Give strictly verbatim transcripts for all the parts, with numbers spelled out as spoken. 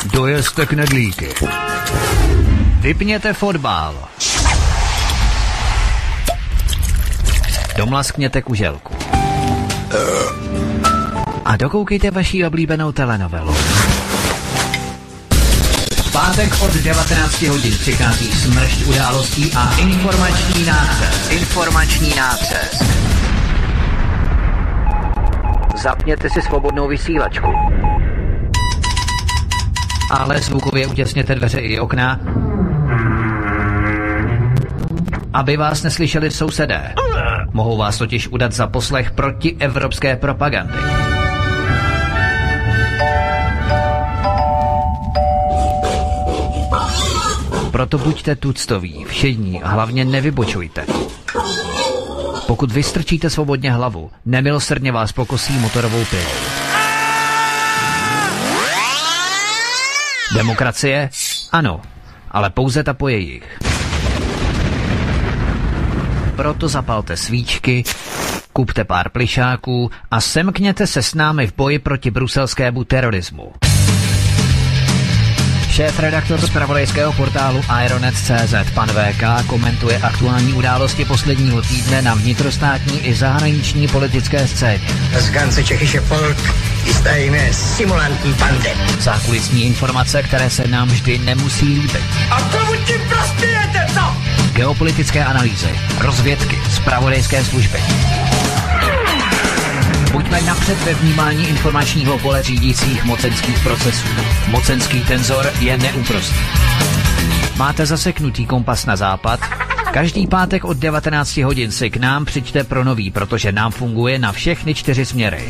Dojezte knedlíky. Vypněte fotbal. Domlaskněte kuželku. A dokoukejte vaši oblíbenou telenovelu. V pátek od devatenácti hodin přichází smršť událostí a informační nácest. Informační nácest. Zapněte si svobodnou vysílačku. Ale zvukově utěsněte dveře i okna, aby vás neslyšeli sousedé. Mohou vás totiž udat za poslech protievropské propagandy. Proto buďte tuctoví, všední a hlavně nevybočujte. Pokud vystrčíte svobodně hlavu, nemilosrdně vás pokosí motorovou pilou. Demokracie? Ano, ale pouze ta po jejich. Proto zapalte svíčky, kupte pár plišáků a semkněte se s námi v boji proti bruselskému terorismu. Šéf-redaktor zpravodajského portálu Ironet tečka cé zet pan vé ká komentuje aktuální události posledního týdne na vnitrostátní i zahraniční politické scéně. Z ganze Čechische Volk ist eine simulantní bande. Zákulisní informace, které se nám vždy nemusí líbit. A komu tím prospějete, co? Geopolitické analýzy, rozvědky, zpravodajské služby. Buďme napřed ve vnímání informačního pole řídících mocenských procesů. Mocenský tenzor je neúprostný. Máte zaseknutý kompas na západ? Každý pátek od devatenácti hodin si k nám přijďte pro nový, protože nám funguje na všechny čtyři směry.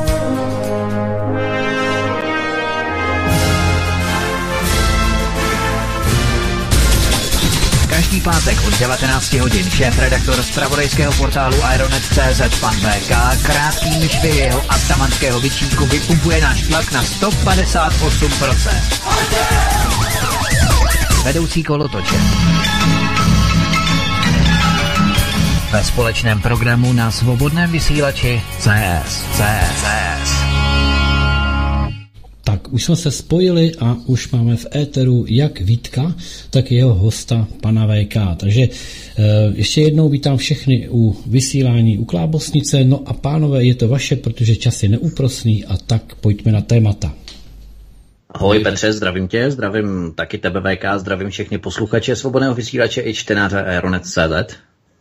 Každý pátek od devatenácti hodin šéf-redaktor zpravodajského portálu Ironet tečka cé zet pan vé ká krátkými švy jeho atamanského bičíku vypumpuje náš tlak na sto padesát osm procent. Vedoucí kolotoče. Ve společném programu na svobodném vysílači C S. C S. Tak už jsme se spojili a už máme v éteru jak Vítka, tak i jeho hosta pana vé ká. Takže e, ještě jednou vítám všechny u vysílání u Klábosnice. No a pánové, je to vaše, protože čas je neúprosný a tak pojďme na témata. Ahoj Petře, zdravím tě, zdravím taky tebe vé ká, zdravím všechny posluchače svobodného vysílače i čtenáře Aeronet tečka cé zet.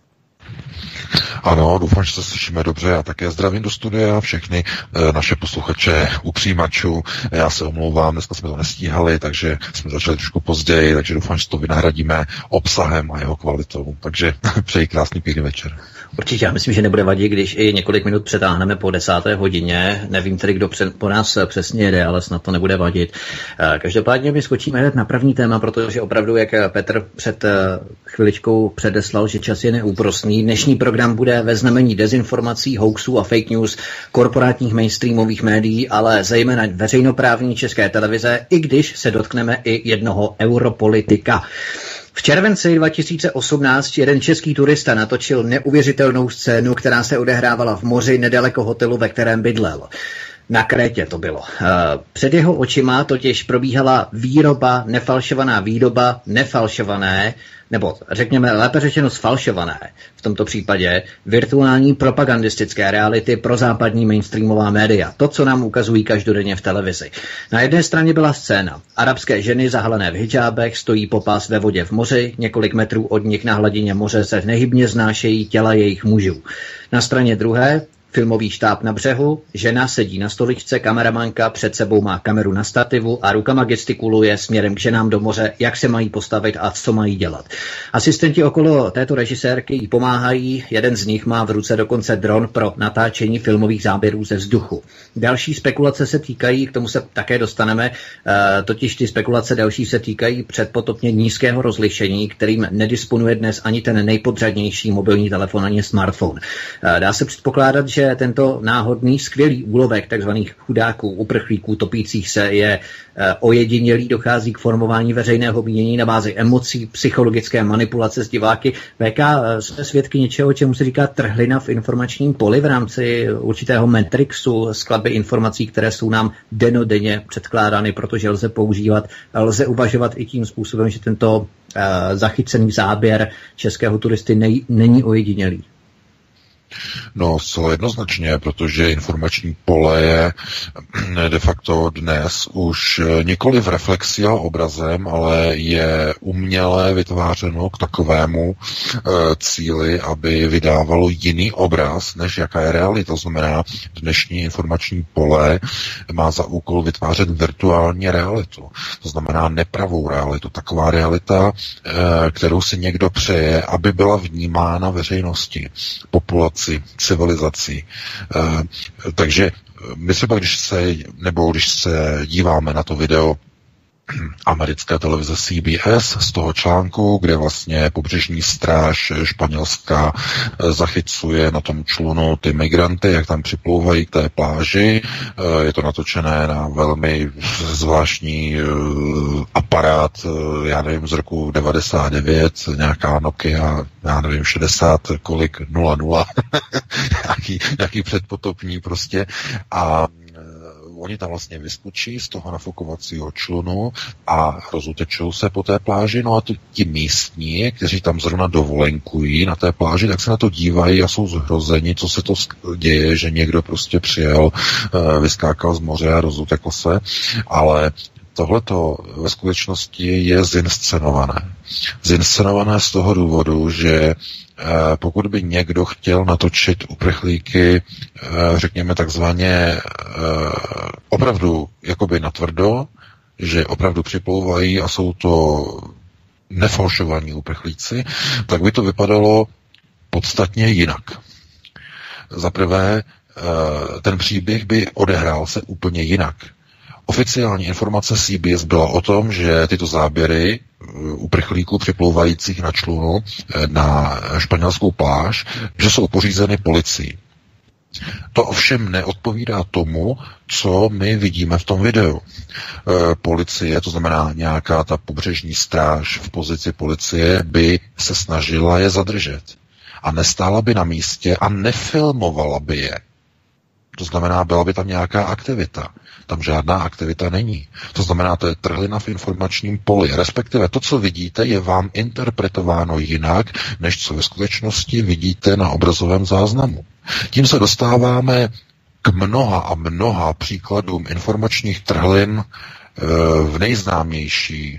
Ano, doufám, že se slyšíme dobře. A také zdravím do studia všechny e, naše posluchače u přijímačů. Já se omlouvám, dneska jsme to nestíhali, takže jsme začali trošku později, takže doufám, že to vynahradíme obsahem a jeho kvalitou. Takže přeji krásný pěkný večer. Určitě, já myslím, že nebude vadit, když i několik minut přetáhneme po desáté hodině. Nevím tedy, kdo před, po nás přesně jede, ale snad to nebude vadit. Každopádně my skočíme hned na první téma, protože opravdu, jak Petr před chviličkou předeslal, že čas je neúprosný. Dnešní program bude ve znamení dezinformací, hoaxů a fake news korporátních mainstreamových médií, ale zejména veřejnoprávní České televize, i když se dotkneme i jednoho europolitika. V červenci dva tisíce osmnáct jeden český turista natočil neuvěřitelnou scénu, která se odehrávala v moři nedaleko hotelu, ve kterém bydlel. Na Krétě to bylo. Před jeho očima totiž probíhala výroba, nefalšovaná výroba, nefalšované, nebo řekněme lépe řečeno sfalšované, v tomto případě virtuální propagandistické reality pro západní mainstreamová média. To, co nám ukazují každodenně v televizi. Na jedné straně byla scéna. Arabské ženy zahalené v hidžábech stojí popás ve vodě v moři, několik metrů od nich na hladině moře se nehybně znášejí těla jejich mužů. Na straně druhé filmový štáb na břehu, žena sedí na stoličce, kameramanka před sebou má kameru na stativu a rukama gestikuluje směrem k ženám do moře, jak se mají postavit a co mají dělat. Asistenti okolo této režisérky jí pomáhají, jeden z nich má v ruce dokonce dron pro natáčení filmových záběrů ze vzduchu. Další spekulace se týkají, k tomu se také dostaneme, totiž ty spekulace další se týkají předpotopně nízkého rozlišení, kterým nedisponuje dnes ani ten nejpodřadnější mobilní telefon, ani smartphone. Dá se předpokládat, že že tento náhodný, skvělý úlovek takzvaných chudáků, uprchlíků, topících se je ojedinělý, dochází k formování veřejného mínění na bázi emocí, psychologické manipulace s diváky. V K jsme svědky něčeho, čemu se říká trhlina v informačním poli v rámci určitého matrixu, skladby informací, které jsou nám denodenně předkládány, protože lze používat, lze uvažovat i tím způsobem, že tento uh, zachycený záběr českého turisty nej, není ojedinělý. No, zcela jednoznačně, protože informační pole je de facto dnes už nikoli v reflexi a obrazem, ale je uměle vytvářeno k takovému e, cíli, aby vydávalo jiný obraz, než jaká je realita. To znamená, dnešní informační pole má za úkol vytvářet virtuální realitu. To znamená nepravou realitu. Taková realita, e, kterou si někdo přeje, aby byla vnímána veřejnosti, populaci, civilizací. E, takže my třeba, když se, nebo když se díváme na to video americké televize C B S z toho článku, kde vlastně pobřežní stráž španělská zachycuje na tom člunu ty migranty, jak tam připlouvají k té pláži. Je to natočené na velmi zvláštní aparát, já nevím, z roku devadesát devět, nějaká Nokia, já nevím, šedesát kolik, nula nula, nějaký, nějaký předpotopní prostě. A oni tam vlastně vyskočí z toho nafukovacího člunu a rozutečou se po té pláži. No a to, ti místní, kteří tam zrovna dovolenkují na té pláži, tak se na to dívají a jsou zhrozeni, co se to děje, že někdo prostě přijel, vyskákal z moře a rozutekl se. Ale tohleto ve skutečnosti je zinscenované. Zinscenované z toho důvodu, že pokud by někdo chtěl natočit uprchlíky, řekněme takzvaně opravdu jakoby natvrdo, že opravdu připlouvají a jsou to nefalšovaní uprchlíci, tak by to vypadalo podstatně jinak. Za prvé, ten příběh by odehrál se úplně jinak. Oficiální informace C B S byla o tom, že tyto záběry uprchlíků připlouvajících na člunu na španělskou pláž, že jsou pořízeny policií. To ovšem neodpovídá tomu, co my vidíme v tom videu. E, policie, to znamená nějaká ta pobřežní stráž v pozici policie, by se snažila je zadržet. A nestála by na místě a nefilmovala by je. To znamená, byla by tam nějaká aktivita. Tam žádná aktivita není. To znamená, to je trhlina v informačním poli. Respektive to, co vidíte, je vám interpretováno jinak, než co ve skutečnosti vidíte na obrazovém záznamu. Tím se dostáváme k mnoha a mnoha příkladům informačních trhlin v nejznámější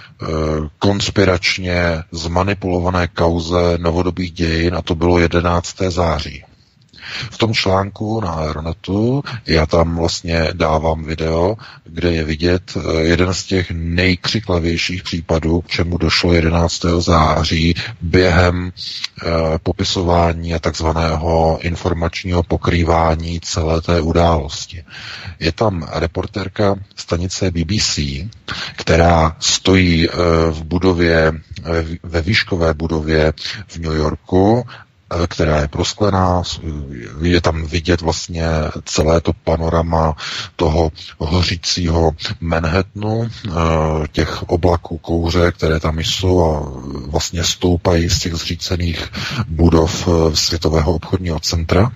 konspiračně zmanipulované kauze novodobých dějin, a to bylo jedenáctého září. V tom článku na Aeronetu já tam vlastně dávám video, kde je vidět jeden z těch nejkřiklavějších případů, k čemu došlo jedenáctého září během eh, popisování a takzvaného informačního pokrývání celé té události. Je tam reportérka stanice B B C, která stojí eh, v budově, ve výškové budově v New Yorku, která je prosklená, je tam vidět vlastně celé to panorama toho hořícího Manhattanu, těch oblaků kouře, které tam jsou a vlastně stoupají z těch zřícených budov Světového obchodního centra.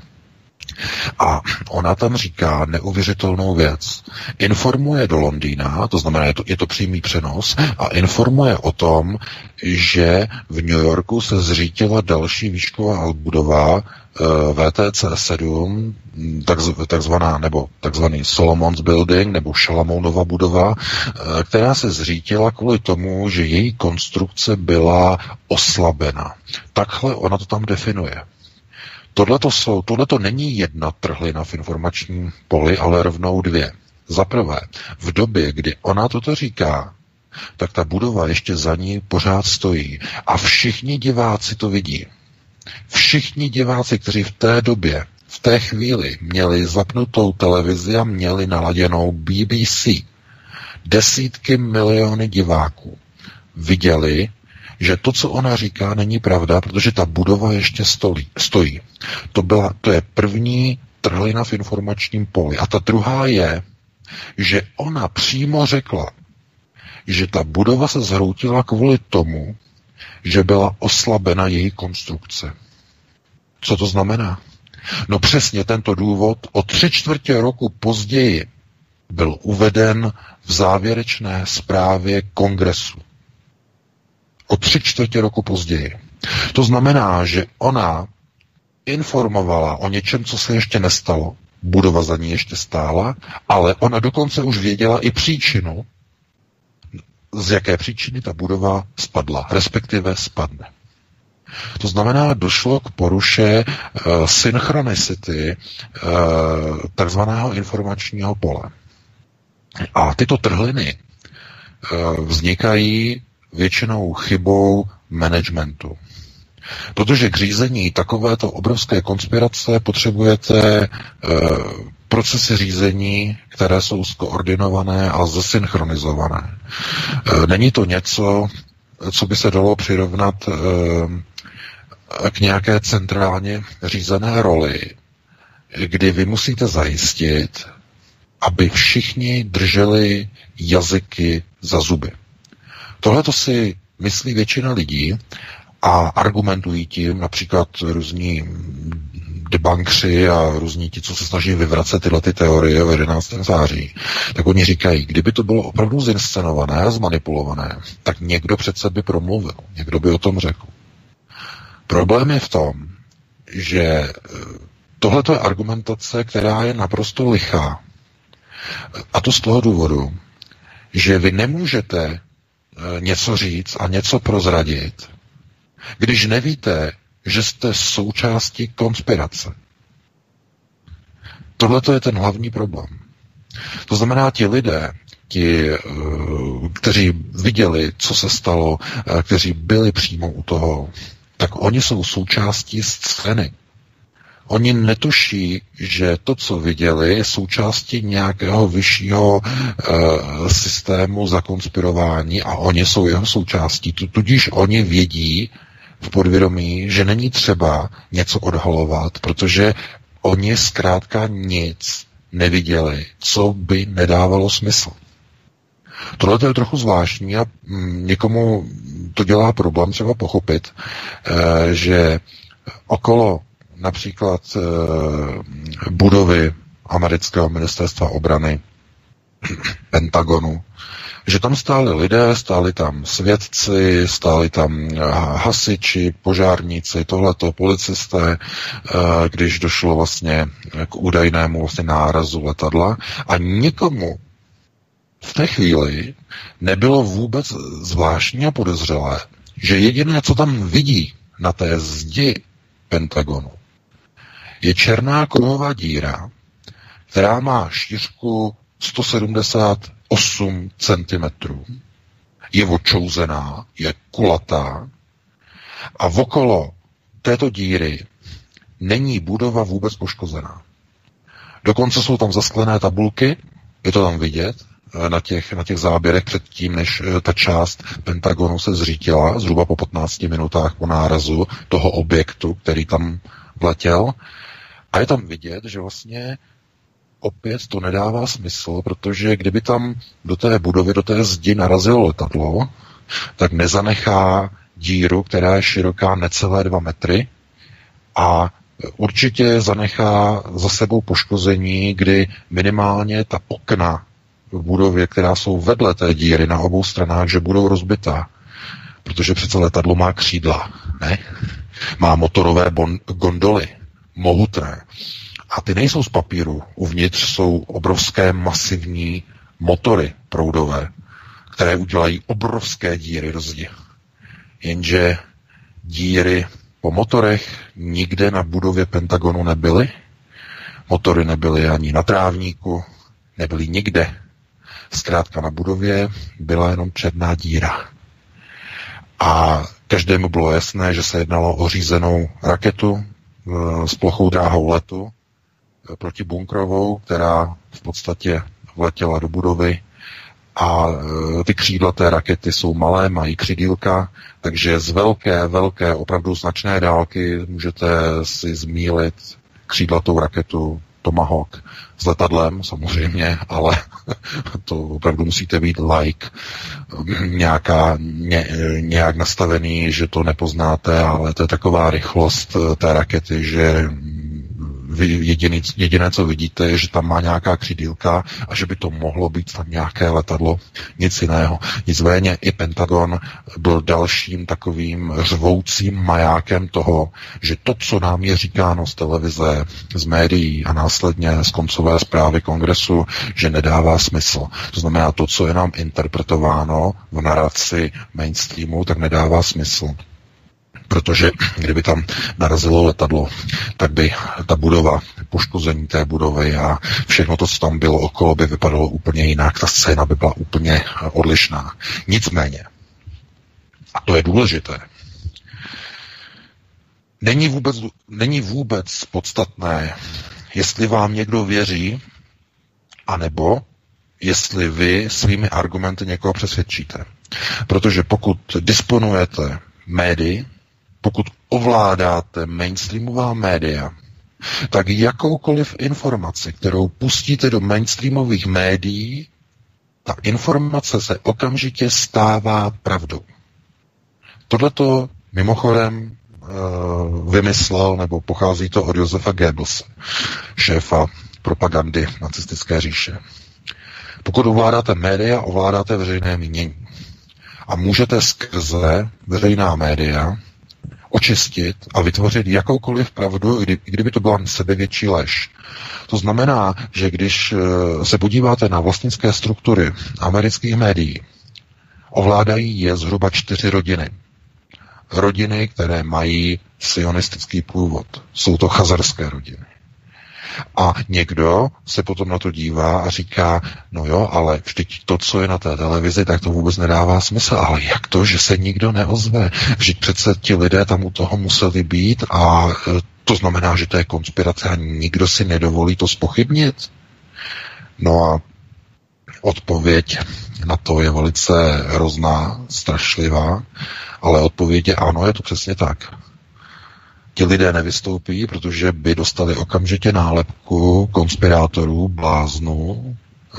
A ona tam říká neuvěřitelnou věc. Informuje do Londýna, to znamená, je to, je to přímý přenos, a informuje o tom, že v New Yorku se zřítila další výšková budova V T C sedm, takzvaná, nebo takzvaný Solomon's Building, nebo Šalamounova budova, která se zřítila kvůli tomu, že její konstrukce byla oslabena. Takhle ona to tam definuje. Tohleto jsou, tohleto není jedna trhlina v informačním poli, ale rovnou dvě. Za prvé, v době, kdy ona toto říká, tak ta budova ještě za ní pořád stojí. A všichni diváci to vidí. Všichni diváci, kteří v té době, v té chvíli měli zapnutou televizi a měli naladěnou B B C, desítky miliony diváků viděli, že to, co ona říká, není pravda, protože ta budova ještě stolí, stojí. To, byla, to je první trhlina v informačním poli. A ta druhá je, že ona přímo řekla, že ta budova se zhroutila kvůli tomu, že byla oslabena její konstrukce. Co to znamená? No přesně tento důvod o tři čtvrtě roku později byl uveden v závěrečné zprávě kongresu. O tři čtvrtě roku později. To znamená, že ona informovala o něčem, co se ještě nestalo. Budova za ní ještě stála, ale ona dokonce už věděla i příčinu, z jaké příčiny ta budova spadla, respektive spadne. To znamená, došlo k poruše uh, synchronicity uh, takzvaného informačního pole. A tyto trhliny uh, vznikají většinou chybou managementu. Protože k řízení takovéto obrovské konspirace potřebujete uh, procesy řízení, které jsou skoordinované a zesynchronizované. Uh, není to něco, co by se dalo přirovnat uh, k nějaké centrálně řízené roli, kdy vy musíte zajistit, aby všichni drželi jazyky za zuby. Tohle to si myslí většina lidí a argumentují tím například různí debunkři a různí ti, co se snaží vyvracet tyhle ty teorie o jedenáctého září, tak oni říkají, kdyby to bylo opravdu zinscenované a zmanipulované, tak někdo přece by promluvil, někdo by o tom řekl. Problém je v tom, že tohle je argumentace, která je naprosto lichá. A to z toho důvodu, že vy nemůžete něco říct a něco prozradit, když nevíte, že jste součástí konspirace. Tohle je ten hlavní problém. To znamená, ti lidé, ti, kteří viděli, co se stalo, kteří byli přímo u toho, tak oni jsou součástí scény. Oni netuší, že to, co viděli, je součástí nějakého vyššího e, systému zakonspirování a oni jsou jeho součástí. Tudíž oni vědí v podvědomí, že není třeba něco odhalovat, protože oni zkrátka nic neviděli, co by nedávalo smysl. Tohle je trochu zvláštní a někomu to dělá problém třeba pochopit, e, že okolo například e, budovy amerického ministerstva obrany, Pentagonu, že tam stáli lidé, stáli tam svědci, stáli tam hasiči, požárníci, tohleto, policisté, e, když došlo vlastně k údajnému vlastně nárazu letadla a nikomu v té chvíli nebylo vůbec zvláštní a podezřelé, že jediné, co tam vidí na té zdi Pentagonu, je černá kovová díra, která má šířku sto sedmdesát osm centimetrů, je očouzená, je kulatá a okolo této díry není budova vůbec poškozená. Dokonce jsou tam zasklené tabulky, je to tam vidět, na těch, na těch záběrech předtím, než ta část Pentagonu se zřítila, zhruba po patnácti minutách po nárazu toho objektu, který tam vletěl. A je tam vidět, že vlastně opět to nedává smysl, protože kdyby tam do té budovy, do té zdi narazilo letadlo, tak nezanechá díru, která je široká necelé dva metry a určitě zanechá za sebou poškození, kdy minimálně ta okna v budově, která jsou vedle té díry na obou stranách, že budou rozbitá. Protože přece letadlo má křídla, ne? Má motorové bon- gondoly, mohutné. A ty nejsou z papíru. Uvnitř jsou obrovské masivní motory proudové, které udělají obrovské díry do zdi. Jenže díry po motorech nikde na budově Pentagonu nebyly. Motory nebyly ani na trávníku, nebyly nikde. Zkrátka na budově byla jenom černá díra. A každému bylo jasné, že se jednalo o řízenou raketu s plochou dráhou letu protibunkrovou, která v podstatě vletěla do budovy a ty křídla té rakety jsou malé, mají křidílka, takže z velké, velké, opravdu značné dálky můžete si zmýlit křídlatou raketu Tomahawk s letadlem samozřejmě, ale to opravdu musíte být like, nějaká, ně, nějak nastavený, že to nepoznáte, ale to je taková rychlost té rakety, že vy jediný, jediné, co vidíte, je, že tam má nějaká křidílka a že by to mohlo být tam nějaké letadlo, nic jiného. Nicméně i Pentagon byl dalším takovým řvoucím majákem toho, že to, co nám je říkáno z televize, z médií a následně z koncové zprávy kongresu, že nedává smysl. To znamená, to, co je nám interpretováno v naraci mainstreamu, tak nedává smysl. Protože kdyby tam narazilo letadlo, tak by ta budova, poškození té budovy a všechno to, co tam bylo okolo, by vypadalo úplně jinak. Ta scéna by byla úplně odlišná. Nicméně, a to je důležité, není vůbec, není vůbec podstatné, jestli vám někdo věří, anebo jestli vy svými argumenty někoho přesvědčíte. Protože pokud disponujete médii, pokud ovládáte mainstreamová média, tak jakoukoliv informaci, kterou pustíte do mainstreamových médií, ta informace se okamžitě stává pravdou. Tohleto mimochodem uh, vymyslel, nebo pochází to od Josefa Goebbelse, šéfa propagandy nacistické říše. Pokud ovládáte média, ovládáte veřejné mínění. A můžete skrze veřejná média očistit a vytvořit jakoukoliv pravdu, kdy, kdyby to byla sebevětší lež. To znamená, že když se podíváte na vlastnické struktury amerických médií, ovládají je zhruba čtyři rodiny. Rodiny, které mají sionistický původ. Jsou to chazarské rodiny. A někdo se potom na to dívá a říká, no jo, ale vždyť to, co je na té televizi, tak to vůbec nedává smysl. Ale jak to, že se nikdo neozve? Vždyť přece ti lidé tam u toho museli být a to znamená, že to je konspirace a nikdo si nedovolí to zpochybnit? No a odpověď na to je velice hrozná, strašlivá, ale odpověď je ano, je to přesně tak. Ti lidé nevystoupí, protože by dostali okamžitě nálepku konspirátorů, bláznů, e,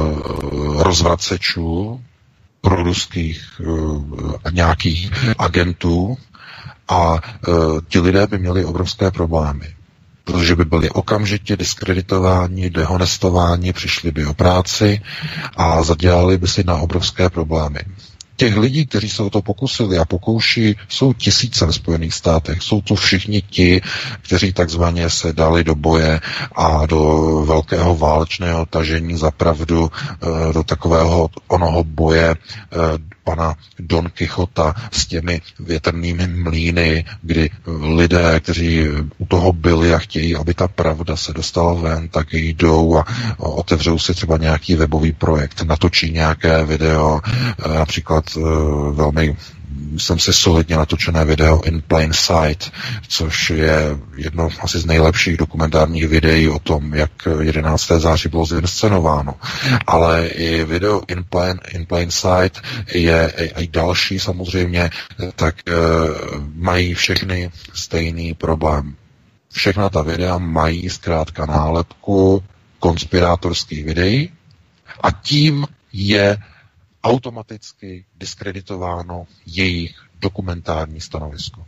rozvracečů, proruských e, nějakých agentů a e, ti lidé by měli obrovské problémy, protože by byli okamžitě diskreditováni, dehonestováni, přišli by o práci a zadělali by si na obrovské problémy. Těch lidí, kteří se o to pokusili a pokouší, jsou tisíce ve Spojených státech. Jsou to všichni ti, kteří takzvaně se dali do boje a do velkého válečného tažení za pravdu, do takového onoho boje pana Don Quixota s těmi větrnými mlýny, kdy lidé, kteří u toho byli a chtějí, aby ta pravda se dostala ven, tak jdou a otevřou si třeba nějaký webový projekt, natočí nějaké video, například velmi, myslím si, solidně natočené video In Plain Sight, což je jedno asi z nejlepších dokumentárních videí o tom, jak jedenáctého září bylo zinscenováno. Ale i video In Plain, In Plain Sight je i další samozřejmě, tak mají všechny stejný problém. Všechna ta videa mají zkrátka nálepku konspirátorských videí a tím je automaticky diskreditováno jejich dokumentární stanovisko.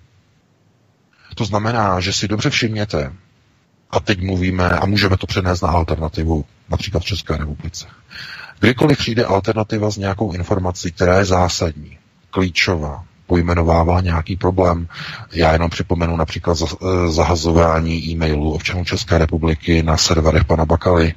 To znamená, že si dobře všimněte, a teď mluvíme, a můžeme to přenést na alternativu, například v České republice. Kdykoliv přijde alternativa s nějakou informací, která je zásadní, klíčová, pojmenovává nějaký problém, já jenom připomenu například zahazování e-mailů občanů České republiky na serverech pana Bakaly,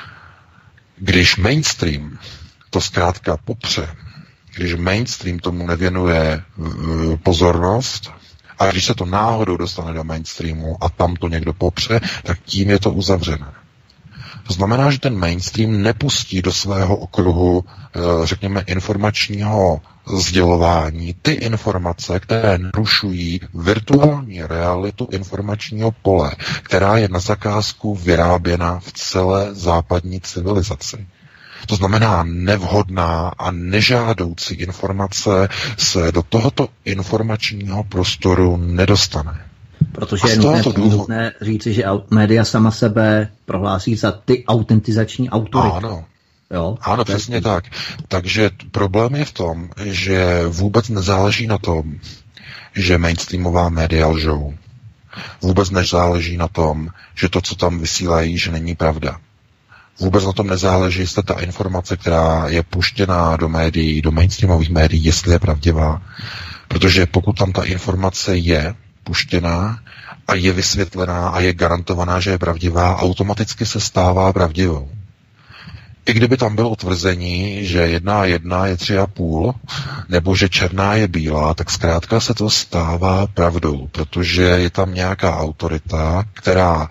když mainstream to zkrátka popře, když mainstream tomu nevěnuje pozornost a když se to náhodou dostane do mainstreamu a tam to někdo popře, tak tím je to uzavřené. To znamená, že ten mainstream nepustí do svého okruhu, řekněme, informačního sdělování ty informace, které narušují virtuální realitu informačního pole, která je na zakázku vyráběna v celé západní civilizaci. To znamená, nevhodná a nežádoucí informace se do tohoto informačního prostoru nedostane. Protože je nutné, nutné říci, že média sama sebe prohlásí za ty autentizační autority. Ano. Jo? Ano, přesně tak. Takže problém je v tom, že vůbec nezáleží na tom, že mainstreamová média lžou. Vůbec nezáleží na tom, že to, co tam vysílají, že není pravda. Vůbec na tom nezáleží, jestli ta informace, která je puštěná do médií, do mainstreamových médií, jestli je pravdivá. Protože pokud tam ta informace je puštěná a je vysvětlená a je garantovaná, že je pravdivá, automaticky se stává pravdivou. I kdyby tam bylo tvrzení, že jedna a jedna je tři a půl, nebo že černá je bílá, tak zkrátka se to stává pravdou, protože je tam nějaká autorita, která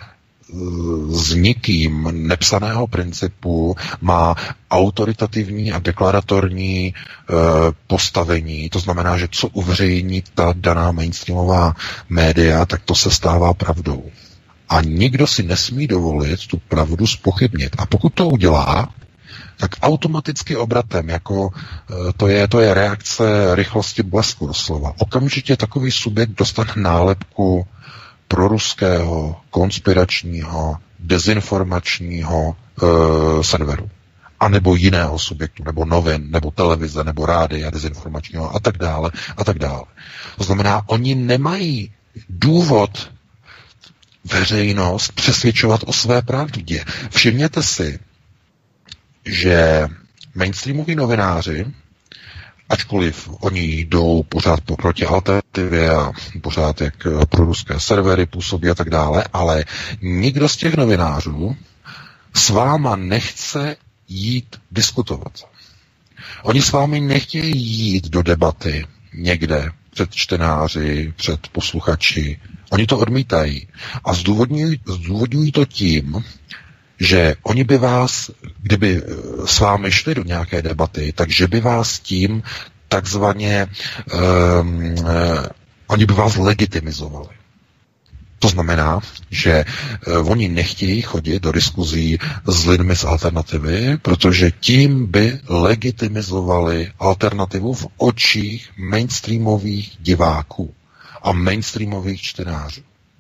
s nikým nepsaného principu má autoritativní a deklaratorní e, postavení. To znamená, že co uveřejní ta daná mainstreamová média, tak to se stává pravdou. A nikdo si nesmí dovolit tu pravdu zpochybnit. A pokud to udělá, tak automaticky obratem, jako to je, to je reakce rychlosti blesku doslova. Okamžitě takový subjekt dostane nálepku proruského, konspiračního, dezinformačního e, serveru. A nebo jiného subjektu, nebo novin, nebo televize, nebo rádia dezinformačního a tak dále, a tak dále. To znamená, oni nemají důvod veřejnost přesvědčovat o své pravdě. Všimněte si, že mainstreamoví novináři, ačkoliv oni jdou pořád proti alternativě a pořád jak pro ruské servery působí a tak dále, ale nikdo z těch novinářů s váma nechce jít diskutovat. Oni s vámi nechtějí jít do debaty někde před čtenáři, před posluchači. Oni to odmítají. A zdůvodňují, zdůvodňují to tím, že oni by vás, kdyby s vámi šli do nějaké debaty, takže by vás tím takzvaně, um, uh, oni by vás legitimizovali. To znamená, že uh, oni nechtějí chodit do diskuzí s lidmi z alternativy, protože tím by legitimizovali alternativu v očích mainstreamových diváků a mainstreamových čtenářů.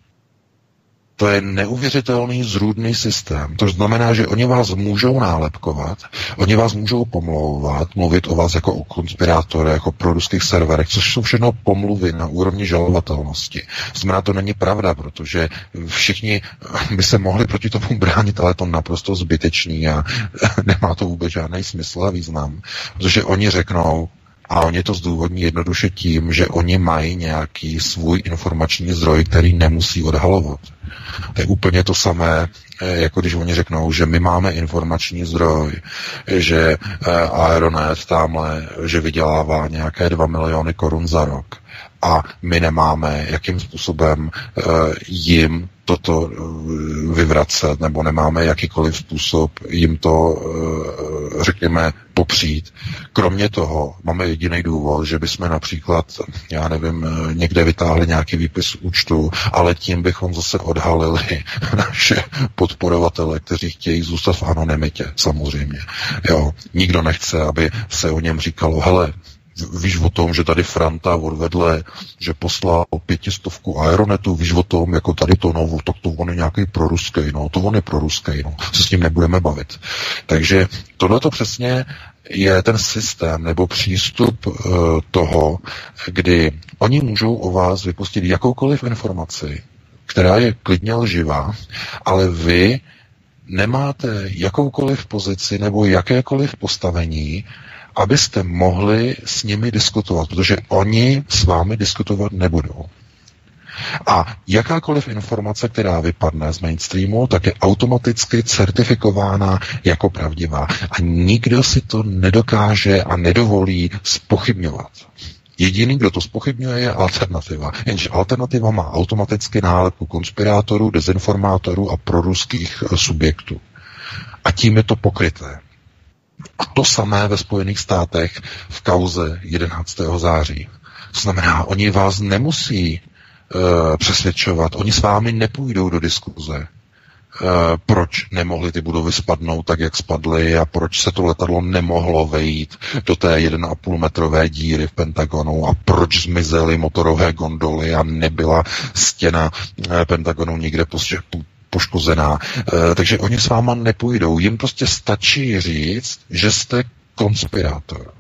To je neuvěřitelný zrůdný systém. To znamená, že oni vás můžou nálepkovat, oni vás můžou pomlouvat, mluvit o vás jako o konspirátorech, jako pro ruských serverech, což jsou všechno pomluvy na úrovni žalovatelnosti. To znamená, to není pravda, protože všichni by se mohli proti tomu bránit, ale je to naprosto zbytečný a nemá to vůbec žádný smysl a význam. Protože oni řeknou, a oni to zdůvodní jednoduše tím, že oni mají nějaký svůj informační zdroj, který nemusí odhalovat. To je úplně to samé, jako když oni řeknou, že my máme informační zdroj, že Aeronet tamhle, že vydělává nějaké dva miliony korun za rok. A my nemáme, jakým způsobem jim toto vyvracet, nebo nemáme jakýkoliv způsob jim to, řekněme, popřít. Kromě toho máme jediný důvod, že bychom například, já nevím, někde vytáhli nějaký výpis účtu, ale tím bychom zase odhalili naše podporovatele, kteří chtějí zůstat v anonymitě, samozřejmě. Jo, nikdo nechce, aby se o něm říkalo, hele, víš o tom, že tady Franta odvedle, že poslal pětistovku Aeronetu, víš o tom, jako tady to, no, tak to on je nějaký proruský, no, to on je proruský, no, se s ním nebudeme bavit. Takže tohle to přesně je ten systém nebo přístup uh, toho, kdy oni můžou o vás vypustit jakoukoliv informaci, která je klidně lživá, ale vy nemáte jakoukoliv pozici nebo jakékoliv postavení, abyste mohli s nimi diskutovat, protože oni s vámi diskutovat nebudou. A jakákoliv informace, která vypadne z mainstreamu, tak je automaticky certifikována jako pravdivá. A nikdo si to nedokáže a nedovolí zpochybňovat. Jediný, kdo to zpochybňuje, je alternativa. Jenže alternativa má automaticky nálepku konspirátorů, dezinformátorů a proruských subjektů. A tím je to pokryté. A to samé ve Spojených státech v kauze jedenáctého září. To znamená, oni vás nemusí uh, přesvědčovat, oni s vámi nepůjdou do diskuze. proč nemohly ty budovy spadnout tak, jak spadly a proč se to letadlo nemohlo vejít do té jedna a půl metrové díry v Pentagonu a proč zmizely motorové gondoly a nebyla stěna Pentagonu nikde poškozená. Takže oni s váma nepůjdou. Jim prostě stačí říct, že jste konspirátor.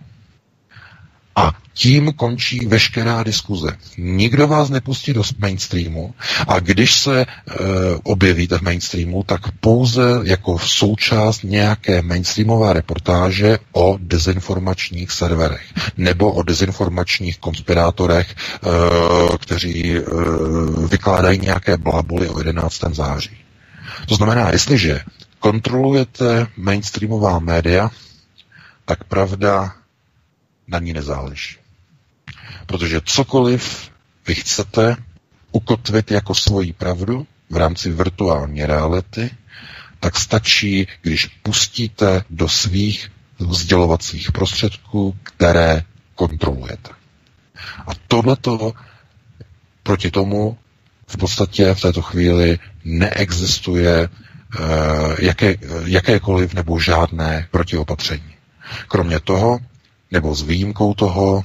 A tím končí veškerá diskuze. Nikdo vás nepustí do mainstreamu a když se e, objevíte v mainstreamu, tak pouze jako součást nějaké mainstreamové reportáže o dezinformačních serverech nebo o dezinformačních konspirátorech, e, kteří e, vykládají nějaké bláboly o jedenáctého září. To znamená, jestliže kontrolujete mainstreamová média, tak pravda na ní nezáleží. Protože cokoliv vy chcete ukotvit jako svoji pravdu v rámci virtuální reality, tak stačí, když pustíte do svých sdělovacích prostředků, které kontrolujete. A tohleto proti tomu v podstatě v této chvíli neexistuje uh, jaké, jakékoliv nebo žádné protiopatření. Kromě toho, nebo s výjimkou toho,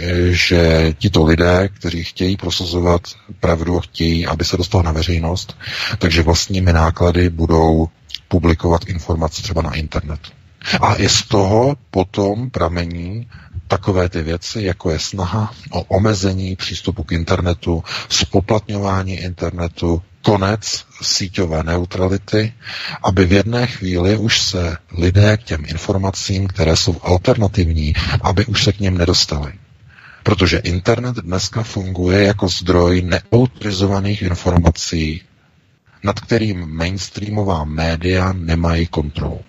že tito lidé, kteří chtějí prosazovat pravdu a chtějí, aby se dostalo na veřejnost, takže vlastními náklady budou publikovat informace třeba na internetu. A i z toho potom pramení takové ty věci, jako je snaha o omezení přístupu k internetu, spoplatňování internetu, konec síťové neutrality, aby v jedné chvíli už se lidé k těm informacím, které jsou alternativní, aby už se k něm nedostali. Protože internet dneska funguje jako zdroj neautorizovaných informací, nad kterým mainstreamová média nemají kontrolu.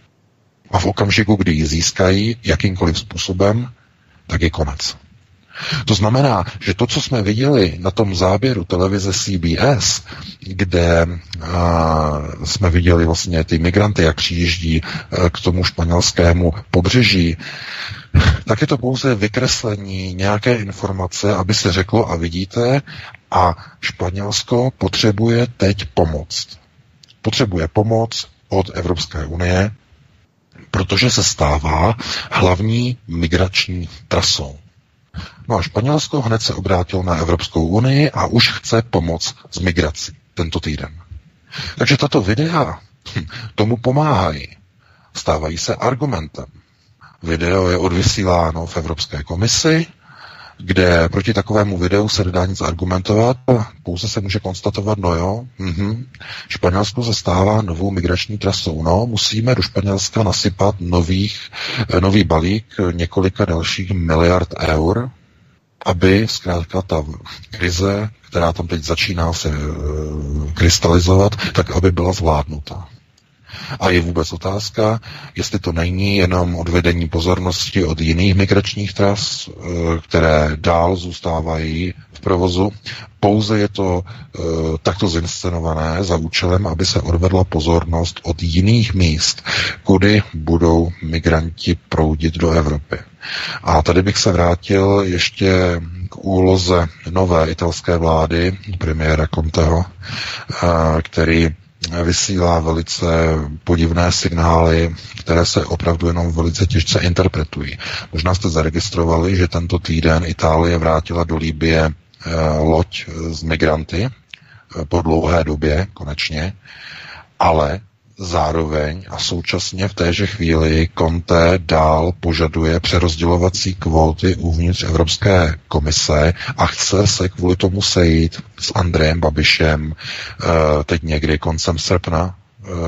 A v okamžiku, kdy ji získají jakýmkoliv způsobem, tak je konec. To znamená, že to, co jsme viděli na tom záběru televize C B S, kde a, jsme viděli vlastně ty migranty, jak přijíždí a, k tomu španělskému pobřeží, tak je to pouze vykreslení nějaké informace, aby se řeklo a vidíte, a Španělsko potřebuje teď pomoc. Potřebuje pomoc od Evropské unie, protože se stává hlavní migrační trasou. No a Španělsko hned se obrátilo na Evropskou unii a už chce pomoc s migrací tento týden. Takže tato videa hm, tomu pomáhají. Stávají se argumentem. Video je odvysíláno v Evropské komisi, kde proti takovému videu se nedá nic argumentovat, pouze se může konstatovat, no jo, mhm, Španělsko se stává novou migrační trasou, no, musíme do Španělska nasypat nových, nový balík několika dalších miliard eur, aby zkrátka ta krize, která tam teď začíná se krystalizovat, tak aby byla zvládnuta. A je vůbec otázka, jestli to není jenom odvedení pozornosti od jiných migračních tras, které dál zůstávají v provozu. Pouze je to e, takto zinscenované za účelem, aby se odvedla pozornost od jiných míst, kudy budou migranti proudit do Evropy. A tady bych se vrátil ještě k úloze nové italské vlády, premiéra Conteho, e, který vysílá velice podivné signály, které se opravdu jenom velice těžce interpretují. Možná jste zaregistrovali, že tento týden Itálie vrátila do Libye eh, loď s migranty eh, po dlouhé době, konečně, ale zároveň a současně v téže chvíli Conte dál požaduje přerozdělovací kvóty uvnitř Evropské komise a chce se kvůli tomu sejít s Andrejem Babišem teď někdy koncem srpna.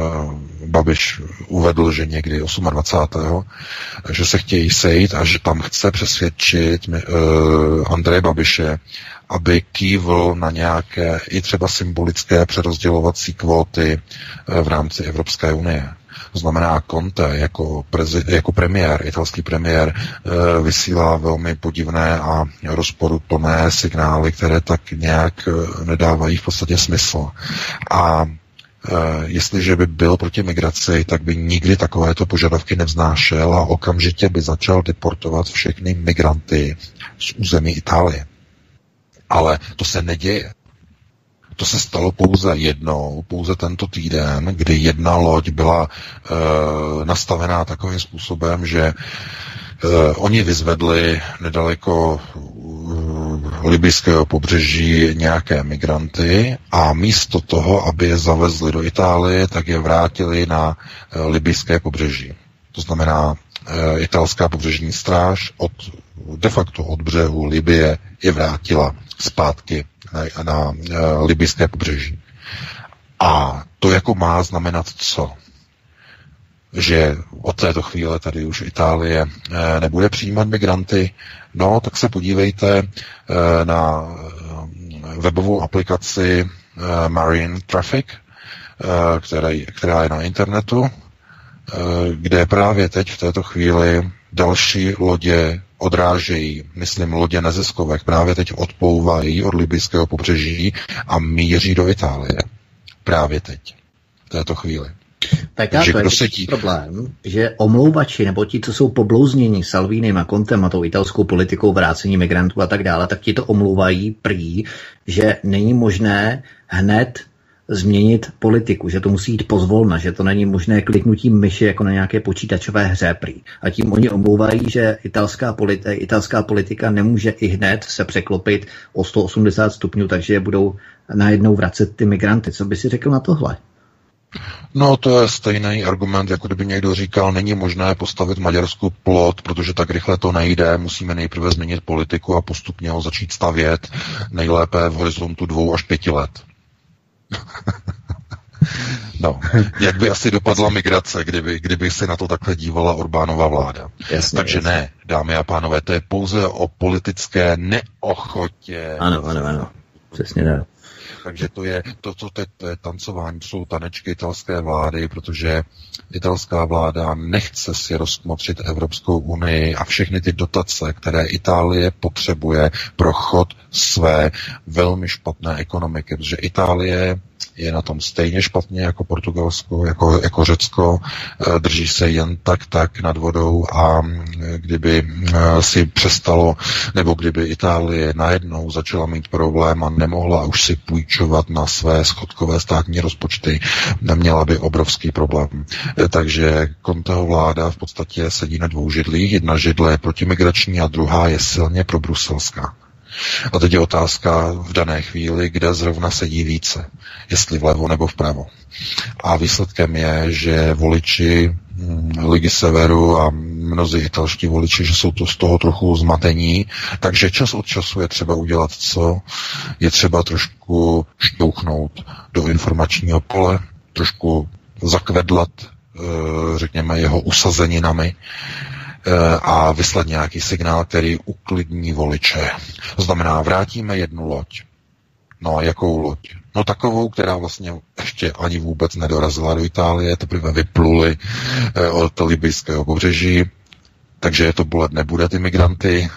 Babiš uvedl, že někdy dvacátého osmého že se chtějí sejít a že tam chce přesvědčit Andreje Babiše, aby kývl na nějaké i třeba symbolické přerozdělovací kvóty v rámci Evropské unie. To znamená, Conte jako, prezi, jako premiér, italský premiér, vysílá velmi podivné a rozporuplné signály, které tak nějak nedávají v podstatě smysl. A jestliže by byl proti migraci, tak by nikdy takovéto požadavky nevznášel a okamžitě by začal deportovat všechny migranty z území Itálie. Ale to se neděje. To se stalo pouze jednou, pouze tento týden, kdy jedna loď byla e, nastavená takovým způsobem, že e, oni vyzvedli nedaleko e, libyjského pobřeží nějaké migranty a místo toho, aby je zavezli do Itálie, tak je vrátili na e, libyjské pobřeží. To znamená, e, italská pobřežní stráž od, de facto od břehu Libye je vrátila zpátky na, na uh, libyjské pobřeží. A to jako má znamenat co? Že od této chvíle tady už Itálie uh, nebude přijímat migranty. No, tak se podívejte uh, na uh, webovou aplikaci uh, Marine Traffic, uh, která, která je na internetu, uh, kde právě teď v této chvíli další lodě odrážejí, myslím, lodě neziskovek, právě teď odplouvají od libyjského pobřeží a míří do Itálie. Právě teď, v této chvíli. Tak já, to je sedí... problém, že omlouvači, nebo ti, co jsou poblouzněni Salvínem a Contem a tou italskou politikou vrácení migrantů a tak dále, tak ti to omlouvají prý, že není možné hned změnit politiku, že to musí jít pozvolna, že to není možné kliknutím myši jako na nějaké počítačové hře prý. A tím oni omlouvají, že italská, politi- italská politika nemůže i hned se překlopit o sto osmdesát stupňů, takže je budou najednou vracet ty migranty. Co by si řekl na tohle? No, to je stejný argument, jako kdyby někdo říkal, není možné postavit Maďarsku plot, protože tak rychle to nejde, musíme nejprve změnit politiku a postupně ho začít stavět, nejlépe v horizontu dvou až pěti let. No, jak by asi dopadla migrace, kdyby, kdyby se na to takhle dívala Orbánova vláda. Jasně, Takže jasně. ne, dámy a pánové, to je pouze o politické neochotě. Ano, ano, ano, přesně tak. Takže to je, to, to, to, to je tancování, to jsou tanečky italské vlády, protože italská vláda nechce si rozkmotřit Evropskou unii a všechny ty dotace, které Itálie potřebuje pro chod své velmi špatné ekonomiky, protože Itálie je na tom stejně špatně jako Portugalsko, jako, jako Řecko, drží se jen tak tak nad vodou a kdyby si přestalo, nebo kdyby Itálie najednou začala mít problém a nemohla už si půjčovat na své schodkové státní rozpočty, neměla by obrovský problém. Takže Conteho vláda v podstatě sedí na dvou židlích, jedna židle je protimigrační a druhá je silně probruselská. A teď je otázka v dané chvíli, kde zrovna sedí více, jestli vlevo nebo vpravo. A výsledkem je, že voliči Ligy Severu a mnozí italští voliči, že jsou to z toho trochu zmatení, takže čas od času je třeba udělat co? Je třeba trošku šťouchnout do informačního pole, trošku zakvedlat, řekněme, jeho usazeninami, a vyslat nějaký signál, který uklidní voliče. To znamená, vrátíme jednu loď. No a jakou loď? No takovou, která vlastně ještě ani vůbec nedorazila do Itálie, teprve vypluli od libyjského pobřeží, takže to bolet nebude ty migranty,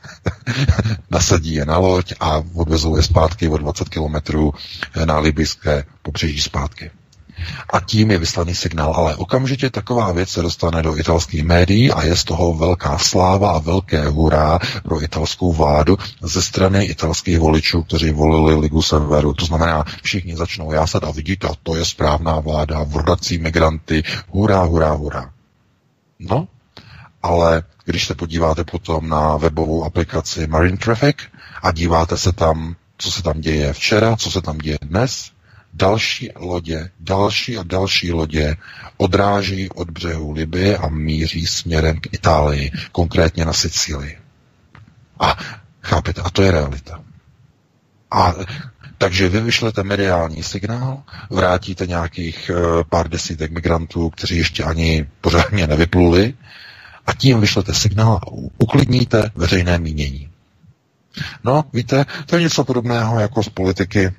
nasadí je na loď a odvezou je zpátky o dvacet kilometrů na libyjské pobřeží zpátky. A tím je vyslaný signál, ale okamžitě taková věc se dostane do italských médií a je z toho velká sláva a velké hurá pro italskou vládu ze strany italských voličů, kteří volili Ligu Severu. To znamená, všichni začnou jásat a vidíte, to je správná vláda, vrací migranty, hurá, hurá, hurá. No, ale když se podíváte potom na webovou aplikaci Marine Traffic a díváte se tam, co se tam děje včera, co se tam děje dnes, další lodě, další a další lodě odráží od břehu Libye a míří směrem k Itálii, konkrétně na Sicílii. A chápete, a to je realita. A takže vy vyšlete mediální signál, vrátíte nějakých uh, pár desítek migrantů, kteří ještě ani pořádně nevypluli, a tím vyšlete signál a uklidníte veřejné mínění. No, víte, to je něco podobného jako z politiky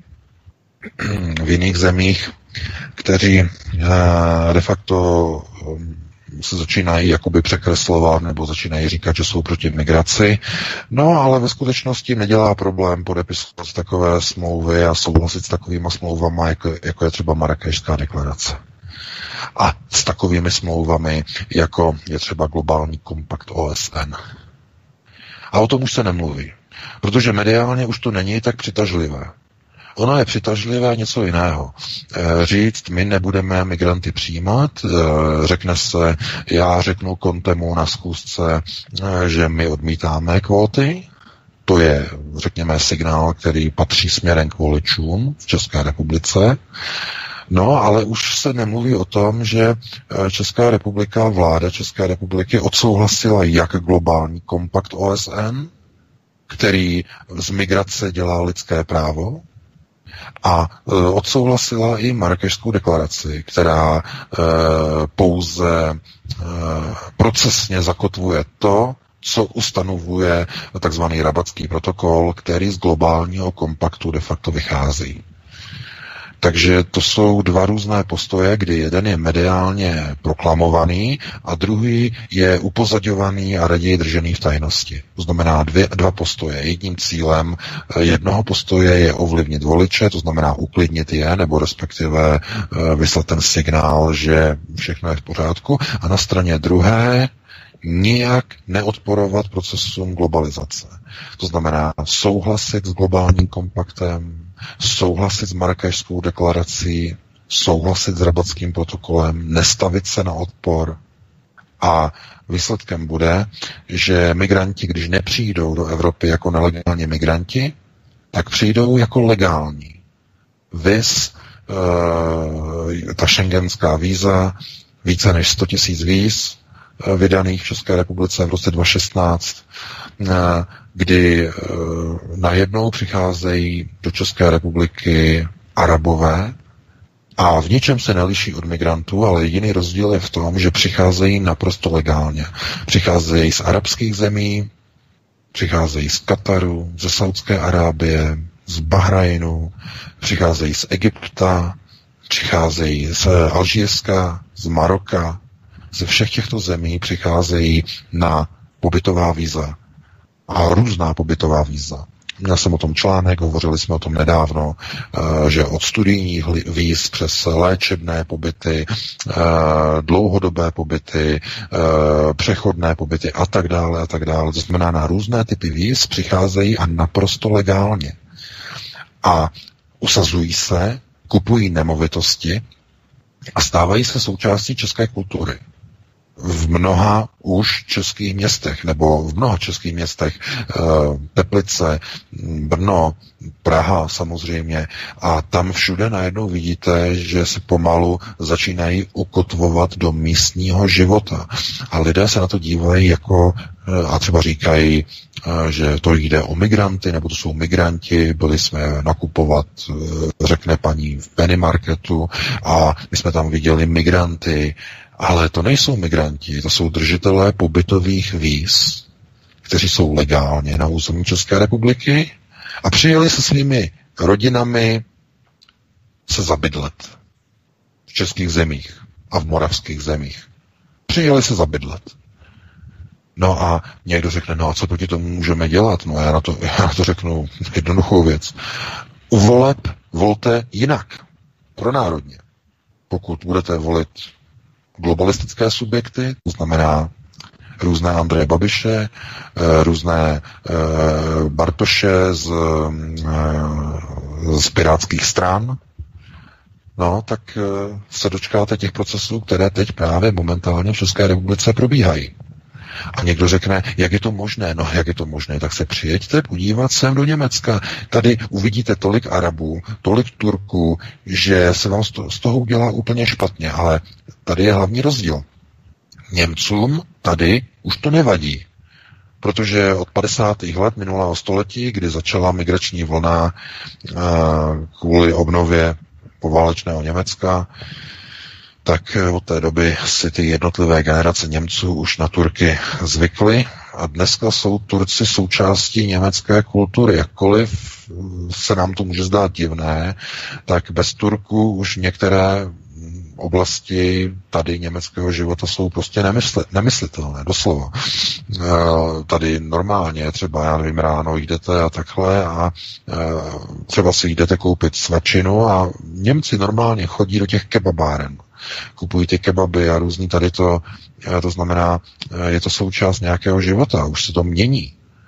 v jiných zemích, kteří de facto se začínají jakoby překreslovat nebo začínají říkat, že jsou proti migraci. No, ale ve skutečnosti nedělá problém podepisovat takové smlouvy a souhlasit s takovými smlouvami, jako, jako je třeba Marrakešská deklarace. A s takovými smlouvami, jako je třeba globální kompakt O S N. A o tom už se nemluví. Protože mediálně už to není tak přitažlivé. Ono je přitažlivé něco jiného. Říct, my nebudeme migranty přijímat, řekne se, já řeknu Kontemu na schůzce, že my odmítáme kvóty, to je, řekněme, signál, který patří směrem k voličům v České republice. No, ale už se nemluví o tom, že Česká republika, vláda České republiky odsouhlasila jak globální kompakt O S N, který z migrace dělá lidské právo, a e, odsouhlasila i Marrákešskou deklaraci, která e, pouze e, procesně zakotvuje to, co ustanovuje takzvaný Rabatský protokol, který z globálního kompaktu de facto vychází. Takže to jsou dva různé postoje, kdy jeden je mediálně proklamovaný a druhý je upozadňovaný a raději držený v tajnosti. To znamená dvě, dva postoje. Jedním cílem jednoho postoje je ovlivnit voliče, to znamená uklidnit je, nebo respektive vyslat ten signál, že všechno je v pořádku. A na straně druhé nijak neodporovat procesům globalizace. To znamená souhlasit s globálním kompaktem, souhlasit s Marrákešskou deklarací, souhlasit s Rabatským protokolem, nestavit se na odpor. A výsledkem bude, že migranti, když nepřijdou do Evropy jako nelegální migranti, tak přijdou jako legální. Vys, e, ta šengenská víza, více než sto tisíc víz, vydaných v České republice v roce dva tisíce šestnáct, kdy najednou přicházejí do České republiky Arabové a v ničem se neliší od migrantů, ale jediný rozdíl je v tom, že přicházejí naprosto legálně. Přicházejí z arabských zemí, přicházejí z Kataru, ze Saudské Arábie, z Bahrajnu, přicházejí z Egypta, přicházejí z Alžírska, z Maroka. Ze všech těchto zemí přicházejí na pobytová víza a různá pobytová víza. Měl jsem o tom článek, hovořili jsme o tom nedávno, že od studijních víz přes léčebné pobyty, dlouhodobé pobyty, přechodné pobyty a tak dále a tak dále. To znamená, na různé typy víz přicházejí a naprosto legálně. A usazují se, kupují nemovitosti a stávají se součástí české kultury. V mnoha už českých městech, nebo v mnoha českých městech, Teplice, Brno, Praha samozřejmě, a tam všude najednou vidíte, že se pomalu začínají ukotvovat do místního života. A lidé se na to dívají jako, a třeba říkají, že to jde o migranty, nebo to jsou migranti, byli jsme nakupovat, řekne paní v Penny Marketu, a my jsme tam viděli migranty. Ale to nejsou migranti, to jsou držitelé pobytových víz, kteří jsou legálně na území České republiky a přijeli se svými rodinami se zabydlet v českých zemích a v moravských zemích. Přijeli se zabydlet. No a někdo řekne, no a co proti tomu můžeme dělat? No já na to, já na to řeknu jednoduchou věc. U voleb volte jinak, pronárodně. Pokud budete volit globalistické subjekty, to znamená různé Andreje Babiše, různé Bartoše z, z pirátských stran, no, tak se dočkáte těch procesů, které teď právě momentálně v České republice probíhají. A někdo řekne, jak je to možné? No, jak je to možné? Tak se přijeďte podívat sem do Německa. Tady uvidíte tolik Arabů, tolik Turků, že se vám z toho udělá úplně špatně. Ale tady je hlavní rozdíl. Němcům tady už to nevadí. Protože od padesátých let minulého století, kdy začala migrační vlna kvůli obnově poválečného Německa, tak od té doby si ty jednotlivé generace Němců už na Turky zvykly a dneska jsou Turci součástí německé kultury. Jakkoliv se nám to může zdát divné, tak bez Turků už některé oblasti tady německého života jsou prostě nemysl, nemyslitelné, doslova. E, tady normálně, třeba, já nevím, ráno jdete a takhle a e, třeba si jdete koupit svačinu a Němci normálně chodí do těch kebabáren. Kupují ty kebaby a různý tady to, to znamená, je to součást nějakého života, už se to mění.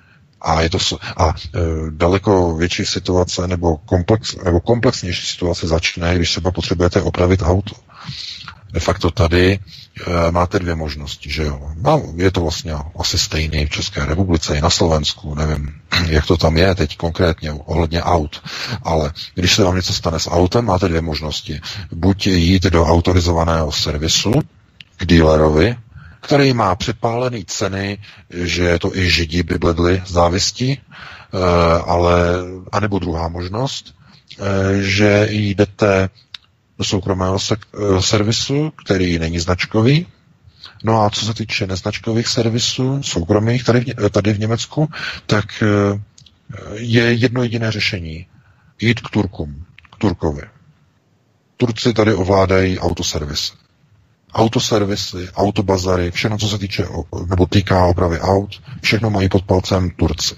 A je to a e, daleko větší situace nebo, komplex, nebo komplexnější situace začne, když třeba potřebujete opravit auto. De facto tady e, máte dvě možnosti, že jo. No, je to vlastně asi stejný v České republice i na Slovensku, nevím, jak to tam je teď konkrétně ohledně aut, ale když se vám něco stane s autem, máte dvě možnosti. Buď jít do autorizovaného servisu k dealerovi, který má přepálený ceny, že to i Židi by bledli závisti, ale, anebo druhá možnost, že jdete do soukromého servisu, který není značkový. No a co se týče neznačkových servisů, soukromých tady v, tady v Německu, tak je jedno jediné řešení. Jít k Turkům, k Turkovi. Turci tady ovládají autoservisy. Autoservisy, autobazary, všechno, co se týče nebo týká opravy aut, všechno mají pod palcem Turci.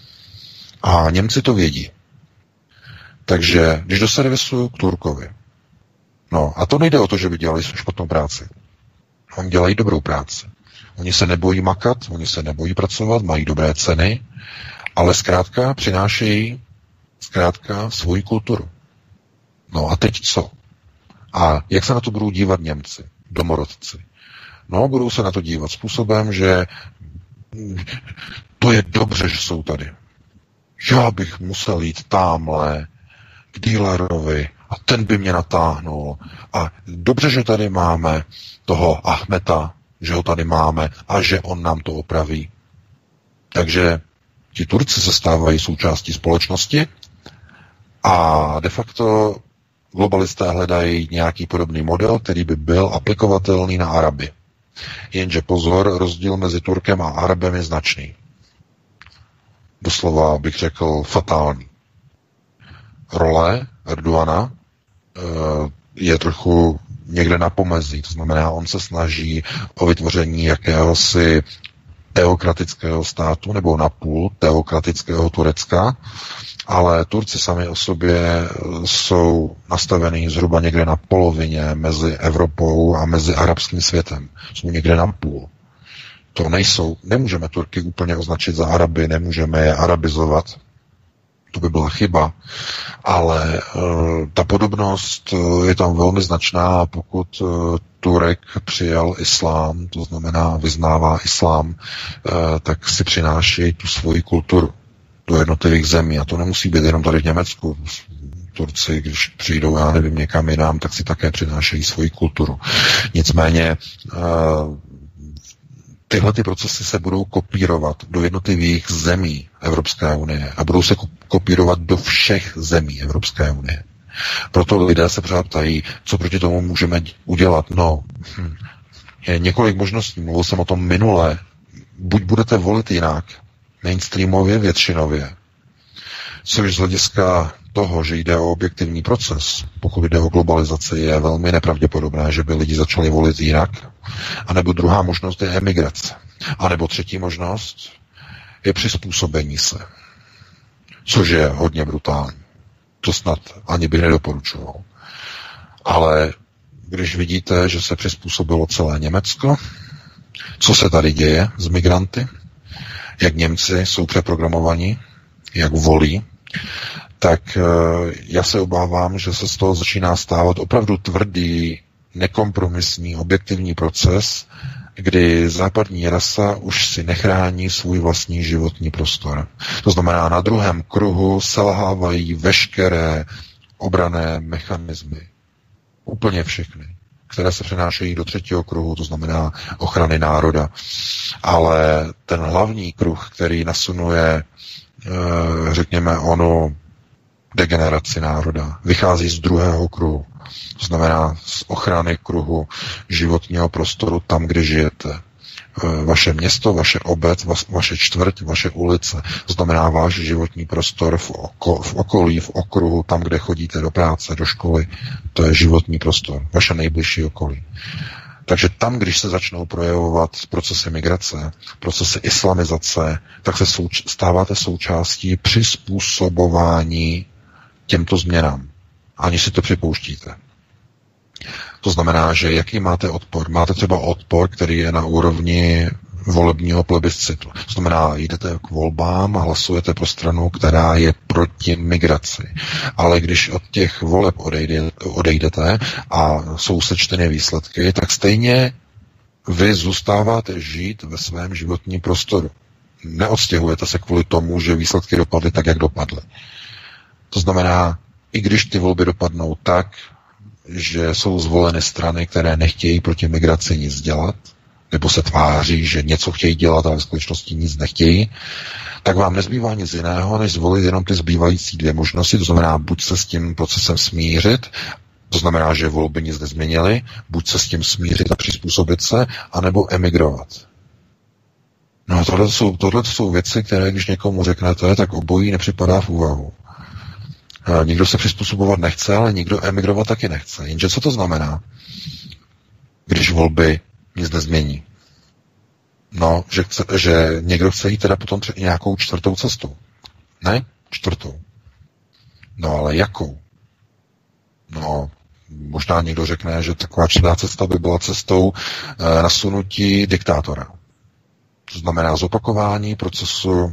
A Němci to vědí. Takže když do servisu k Turkovi, no a to nejde o to, že by dělali špatnou práci. Oni dělají dobrou práci. Oni se nebojí makat, oni se nebojí pracovat, mají dobré ceny, ale zkrátka přinášejí zkrátka svoji kulturu. No a teď co? A jak se na to budou dívat Němci, domorodci? No, budou se na to dívat způsobem, že to je dobře, že jsou tady. Já bych musel jít támhle k dealerovi a ten by mě natáhnul. A dobře, že tady máme toho Ahmeta, že ho tady máme a že on nám to opraví. Takže ti Turci se stávají součástí společnosti a de facto globalisté hledají nějaký podobný model, který by byl aplikovatelný na Araby. Jenže pozor, rozdíl mezi Turkem a Arabem je značný. Doslova bych řekl fatální. Role Erdogana je trochu někde na pomezí, to znamená, on se snaží o vytvoření jakéhosi teokratického státu, nebo napůl teokratického Turecka, ale Turci sami o sobě jsou nastavení zhruba někde na polovině mezi Evropou a mezi arabským světem. Jsou někde na půl. To nejsou, nemůžeme Turky úplně označit za Araby, nemůžeme je arabizovat, to by byla chyba, ale uh, ta podobnost uh, je tam velmi značná, pokud uh, Turek přijal islám, to znamená vyznává islám, uh, tak si přináší tu svoji kulturu do jednotlivých zemí. A to nemusí být jenom tady v Německu. Turci, když přijdou, já nevím, někam jinam, tak si také přinášejí svoji kulturu. Nicméně uh, tyhle ty procesy se budou kopírovat do jednotlivých zemí Evropské unie a budou se kopírovat do všech zemí Evropské unie. Proto lidé se pořád ptají, co proti tomu můžeme udělat. No, hm, je několik možností, mluvil jsem o tom minule. Buď budete volit jinak, mainstreamově, většinově, což z hlediska toho, že jde o objektivní proces, pokud jde o globalizaci, je velmi nepravděpodobné, že by lidi začali volit jinak. A nebo druhá možnost je emigrace. A nebo třetí možnost je přizpůsobení se. Což je hodně brutální. To snad ani bych nedoporučoval. Ale když vidíte, že se přizpůsobilo celé Německo, co se tady děje s migranty, jak Němci jsou přeprogramovaní, jak volí, tak já se obávám, že se z toho začíná stávat opravdu tvrdý, nekompromisní, objektivní proces, kdy západní rasa už si nechrání svůj vlastní životní prostor. To znamená, na druhém kruhu selhávají veškeré obranné mechanismy. Úplně všechny, které se přenášejí do třetího kruhu, to znamená ochrany národa. Ale ten hlavní kruh, který nasunuje, řekněme, onu degeneraci národa, vychází z druhého kruhu. To znamená z ochrany kruhu životního prostoru tam, kde žijete. Vaše město, vaše obec, vaše čtvrť, vaše ulice. To znamená váš životní prostor v, oko, v okolí, v okruhu, tam, kde chodíte do práce, do školy. To je životní prostor, vaše nejbližší okolí. Takže tam, když se začnou projevovat procesy migrace, procesy islamizace, tak se souč- stáváte součástí přizpůsobování těmto změnám. Ani si to připouštíte. To znamená, že jaký máte odpor? Máte třeba odpor, který je na úrovni volebního plebiscitu. To znamená, jdete k volbám a hlasujete pro stranu, která je proti migraci. Ale když od těch voleb odejde, odejdete a jsou sečteny výsledky, tak stejně vy zůstáváte žít ve svém životním prostoru. Neodstěhujete se kvůli tomu, že výsledky dopadly tak, jak dopadly. To znamená, i když ty volby dopadnou tak, že jsou zvoleny strany, které nechtějí proti migraci nic dělat, nebo se tváří, že něco chtějí dělat, ale v skutečnosti nic nechtějí, tak vám nezbývá nic jiného, než zvolit jenom ty zbývající dvě možnosti, to znamená buď se s tím procesem smířit, to znamená, že volby nic nezměnily, buď se s tím smířit a přizpůsobit se, anebo emigrovat. No tohle jsou, tohle jsou věci, které když někomu řeknete, tak obojí nepřipadá v úvahu. Nikdo se přizpůsobovat nechce, ale nikdo emigrovat taky nechce. Jenže co to znamená, když volby nic nezmění? No, že, chce, že někdo chce jít teda potom nějakou čtvrtou cestou. Ne? Čtvrtou. No ale jakou? No, možná někdo řekne, že taková čtvrtá cesta by byla cestou e, nasunutí diktátora. To znamená zopakování procesu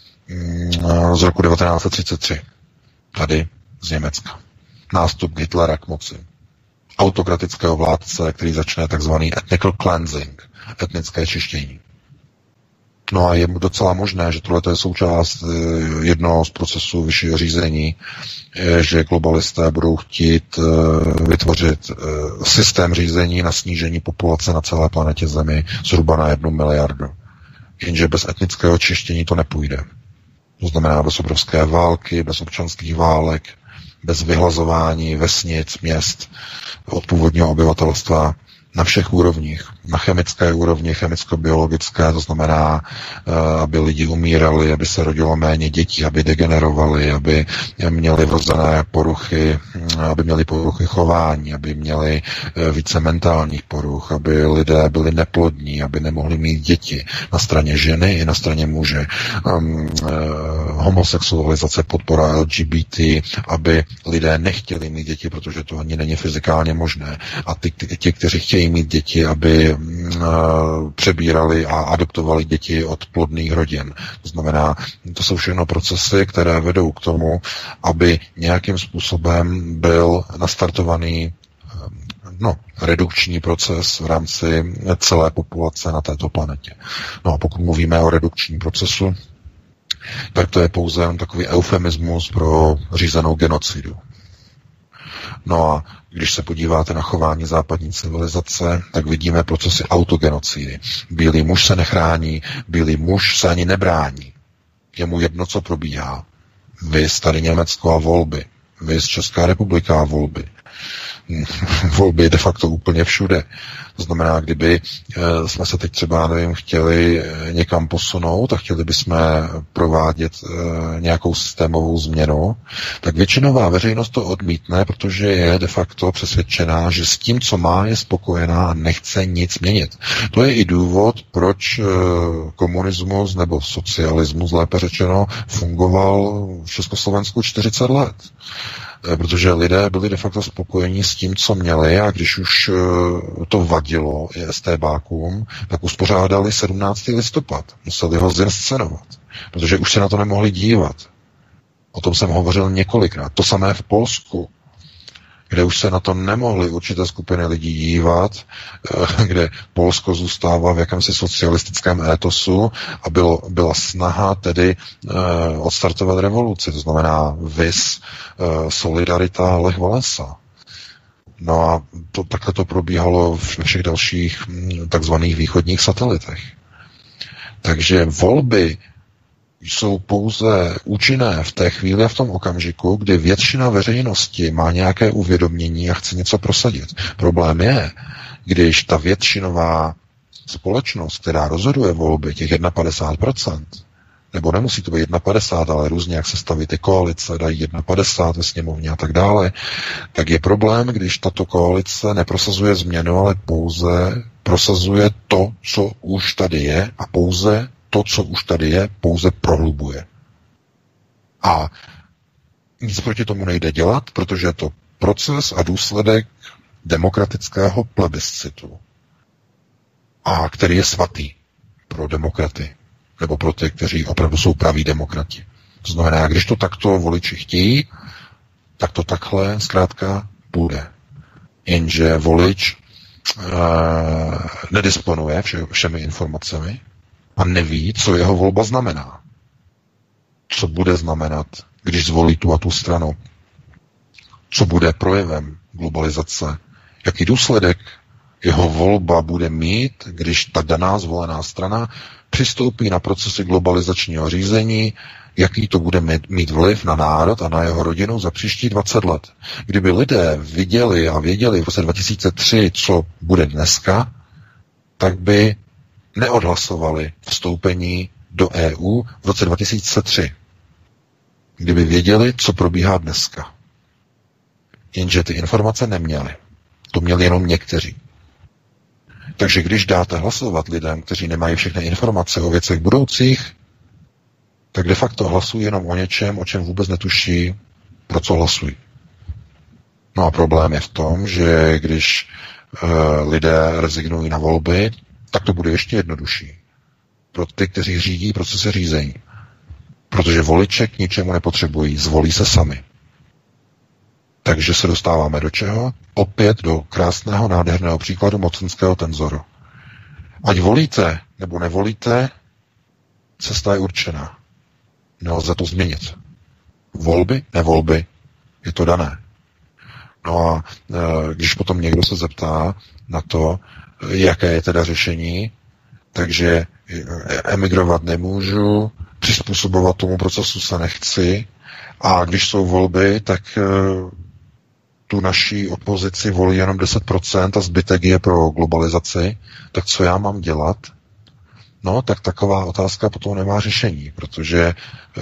mm, z roku devatenáct set třicet tři. Tady z Německa. Nástup Hitlera k moci. Autokratického vládce, který začne takzvaný ethnical cleansing, etnické čištění. No a je docela možné, že tohle je součást jednoho z procesů vyššího řízení, že globalisté budou chtít vytvořit systém řízení na snížení populace na celé planetě Zemi zhruba na jednu miliardu. Jenže bez etnického čištění to nepůjde. To znamená bez obrovské války, bez občanských válek, bez vyhlazování vesnic, měst od původního obyvatelstva na všech úrovních. Na chemické úrovni, chemicko-biologické, to znamená, aby lidi umírali, aby se rodilo méně dětí, aby degenerovali, aby měli vrozené poruchy, aby měli poruchy chování, aby měli více mentálních poruch, aby lidé byli neplodní, aby nemohli mít děti na straně ženy i na straně muže. Um, homosexualizace, podpora L G B T, aby lidé nechtěli mít děti, protože to ani není fyzikálně možné. A ty, ty, ti, kteří chtějí mít děti, aby uh, přebírali a adoptovali děti od plodných rodin. To znamená, to jsou všechno procesy, které vedou k tomu, aby nějakým způsobem byl nastartovaný no, redukční proces v rámci celé populace na této planetě. No a pokud mluvíme o redukčním procesu, tak to je pouze takový eufemismus pro řízenou genocidu. No a když se podíváte na chování západní civilizace, tak vidíme procesy autogenocidy. Bílý muž se nechrání, bílý muž se ani nebrání. Je mu jedno, co probíhá. Vys tady Německo a volby. Vys Česká republika a volby. Volby de facto úplně všude. To znamená, kdyby jsme se teď třeba, nevím, chtěli někam posunout a chtěli bychom provádět nějakou systémovou změnu, tak většinová veřejnost to odmítne, protože je de facto přesvědčená, že s tím, co má, je spokojená a nechce nic měnit. To je i důvod, proč komunismus nebo socialismus, lépe řečeno, fungoval v Československu čtyřicet let. Protože lidé byli de facto spokojení s tím, co měli, a když už to vadilo i STBákům, tak uspořádali sedmnáctého listopad. Museli ho zinscenovat, protože už se na to nemohli dívat. O tom jsem hovořil několikrát. To samé v Polsku, kde už se na to nemohly určité skupiny lidí dívat, kde Polsko zůstává v jakémsi socialistickém étosu a bylo, byla snaha tedy eh, odstartovat revoluci, to znamená Vys, eh, Solidarita, Lech Walesa. No a to, takhle to probíhalo v všech dalších takzvaných východních satelitech. Takže volby jsou pouze účinné v té chvíli a v tom okamžiku, kdy většina veřejnosti má nějaké uvědomění a chce něco prosadit. Problém je, když ta většinová společnost, která rozhoduje volby, těch padesát jedna procent, nebo nemusí to být padesát jedna, ale různě, jak se staví ty koalice, dají padesát jedna ve sněmovně a tak dále, tak je problém, když tato koalice neprosazuje změnu, ale pouze prosazuje to, co už tady je, a pouze to, co už tady je, pouze prohlubuje. A nic proti tomu nejde dělat, protože je to proces a důsledek demokratického plebiscitu, a který je svatý. pro demokraty, nebo pro ty, kteří opravdu jsou praví demokrati. To znamená, když to takto voliči chtějí, tak to takhle zkrátka bude. Jenže volič e, nedisponuje vše, všemi informacemi a neví, co jeho volba znamená. Co bude znamenat, když zvolí tu a tu stranu. Co bude projevem globalizace. Jaký důsledek jeho volba bude mít, když ta daná zvolená strana přistoupí na procesy globalizačního řízení, jaký to bude mít vliv na národ a na jeho rodinu za příští dvacet let. Kdyby lidé viděli a věděli v roce dva tisíce tři, co bude dneska, tak by neodhlasovali vstoupení do E U v roce dva tisíce tři. Kdyby věděli, co probíhá dneska. Jenže ty informace neměli. To měli jenom někteří. Takže když dáte hlasovat lidem, kteří nemají všechny informace o věcech budoucích, tak de facto hlasují jenom o něčem, o čem vůbec netuší, pro co hlasují. No a problém je v tom, že když uh, lidé rezignují na volby, tak to bude ještě jednodušší. Pro ty, kteří řídí procesy řízení. Protože voliče k ničemu nepotřebují, zvolí se sami. Takže se dostáváme do čeho? Opět do krásného, nádherného příkladu mocenského tenzoru. Ať volíte nebo nevolíte, cesta je určená. Nelze to změnit. Volby, nevolby, je to dané. No a e, když potom někdo se zeptá na to, jaké je teda řešení, takže emigrovat nemůžu, přizpůsobovat tomu procesu se nechci a když jsou volby, tak e, tu naší opozici volí jenom deset procent a zbytek je pro globalizaci, tak co já mám dělat? No, tak taková otázka potom nemá řešení, protože e,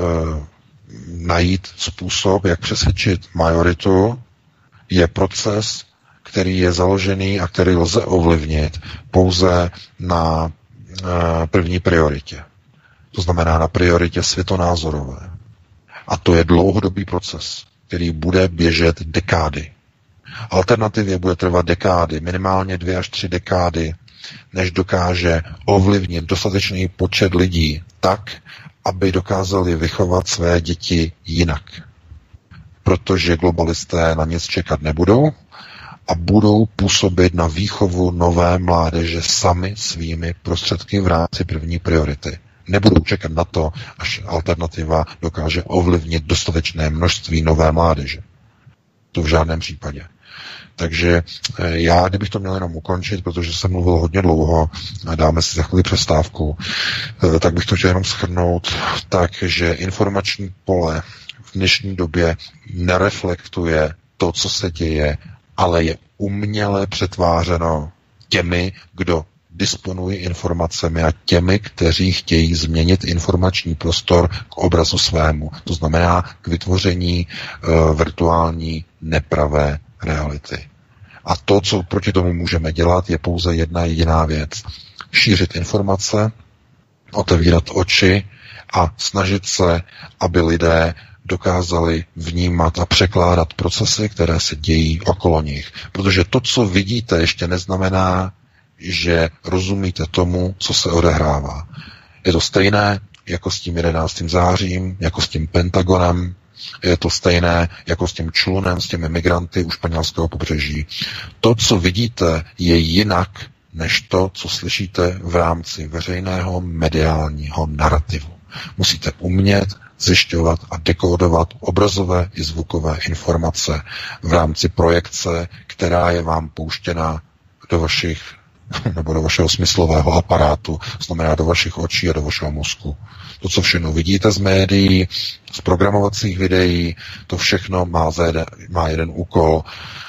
najít způsob, jak přesvědčit majoritu, je proces, který je založený a který lze ovlivnit pouze na e, první prioritě. To znamená na prioritě světonázorové. A to je dlouhodobý proces, který bude běžet dekády. Alternativě bude trvat dekády, minimálně dvě až tři dekády, než dokáže ovlivnit dostatečný počet lidí tak, aby dokázali vychovat své děti jinak. Protože globalisté na nic čekat nebudou a budou působit na výchovu nové mládeže sami svými prostředky v rámci první priority. Nebudou čekat na to, až alternativa dokáže ovlivnit dostatečné množství nové mládeže. To v žádném případě. Takže já, kdybych to měl jenom ukončit, protože jsem mluvil hodně dlouho, a dáme si za chvíli přestávku, tak bych to chtěl jenom shrnout tak, že informační pole v dnešní době nereflektuje to, co se děje, ale je uměle přetvářeno těmi, kdo disponují informacemi a těmi, kteří chtějí změnit informační prostor k obrazu svému. To znamená k vytvoření uh, virtuální nepravé reality. A to, co proti tomu můžeme dělat, je pouze jedna jediná věc. Šířit informace, otevírat oči a snažit se, aby lidé dokázali vnímat a překládat procesy, které se dějí okolo nich. Protože to, co vidíte, ještě neznamená, že rozumíte tomu, co se odehrává. Je to stejné jako s tím jedenáctým zářím, jako s tím Pentagonem, je to stejné jako s tím člunem, s těmi migranty u španělského pobřeží. To, co vidíte, je jinak než to, co slyšíte v rámci veřejného mediálního narrativu. Musíte umět zjišťovat a dekódovat obrazové i zvukové informace v rámci projekce, která je vám pouštěna do vašich nebo do vašeho smyslového aparátu, znamená do vašich očí a do vašeho mozku. To, co všechno vidíte z médií, z programovacích videí, to všechno má, jeden, má jeden úkol: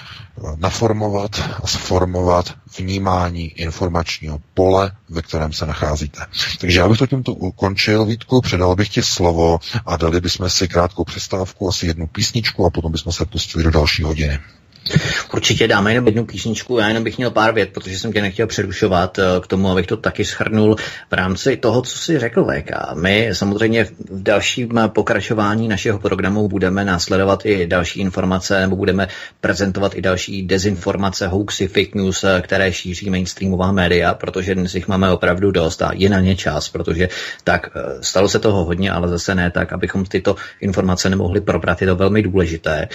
naformovat a sformovat vnímání informačního pole, ve kterém se nacházíte. Takže já bych to tímto ukončil, Vítku, předal bych ti slovo a dali bychom si krátkou přestávku, asi jednu písničku a potom bychom se pustili do další hodiny. Určitě dáme jenom jednu písničku, já jenom bych měl pár vět, protože jsem tě nechtěl přerušovat k tomu, abych to taky shrnul v rámci toho, co jsi řekl, V K. My samozřejmě v dalším pokračování našeho programu budeme následovat i další informace, nebo budeme prezentovat i další dezinformace, hoaxy, fake news, které šíří mainstreamová média, protože dnes jich máme opravdu dost a je na ně čas, protože tak stalo se toho hodně, ale zase ne tak, abychom tyto informace nemohli probrat, je to velmi důležité.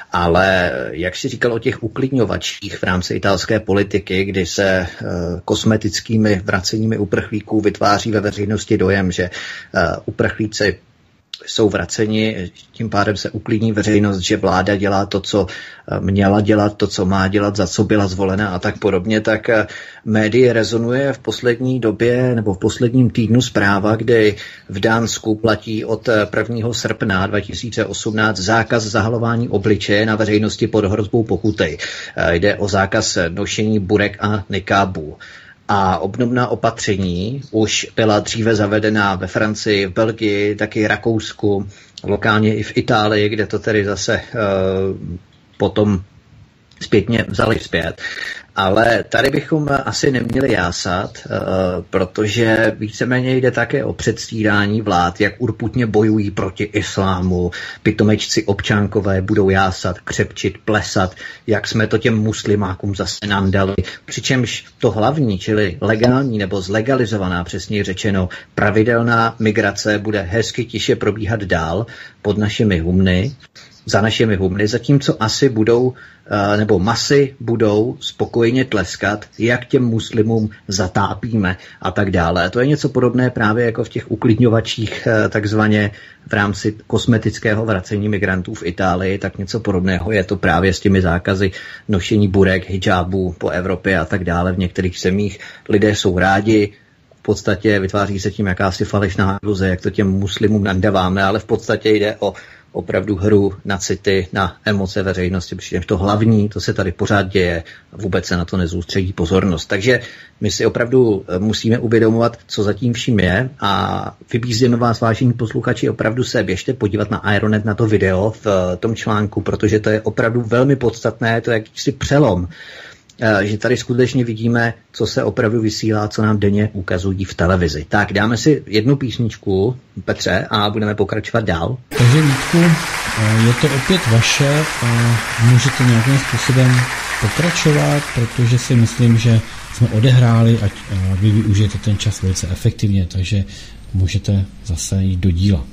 Ale jak si říkal o těch uklidňovačích v rámci italské politiky, kdy se uh, kosmetickými vraceními uprchlíků vytváří ve veřejnosti dojem, že uh, uprchlíci jsou vraceni, tím pádem se uklidní veřejnost, že vláda dělá to, co měla dělat, to, co má dělat, za co byla zvolena a tak podobně, tak médii rezonuje v poslední době nebo v posledním týdnu zpráva, kdy v Dánsku platí od prvního srpna dva tisíce osmnáct zákaz zahalování obličeje na veřejnosti pod hrozbou pokuty. Jde o zákaz nošení burek a nikábů. A obdobná opatření už byla dříve zavedena ve Francii, v Belgii, taky Rakousku, lokálně i v Itálii, kde to tedy zase uh, potom zpětně vzali zpět. Ale tady bychom asi neměli jásat, protože víceméně jde také o předstírání vlád, jak urputně bojují proti islámu. Pitomečci občánkové budou jásat, křepčit, plesat, jak jsme to těm muslimákům zase nám dali. Přičemž to hlavní, čili legální nebo zlegalizovaná, přesně řečeno, pravidelná migrace bude hezky tiše probíhat dál pod našimi humny, za našimi humny, zatímco asi budou, nebo masy budou spokojně tleskat, jak těm muslimům zatápíme a tak dále. To je něco podobné právě jako v těch uklidňovačích takzvaně v rámci kosmetického vracení migrantů v Itálii, tak něco podobného je to právě s těmi zákazy nošení burek, hijabů po Evropě a tak dále. V některých zemích lidé jsou rádi, v podstatě vytváří se tím jakási falešná iluze, jak to těm muslimům nadáváme, ale v podstatě jde o opravdu hru na city, na emoce veřejnosti, protože to hlavní, to se tady pořád děje, vůbec se na to nesoustředí pozornost. Takže my si opravdu musíme uvědomovat, co zatím vším je a vybízíme vás, vážení posluchači, opravdu se běžte podívat na Aeronet, na to video v tom článku, protože to je opravdu velmi podstatné, to je jakýsi přelom, že tady skutečně vidíme, co se opravdu vysílá, co nám denně ukazují v televizi. Tak dáme si jednu písničku, Petře, a budeme pokračovat dál. Takže Vítku, je to opět vaše a můžete nějakým způsobem pokračovat, protože si myslím, že jsme odehráli a vy využijete ten čas velice efektivně, takže můžete zase jít do díla.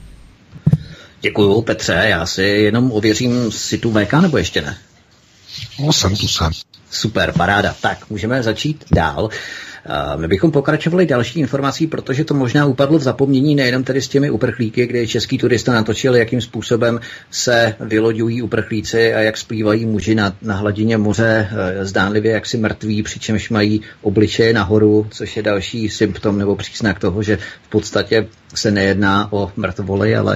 Děkuju, Petře, já si jenom ověřím si tu V K, nebo ještě ne? No, jsem tu jsem. Super, paráda. Tak, můžeme začít dál. My bychom pokračovali další informací, protože to možná upadlo v zapomnění nejenom tedy s těmi uprchlíky, kde český turista natočil, jakým způsobem se vyloďují uprchlíci a jak splývají muži na, na hladině moře, zdánlivě jaksi mrtví, přičemž mají obličeje nahoru, což je další symptom nebo příznak toho, že v podstatě se nejedná o mrtvoly, ale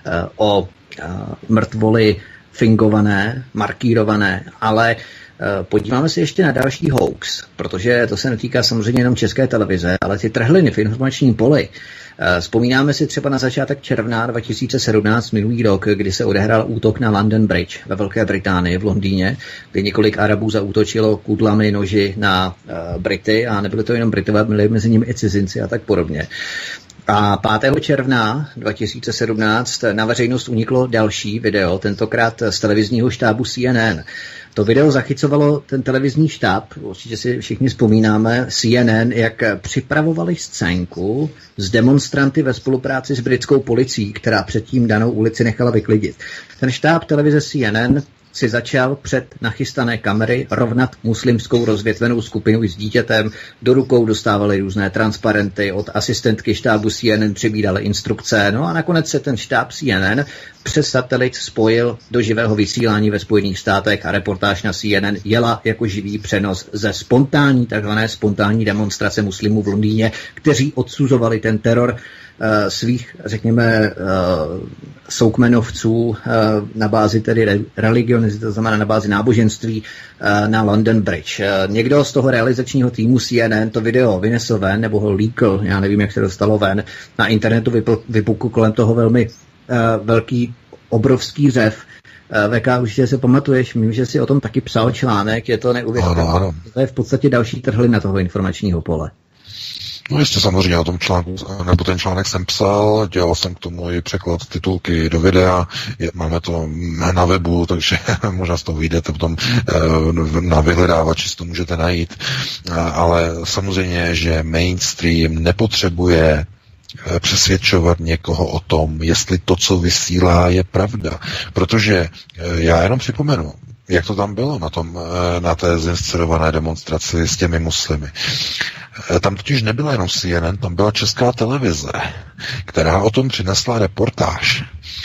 o mrtvoly fingované, markírované, ale podíváme se ještě na další hoax, protože to se netýká samozřejmě jenom České televize, ale ty trhliny v informačním poli. Vzpomínáme si třeba na začátek června dva tisíce sedmnáct, minulý rok, kdy se odehrál útok na London Bridge ve Velké Británii v Londýně, kdy několik Arabů zaútočilo kudlami, noži na uh, Brity a nebyly to jenom Britové, byli mezi nimi i cizinci a tak podobně. A pátého června dva tisíce sedmnáct na veřejnost uniklo další video, tentokrát z televizního štábu C N N. To video zachycovalo ten televizní štáb, určitě si všichni vzpomínáme, C N N, jak připravovali scénku s demonstranty ve spolupráci s britskou policií, která předtím danou ulici nechala vyklidit. Ten štáb televize C N N si začal před nachystané kamery rovnat muslimskou rozvětvenou skupinu s dítětem. Do rukou dostávali různé transparenty, od asistentky štábu C N N přibídali instrukce. No a nakonec se ten štáb C N N přes satelit spojil do živého vysílání ve Spojených státech a reportáž na C N N jela jako živý přenos ze spontánní, takzvané spontánní demonstrace muslimů v Londýně, kteří odsuzovali ten teror Uh, svých, řekněme, uh, soukmenovců uh, na bázi tedy religionizmu, to znamená na bázi náboženství uh, na London Bridge. Uh, někdo z toho realizačního týmu C N N to video vynesl ven, nebo ho líkl, já nevím, jak se dostalo ven. Na internetu vypukl kolem toho velmi uh, velký, obrovský řev. V K, určitě se pamatuješ, mím, že si o tom taky psal článek, je to neuvěřitelné. To je v podstatě další trhlina toho informačního pole. No jistě, samozřejmě o tom článku, nebo ten článek jsem psal, dělal jsem k tomu i překlad titulky do videa, je, máme to na webu, takže možná z toho vyjdete potom na vyhledávači, si to můžete najít, ale samozřejmě, že mainstream nepotřebuje přesvědčovat někoho o tom, jestli to, co vysílá, je pravda. Protože já jenom připomenu, jak to tam bylo na, tom, na té zinscenované demonstraci s těmi muslimy. Tam totiž nebyla jenom C N N, tam byla Česká televize, která o tom přinesla reportáž.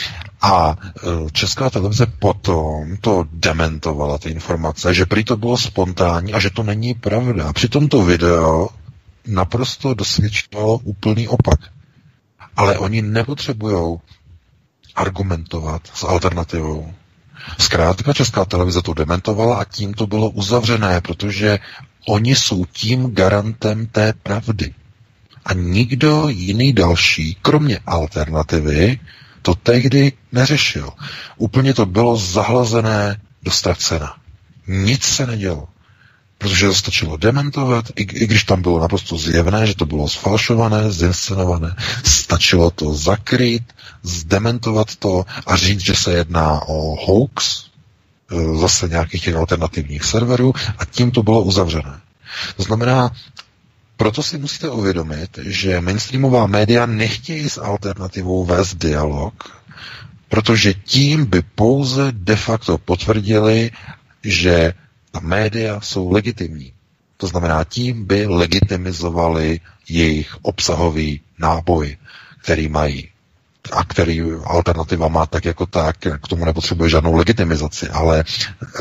A Česká televize potom to dementovala, ty informace, že prý to bylo spontánní a že to není pravda. Přitom to video naprosto dosvědčilo úplný opak. Ale oni nepotřebují argumentovat s alternativou. Zkrátka Česká televize to dementovala a tím to bylo uzavřené, protože oni jsou tím garantem té pravdy. A nikdo jiný další, kromě alternativy, to tehdy neřešil. Úplně to bylo zahlazené do ztracena. Nic se nedělo. Protože to stačilo dementovat, i, i když tam bylo naprosto zjevné, že to bylo sfalšované, zinscenované, stačilo to zakrýt, zdementovat to a říct, že se jedná o hoax, zase nějakých těch alternativních serverů a tím to bylo uzavřené. To znamená, proto si musíte uvědomit, že mainstreamová média nechtějí s alternativou vést dialog, protože tím by pouze de facto potvrdili, že ta média jsou legitimní. To znamená, tím by legitimizovali jejich obsahový náboj, který mají a který alternativa má tak jako tak, k tomu nepotřebuje žádnou legitimizaci, ale e,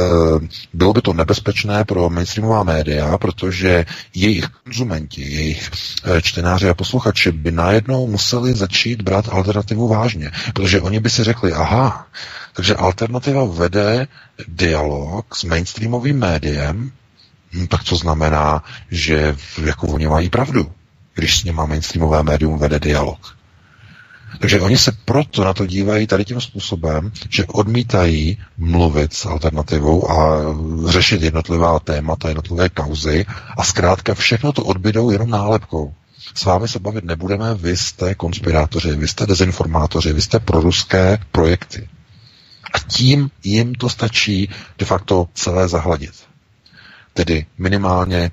bylo by to nebezpečné pro mainstreamová média, protože jejich konzumenti, jejich e, čtenáři a posluchači by najednou museli začít brát alternativu vážně, protože oni by si řekli, aha, takže alternativa vede dialog s mainstreamovým médiem, hm, tak to znamená, že jako oni mají pravdu, když s nima mainstreamové médium vede dialog. Takže oni se proto na to dívají tady tím způsobem, že odmítají mluvit s alternativou a řešit jednotlivá témata, jednotlivé kauzy a zkrátka všechno to odbydou jenom nálepkou. S vámi se bavit nebudeme, vy jste konspirátoři, vy jste dezinformátoři, vy jste proruské projekty. A tím jim to stačí de facto celé zahladit. Tedy minimálně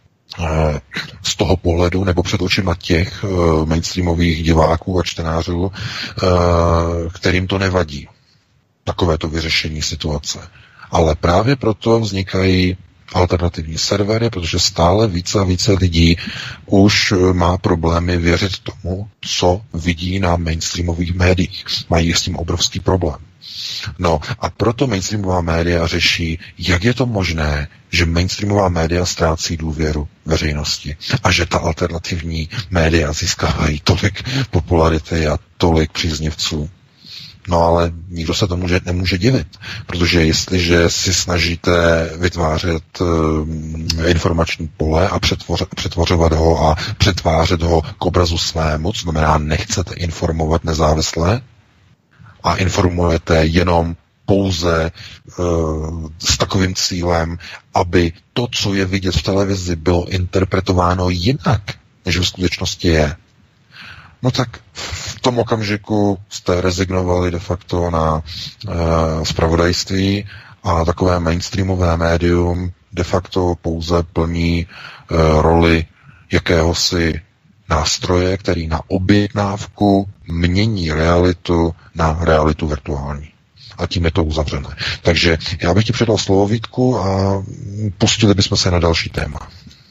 z toho pohledu, nebo před očima těch mainstreamových diváků a čtenářů, kterým to nevadí. Takovéto vyřešení situace. Ale právě proto vznikají alternativní servery, protože stále více a více lidí už má problémy věřit tomu, co vidí na mainstreamových médiích. Mají s tím obrovský problém. No a proto mainstreamová média řeší, jak je to možné, že mainstreamová média ztrácí důvěru veřejnosti a že ta alternativní média získávají tolik popularity a tolik příznivců. No ale nikdo se tomu nemůže divit, protože jestliže si snažíte vytvářet uh, informační pole a přetvoř, přetvořovat ho a přetvářet ho k obrazu svému, co znamená nechcete informovat nezávisle, a informujete jenom pouze uh, s takovým cílem, aby to, co je vidět v televizi, bylo interpretováno jinak, než v skutečnosti je. No tak v tom okamžiku jste rezignovali de facto na uh, zpravodajství a takové mainstreamové médium de facto pouze plní uh, roli jakéhosi nástroje, který na objednávku mění realitu na realitu virtuální. A tím je to uzavřené. Takže já bych ti předal slovo, Vítku, a pustili bychom se na další téma.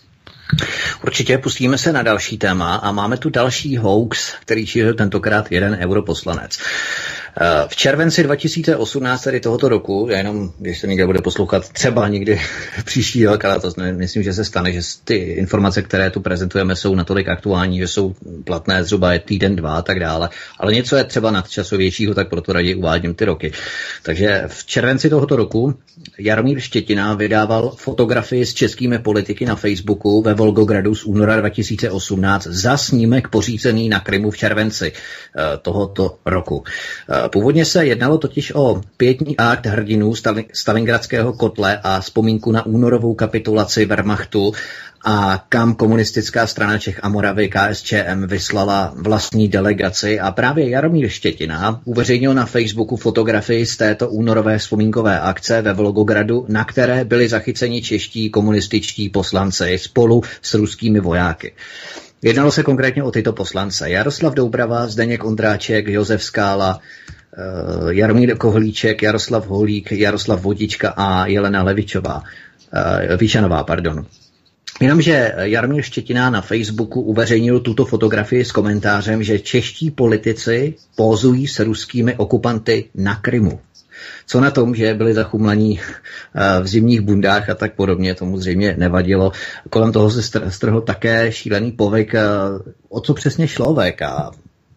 Určitě pustíme se na další téma a máme tu další hoax, který šířil tentokrát jeden europoslanec. V červenci dva tisíce osmnáct, tedy tohoto roku, já jenom, když se někde bude poslouchat, třeba někdy příští rok, ale to myslím, že se stane, že ty informace, které tu prezentujeme, jsou natolik aktuální, že jsou platné zhruba týden, dva a tak dále, ale něco je třeba nadčasovějšího, tak proto raději uvádím ty roky. Takže v červenci tohoto roku Jaromír Štětina vydával fotografii s českými politiky na Facebooku ve Volgogradu z února dva tisíce osmnáct za snímek pořízený na Krymu v červenci tohoto roku. Původně se jednalo totiž o pietní akt hrdinů Stalingradského kotle a vzpomínku na únorovou kapitulaci Wehrmachtu, a kam komunistická strana Čech a Moravy K S Č M vyslala vlastní delegaci, a právě Jaromír Štětina uveřejnil na Facebooku fotografii z této únorové vzpomínkové akce ve Volgogradu, na které byli zachyceni čeští komunističtí poslanci spolu s ruskými vojáky. Jednalo se konkrétně o tyto poslance: Jaroslav Doubrava, Zdeněk Ondráček, Josef Skála, Jaromír Kohlíček, Jaroslav Holík, Jaroslav Vodička a Jelena Levičová, Víšanová, pardon. Jenomže Jaromír Štětina na Facebooku uveřejnil tuto fotografii s komentářem, že čeští politici pózují s ruskými okupanty na Krymu. Co na tom, že byli zachumlaní v zimních bundách a tak podobně, tomu zřejmě nevadilo. Kolem toho se strhl také šílený povyk. O co přesně šlo, V K?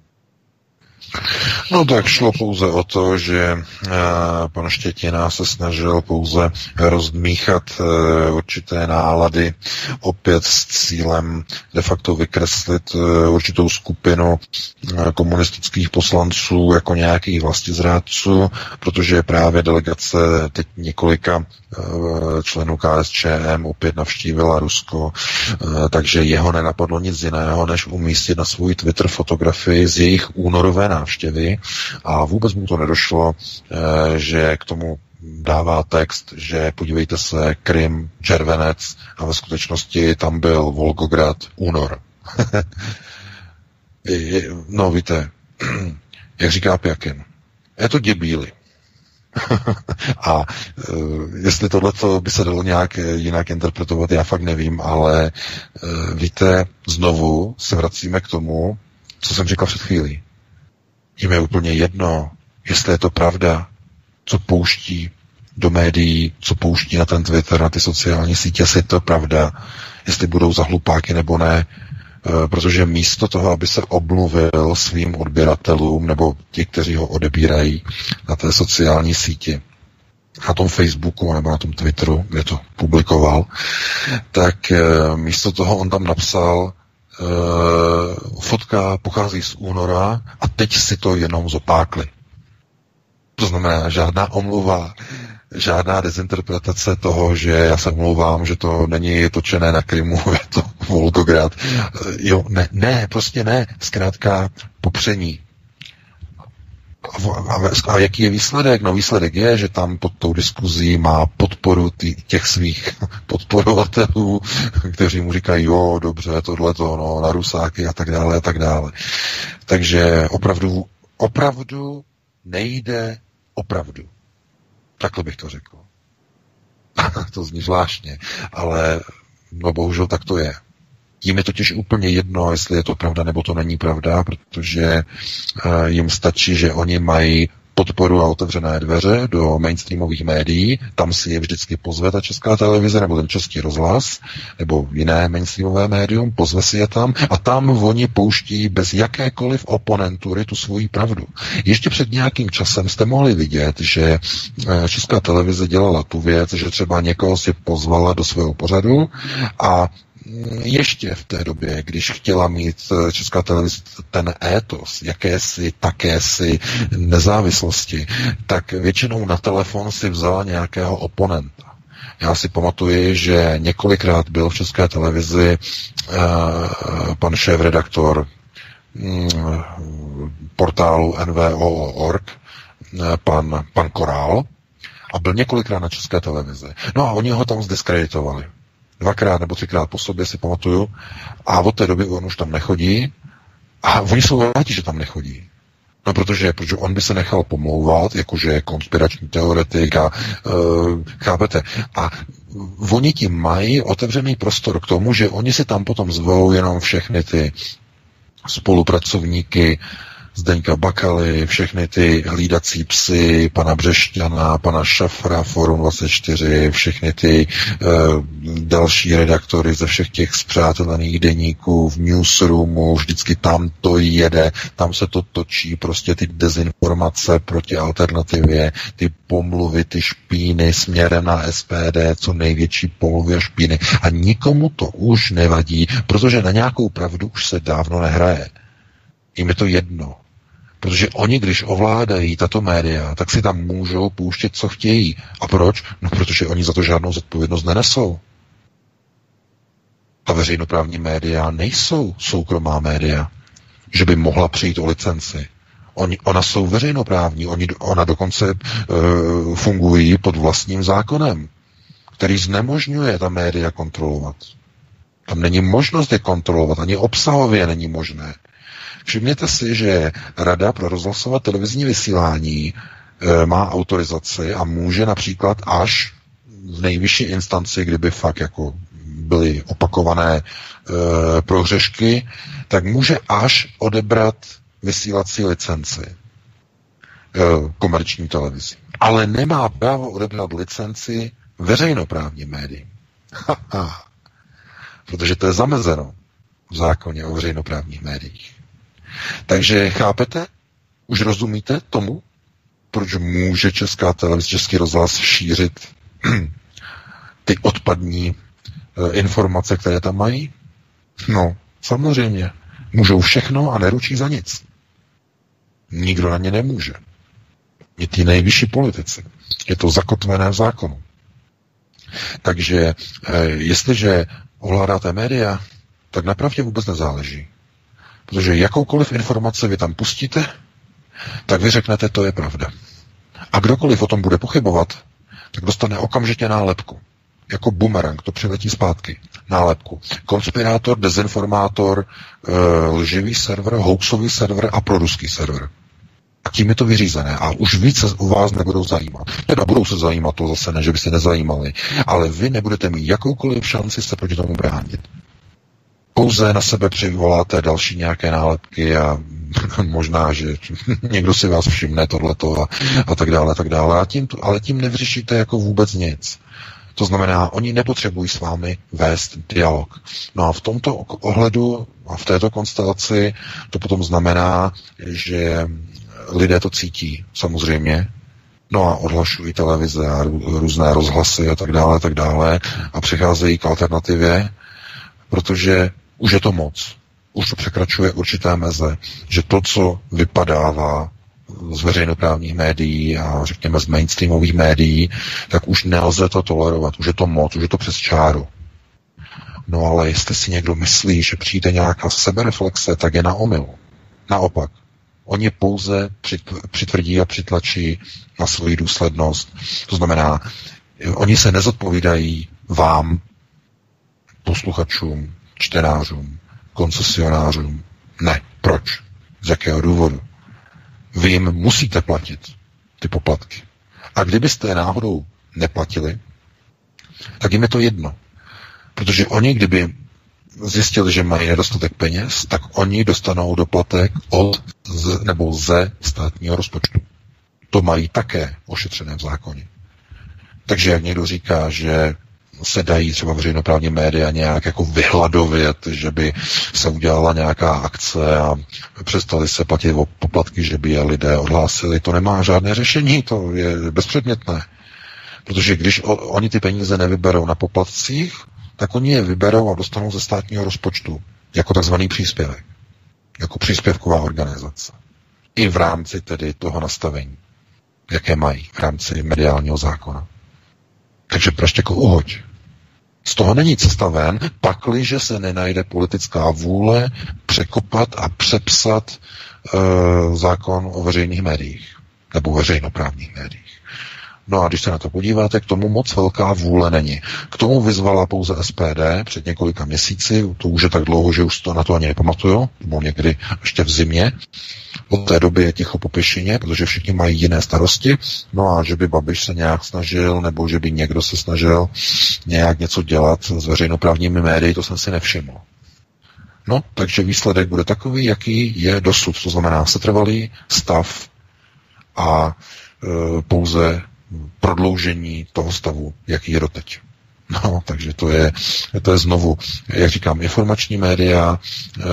No tak šlo pouze o to, že uh, pan Štětina se snažil pouze rozdmíchat uh, určité nálady, opět s cílem de facto vykreslit uh, určitou skupinu uh, komunistických poslanců jako nějakých vlastizrádců, protože právě delegace teď několika uh, členů K S Č M opět navštívila Rusko, uh, takže jeho nenapadlo nic jiného, než umístit na svůj Twitter fotografii z jejich únorové návštěvy, a vůbec mu to nedošlo, že k tomu dává text, že podívejte se, Krym, červenec, a ve skutečnosti tam byl Volgograd, únor. No víte, jak říká Pjakin, je to děbíli. A uh, jestli tohleto by se dalo nějak jinak interpretovat, já fakt nevím, ale uh, víte, znovu se vracíme k tomu, co jsem říkal před chvílí. Jim je úplně jedno, jestli je to pravda, co pouští do médií, co pouští na ten Twitter, na ty sociální sítě, jestli je to pravda, jestli budou za hlupáky nebo ne, protože místo toho, aby se obmluvil svým odběratelům nebo ti, kteří ho odebírají na té sociální síti, na tom Facebooku nebo na tom Twitteru, kde to publikoval, tak místo toho on tam napsal: Uh, fotka pochází z února a teď si to jenom zopákli. To znamená žádná omluva, žádná dezinterpretace toho, že já se omlouvám, že to není točené na Krymu, je to Volgograd. Uh, jo, ne, ne, prostě ne. Zkrátka popření. A, a, a jaký je výsledek? No výsledek je, že tam pod tou diskuzí má podporu tý, těch svých podporovatelů, kteří mu říkají, jo, dobře, tohleto, no, na Rusáky a tak dále a tak dále. Takže opravdu, opravdu nejde opravdu. Takhle bych to řekl. To zní zvláštně, ale no bohužel tak to je. Jim je totiž úplně jedno, jestli je to pravda nebo to není pravda, protože uh, jim stačí, že oni mají podporu a otevřené dveře do mainstreamových médií, tam si je vždycky pozve ta Česká televize nebo ten Český rozhlas nebo jiné mainstreamové médium, pozve si je tam a tam oni pouští bez jakékoliv oponentury tu svoji pravdu. Ještě před nějakým časem jste mohli vidět, že Česká televize dělala tu věc, že třeba někoho si pozvala do svého pořadu a ještě v té době, když chtěla mít Česká televize ten étos, jakési, takési nezávislosti, tak většinou na telefon si vzala nějakého oponenta. Já si pamatuji, že několikrát byl v České televizi uh, pan šéfredaktor um, portálu N V O tečka org, uh, pan, pan Korál, a byl několikrát na České televizi. No a oni ho tam zdiskreditovali. Dvakrát nebo třikrát po sobě si pamatuju, a od té doby on už tam nechodí a oni jsou rádi, že tam nechodí. No protože, protože on by se nechal pomlouvat, jakože je konspirační teoretik a uh, chápete. A oni tím mají otevřený prostor k tomu, že oni si tam potom zvou jenom všechny ty spolupracovníky Zdeňka Bakaly, všechny ty hlídací psy, pana Břešťana, pana Šafra, Forum dvacet čtyři, všechny ty e, další redaktory ze všech těch spřátelených deníků v newsroomu, vždycky tam to jede, tam se to točí, prostě ty dezinformace proti alternativě, ty pomluvy, ty špíny směrem na S P D, co největší pomluvy a špíny. A nikomu to už nevadí, protože na nějakou pravdu už se dávno nehraje. Jim je to jedno. Protože oni, když ovládají tato média, tak si tam můžou pouštět, co chtějí. A proč? No, protože oni za to žádnou zodpovědnost nenesou. Ta veřejnoprávní média nejsou soukromá média, že by mohla přijít o licenci. Oni, ona jsou veřejnoprávní, oni, ona dokonce e, fungují pod vlastním zákonem, který znemožňuje ta média kontrolovat. Tam není možnost je kontrolovat, ani obsahově není možné. Všimněte si, že Rada pro rozhlasové televizní vysílání e, má autorizaci a může například až v nejvyšší instanci, kdyby fakt jako byly opakované e, prohřešky, tak může až odebrat vysílací licenci e, komerční televizi. Ale nemá právo odebrat licenci veřejnoprávním médiím. Protože to je zamezeno v zákoně o veřejnoprávních médiích. Takže chápete? Už rozumíte tomu, proč může Česká televize, Český rozhlas šířit ty odpadní e, informace, které tam mají? No, samozřejmě. Můžou všechno a neručí za nic. Nikdo na ně nemůže. I ty nejvyšší politici. Je to zakotvené v zákonu. Takže e, jestliže ovládáte média, tak na pravdě vůbec nezáleží. Protože jakoukoliv informaci vy tam pustíte, tak vy řeknete, to je pravda. A kdokoliv o tom bude pochybovat, tak dostane okamžitě nálepku. Jako bumerang, to přiletí zpátky. Nálepku. Konspirátor, dezinformátor, e, lživý server, hoaxový server a proruský server. A tím je to vyřízené. A už více u vás nebudou zajímat. Teda budou se zajímat, to zase ne, že by se nezajímali. Ale vy nebudete mít jakoukoliv šanci se proti tomu bránit. Pouze na sebe přivoláte další nějaké nálepky a možná, že někdo si vás všimne tohleto a, a tak dále, tak dále. A tím, ale tím nevyřešíte jako vůbec nic. To znamená, oni nepotřebují s vámi vést dialog. No a v tomto ohledu a v této konstelaci to potom znamená, že lidé to cítí, samozřejmě, no a odhlašují televize a různé rozhlasy a tak dále, tak dále a přicházejí k alternativě, protože už je to moc. Už to překračuje určité meze, že to, co vypadává z veřejnoprávních médií a řekněme z mainstreamových médií, tak už nelze to tolerovat. Už je to moc, už je to přes čáru. No ale jestli si někdo myslí, že přijde nějaká sebereflexe, tak je na omyl. Naopak. Oni pouze přitvrdí a přitlačí na svoji důslednost. To znamená, oni se nezodpovídají vám, posluchačům, čtenářům, koncesionářům. Ne. Proč? Z jakého důvodu? Vy jim musíte platit ty poplatky. A kdybyste je náhodou neplatili, tak jim je to jedno. Protože oni, kdyby zjistili, že mají nedostatek peněz, tak oni dostanou doplatek od z, nebo ze státního rozpočtu. To mají také ošetřené v zákoně. Takže jak někdo říká, že se dají třeba veřejnoprávní média nějak jako vyhladovět, že by se udělala nějaká akce a přestali se platit o poplatky, že by je lidé odhlásili, to nemá žádné řešení, to je bezpředmětné. Protože když o, oni ty peníze nevyberou na poplatcích, tak oni je vyberou a dostanou ze státního rozpočtu jako takzvaný příspěvek. Jako příspěvková organizace. I v rámci tedy toho nastavení, jaké mají v rámci mediálního zákona. Takže praštěko uhoď. Z toho není cesta ven, pakliže se nenajde politická vůle překopat a přepsat e, zákon o veřejných médiích. Nebo veřejnoprávních médiích. No a když se na to podíváte, k tomu moc velká vůle není. K tomu vyzvala pouze S P D před několika měsíci, to už je tak dlouho, že už to na to ani nepamatuju, to bylo někdy ještě v zimě. Od té doby je ticho po pěšině, protože všichni mají jiné starosti. No a že by Babiš se nějak snažil, nebo že by někdo se snažil nějak něco dělat s veřejnoprávními médii, to jsem si nevšiml. No, takže výsledek bude takový, jaký je dosud. To znamená setrvalý stav a e, pouze prodloužení toho stavu, jaký je doteď. No, takže to je, to je znovu, jak říkám, informační média e,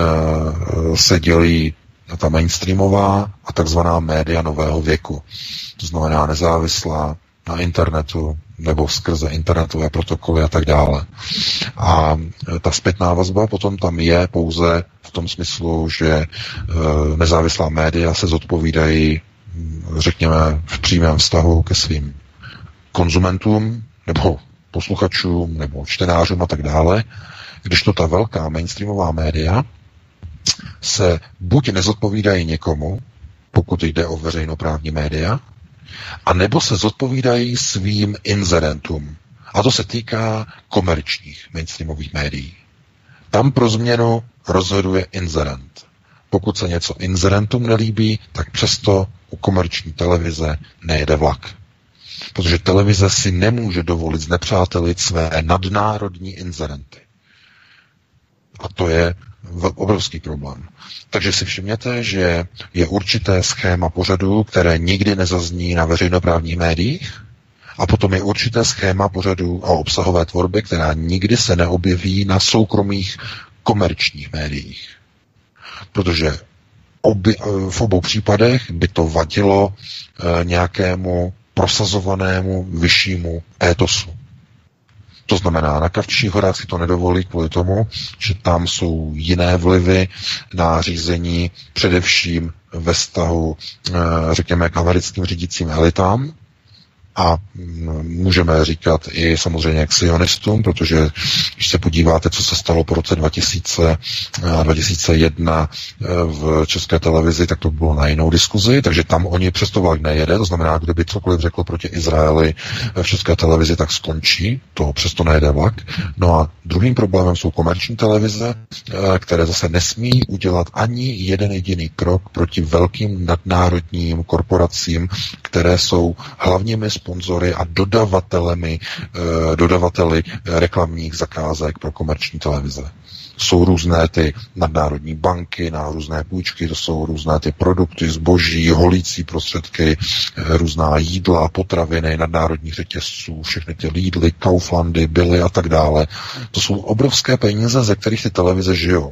se dělí na ta mainstreamová a takzvaná média nového věku. To znamená nezávislá na internetu, nebo skrze internetové protokoly a tak dále. A ta zpětná vazba potom tam je pouze v tom smyslu, že nezávislá média se zodpovídají, řekněme, v přímém vztahu ke svým konzumentům nebo posluchačům nebo čtenářům a tak dále, když to ta velká mainstreamová média se buď nezodpovídají někomu, pokud jde o veřejnoprávní média, a nebo se zodpovídají svým inzerentům. A to se týká komerčních mainstreamových médií. Tam pro změnu rozhoduje inzerent. Pokud se něco inzerentům nelíbí, tak přesto u komerční televize nejede vlak. Protože televize si nemůže dovolit znepřátelit své nadnárodní inzerenty. A to je obrovský problém. Takže si všimněte, že je určité schéma pořadu, které nikdy nezazní na veřejnoprávních médiích, a potom je určité schéma pořadu a obsahové tvorby, která nikdy se neobjeví na soukromých komerčních médiích. Protože obi, v obou případech by to vadilo e, nějakému prosazovanému vyššímu étosu. To znamená, na Kavčích horách si to nedovolí kvůli tomu, že tam jsou jiné vlivy na řízení, především ve vztahu, řekněme, k americkým řídícím elitám. A můžeme říkat i samozřejmě k sionistům, protože když se podíváte, co se stalo po roce dva tisíce, dva tisíce jedna v České televizi, tak to bylo na jinou diskuzi, takže tam oni přesto vlak nejede, to znamená, kdyby cokoliv řekl proti Izraeli v České televizi, tak skončí, to přesto nejede vlak. No a druhým problémem jsou komerční televize, které zase nesmí udělat ani jeden jediný krok proti velkým nadnárodním korporacím, které jsou hlavními sponzory a dodavatelemi, dodavateli reklamních zakázek pro komerční televize. Jsou různé ty nadnárodní banky na různé půjčky, to jsou různé ty produkty, zboží, holící prostředky, různá jídla, potraviny, nadnárodních řetězců, všechny ty Lidly, Kauflandy, Billy a tak dále. To jsou obrovské peníze, ze kterých ty televize žijou.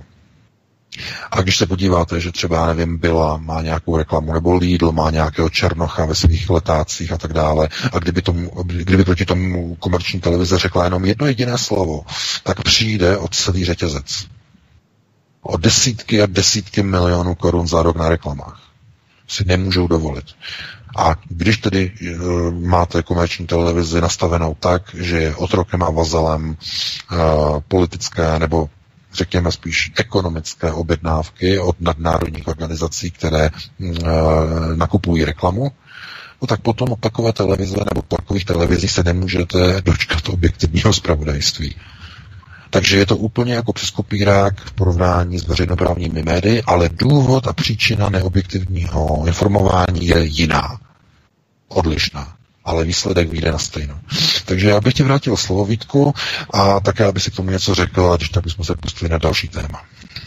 A když se podíváte, že třeba, nevím, Billa má nějakou reklamu, nebo Lidl má nějakého Černocha ve svých letácích a tak dále, a kdyby, tomu, kdyby proti tomu komerční televize řekla jenom jedno jediné slovo, tak přijde o celý řetězec. O desítky a desítky milionů korun za rok na reklamách. Si nemůžou dovolit. A když tedy e, máte komerční televizi nastavenou tak, že je otrokem a vazalem e, politické nebo řekněme spíš ekonomické objednávky od nadnárodních organizací, které e, nakupují reklamu, no tak potom od takové televize nebo takových televizí se nemůžete dočkat objektivního zpravodajství. Takže je to úplně jako přes kopírák v porovnání s veřejnoprávními médii, ale důvod a příčina neobjektivního informování je jiná, odlišná. Ale výsledek vyjde na stejno. Takže já bych ti vrátil slovo, Vítku, a také, aby si k tomu něco řekl, a když tak bychom se pustili na další téma.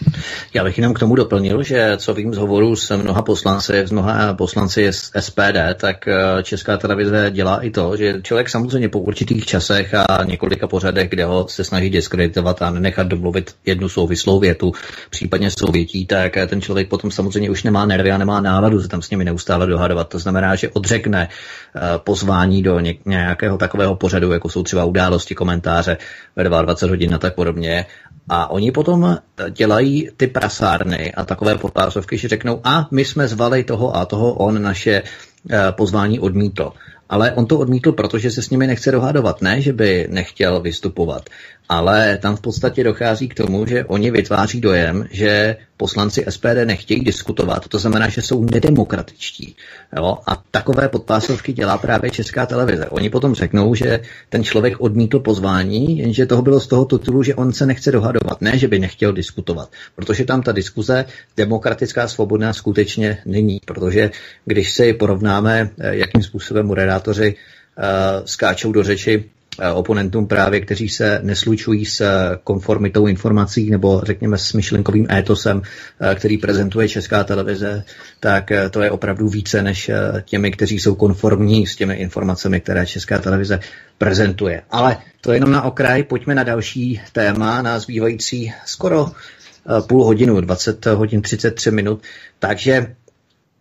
Já bych jenom k tomu doplnil, že co vím z hovoru s mnoha poslanci, s mnoha poslanci z S P D, tak Česká televize dělá i to, že člověk samozřejmě po určitých časech a několika pořadech, kde ho se snaží diskreditovat a nenechat domluvit jednu souvislou větu, případně souvětí, tak ten člověk potom samozřejmě už nemá nervy a nemá náladu se tam s nimi neustále dohadovat. To znamená, že odřekne pozvání do nějakého takového pořadu, jako jsou třeba události, komentáře ve dvacet dva hodin a tak podobně. A oni potom dělají ty prasárny a takové podpásovky, že řeknou, a my jsme zvali toho a toho, on naše pozvání odmítl. Ale on to odmítl, protože se s nimi nechce dohadovat. Ne, že by nechtěl vystupovat, ale tam v podstatě dochází k tomu, že oni vytváří dojem, že poslanci S P D nechtějí diskutovat. To znamená, že jsou nedemokratičtí. Jo? A takové podpásovky dělá právě Česká televize. Oni potom řeknou, že ten člověk odmítl pozvání, jenže toho bylo z toho titulu, že on se nechce dohadovat. Ne, že by nechtěl diskutovat. Protože tam ta diskuze demokratická, svobodná skutečně není. Protože když si porovnáme, jakým způsobem moderátoři uh, skáčou do řeči oponentům právě, kteří se neslučují s konformitou informací nebo řekněme s myšlenkovým étosem, který prezentuje Česká televize, tak to je opravdu více než těmi, kteří jsou konformní s těmi informacemi, které Česká televize prezentuje. Ale to je jenom na okraj, pojďme na další téma, na zbývající skoro půl hodinu, dvacet hodin třicet tři minut, takže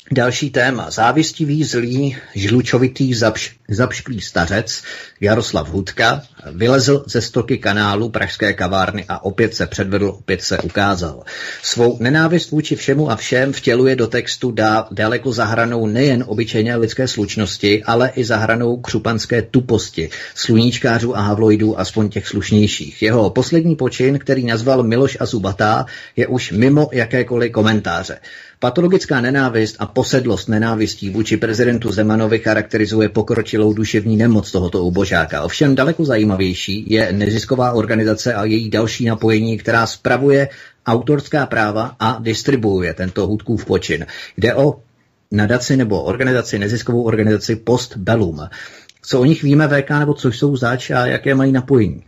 Další téma. Závistivý, zlý, žlučovitý, zapš, zapšklý stařec Jaroslav Hudka vylezl ze stoky kanálu pražské kavárny a opět se předvedl, opět se ukázal. Svou nenávist vůči všemu a všem vtěluje do textu dá daleko za hranou nejen obyčejné lidské slušnosti, ale i za hranou křupanské tuposti, sluníčkářů a havloidů, aspoň těch slušnějších. Jeho poslední počin, který nazval Miloš a Zubatá, je už mimo jakékoliv komentáře. Patologická nenávist a posedlost nenávistí vůči prezidentu Zemanovi charakterizuje pokročilou duševní nemoc tohoto ubožáka. Ovšem daleko zajímavější je nezisková organizace a její další napojení, která spravuje autorská práva a distribuuje tento Hudkův počin. Jde o nadaci nebo organizaci, neziskovou organizaci Post Bellum. Co o nich víme, V K, nebo co jsou zač a jaké mají napojení?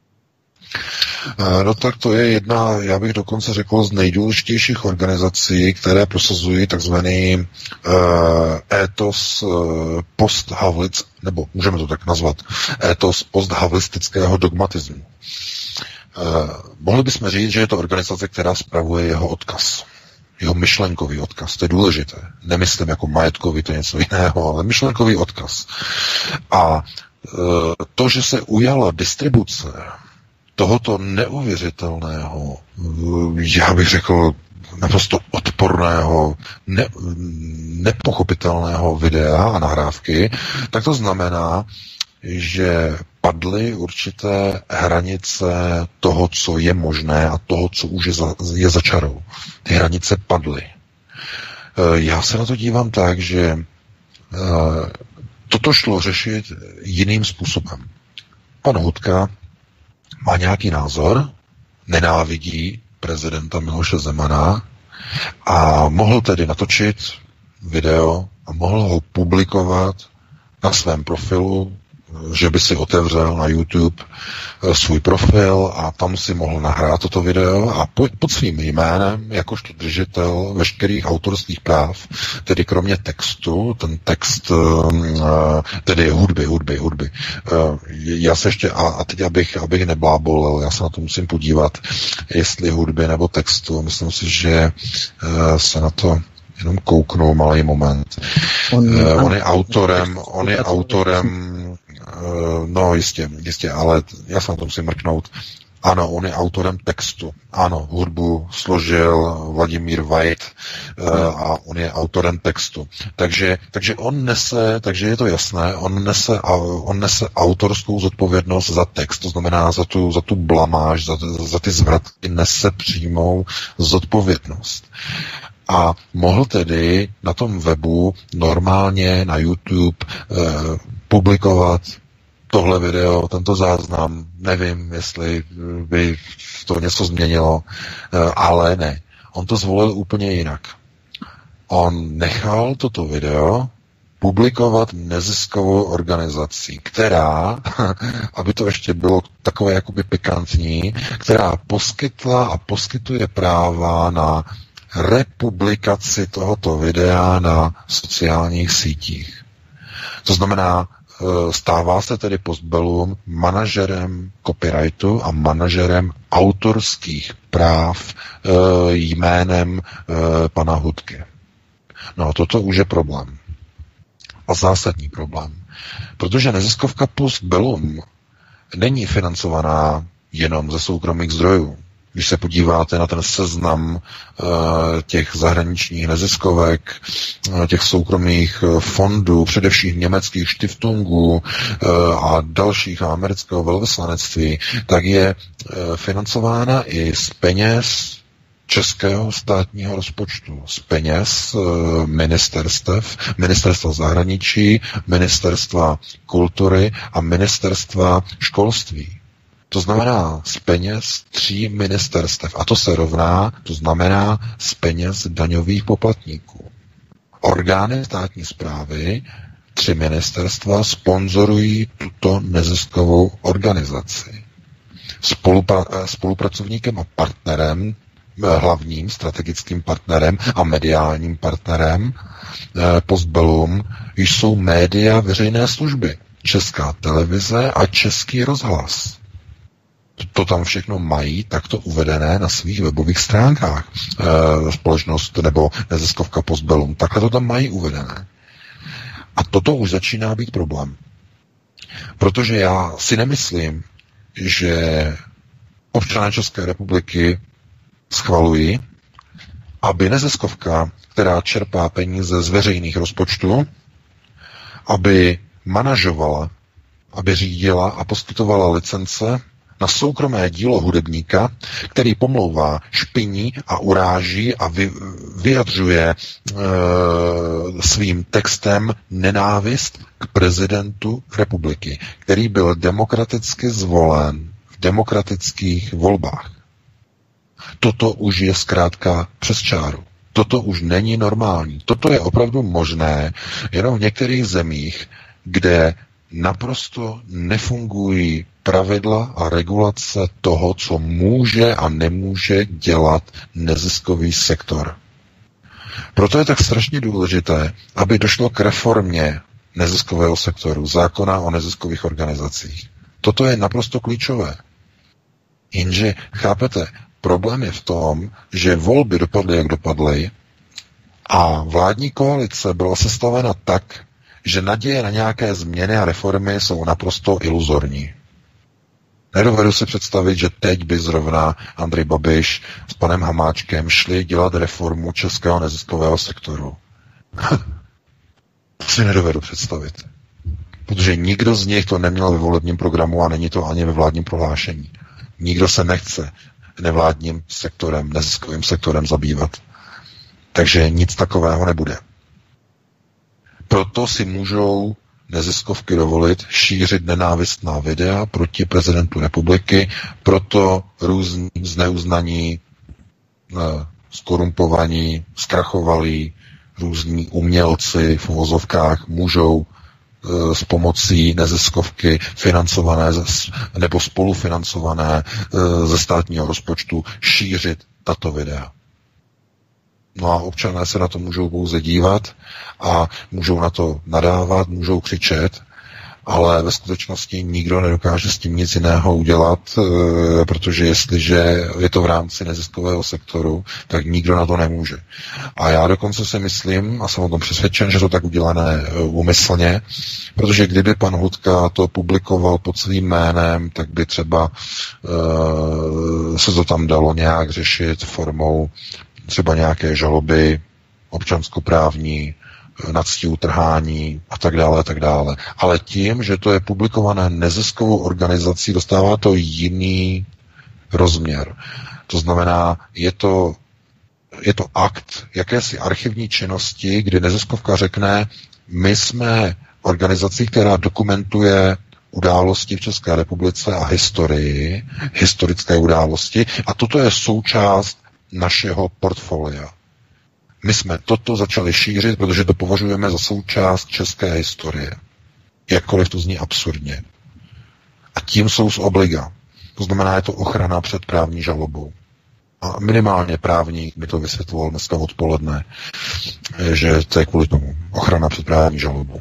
No tak to je jedna, já bych dokonce řekl, z nejdůležitějších organizací, které prosazují takzvaný uh, étos uh, post-havlic, nebo můžeme to tak nazvat, étos post-havlistického dogmatismu. Uh, mohli bychom říct, že je to organizace, která spravuje jeho odkaz. Jeho myšlenkový odkaz, to je důležité. Nemyslím jako majetkový, to je něco jiného, ale myšlenkový odkaz. A uh, to, že se ujala distribuce tohoto neuvěřitelného, já bych řekl, naprosto odporného, ne, nepochopitelného videa a nahrávky, tak to znamená, že padly určité hranice toho, co je možné a toho, co už je za, je za čarou. Ty hranice padly. Já se na to dívám tak, že toto šlo řešit jiným způsobem. Pan Hudka má nějaký názor, nenávidí prezidenta Miloše Zemana a mohl tedy natočit video a mohl ho publikovat na svém profilu, že by si otevřel na YouTube svůj profil a tam si mohl nahrát toto video a pod svým jménem, jakožto držitel veškerých autorských práv, tedy kromě textu, ten text, tedy hudby, hudby, hudby. Já se ještě, a teď abych, abych neblábolil, já se na to musím podívat, jestli hudby nebo textu, myslím si, že se na to jenom kouknu malý moment. On, on je autorem, on je autorem no jistě, jistě, ale já se na to musím mrknout. Ano, on je autorem textu. Ano, hudbu složil Vladimír Vajt a on je autorem textu. Takže, takže on nese, takže je to jasné, on nese, on nese autorskou zodpovědnost za text, to znamená za tu, za tu blamáž, za, za ty zvratky, nese přímou zodpovědnost. A mohl tedy na tom webu normálně na YouTube eh, publikovat tohle video, tento záznam, nevím, jestli by to něco změnilo, eh, ale ne. On to zvolil úplně jinak. On nechal toto video publikovat neziskovou organizací, která, aby to ještě bylo takové jakoby pikantní, která poskytla a poskytuje práva na republikaci tohoto videa na sociálních sítích. To znamená, stává se tedy Post Bellum manažerem copyrightu a manažerem autorských práv jménem pana Hudky. No, toto už je problém. A zásadní problém. Protože neziskovka Post Bellum není financovaná jenom ze soukromých zdrojů. Když se podíváte na ten seznam uh, těch zahraničních neziskovek, uh, těch soukromých uh, fondů, především německých Stiftungů uh, a dalších amerického velvyslanectví, tak je uh, financována i z peněz českého státního rozpočtu, z peněz uh, ministerstev, ministerstva zahraničí, ministerstva kultury a ministerstva školství. To znamená z peněz tří ministerstev. A to se rovná, to znamená z peněz daňových poplatníků. Orgány státní správy, tři ministerstva, sponzorují tuto neziskovou organizaci. Spolupra- spolupracovníkem a partnerem, hlavním strategickým partnerem a mediálním partnerem Post Bellum jsou média veřejné služby. Česká televize a Český rozhlas. To, to tam všechno mají takto uvedené na svých webových stránkách. E, společnost nebo neziskovka Postbellum. Takhle to tam mají uvedené. A toto už začíná být problém. Protože já si nemyslím, že občané České republiky schvalují, aby neziskovka, která čerpá peníze z veřejných rozpočtů, aby manažovala, aby řídila a poskytovala licence na soukromé dílo hudebníka, který pomlouvá, špiní a uráží a vy, vyjadřuje e, svým textem nenávist k prezidentu republiky, který byl demokraticky zvolen v demokratických volbách. Toto už je zkrátka přes čáru. Toto už není normální. Toto je opravdu možné jenom v některých zemích, kde naprosto nefungují pravidla a regulace toho, co může a nemůže dělat neziskový sektor. Proto je tak strašně důležité, aby došlo k reformě neziskového sektoru, zákona o neziskových organizacích. Toto je naprosto klíčové. Jenže, chápete, problém je v tom, že volby dopadly, jak dopadly, a vládní koalice byla sestavena tak, že naděje na nějaké změny a reformy jsou naprosto iluzorní. Nedovedu si představit, že teď by zrovna Andrej Babiš s panem Hamáčkem šli dělat reformu českého neziskového sektoru. To si nedovedu představit. Protože nikdo z nich to neměl ve volebním programu a není to ani ve vládním prohlášení. Nikdo se nechce nevládním sektorem, neziskovým sektorem zabývat. Takže nic takového nebude. Proto si můžou neziskovky dovolit šířit nenávistná videa proti prezidentu republiky, proto různí zneuznaní, skorumpovaní, zkrachovalí, různí umělci v uvozovkách můžou s pomocí neziskovky financované nebo spolufinancované ze státního rozpočtu šířit tato videa. No a občané se na to můžou pouze dívat a můžou na to nadávat, můžou křičet, ale ve skutečnosti nikdo nedokáže s tím nic jiného udělat, protože jestliže je to v rámci neziskového sektoru, tak nikdo na to nemůže. A já dokonce si myslím, a jsem o tom přesvědčen, že to tak udělané úmyslně, protože kdyby pan Hudka to publikoval pod svým jménem, tak by třeba uh, se to tam dalo nějak řešit formou třeba nějaké žaloby občanskoprávní, nadstí utrhání a tak dále, a tak dále. Ale tím, že to je publikované neziskovou organizací, dostává to jiný rozměr. To znamená, je to, je to akt jakési archivní činnosti, kdy neziskovka řekne, my jsme organizací, která dokumentuje události v České republice a historii, historické události, a toto je součást našeho portfolia. My jsme toto začali šířit, protože to považujeme za součást české historie. Jakkoliv to zní absurdně. A tím jsou z obliga. To znamená, je to ochrana před právní žalobou. A minimálně právník mi to vysvětloval dneska odpoledne, že to je kvůli tomu. Ochrana před právní žalobou.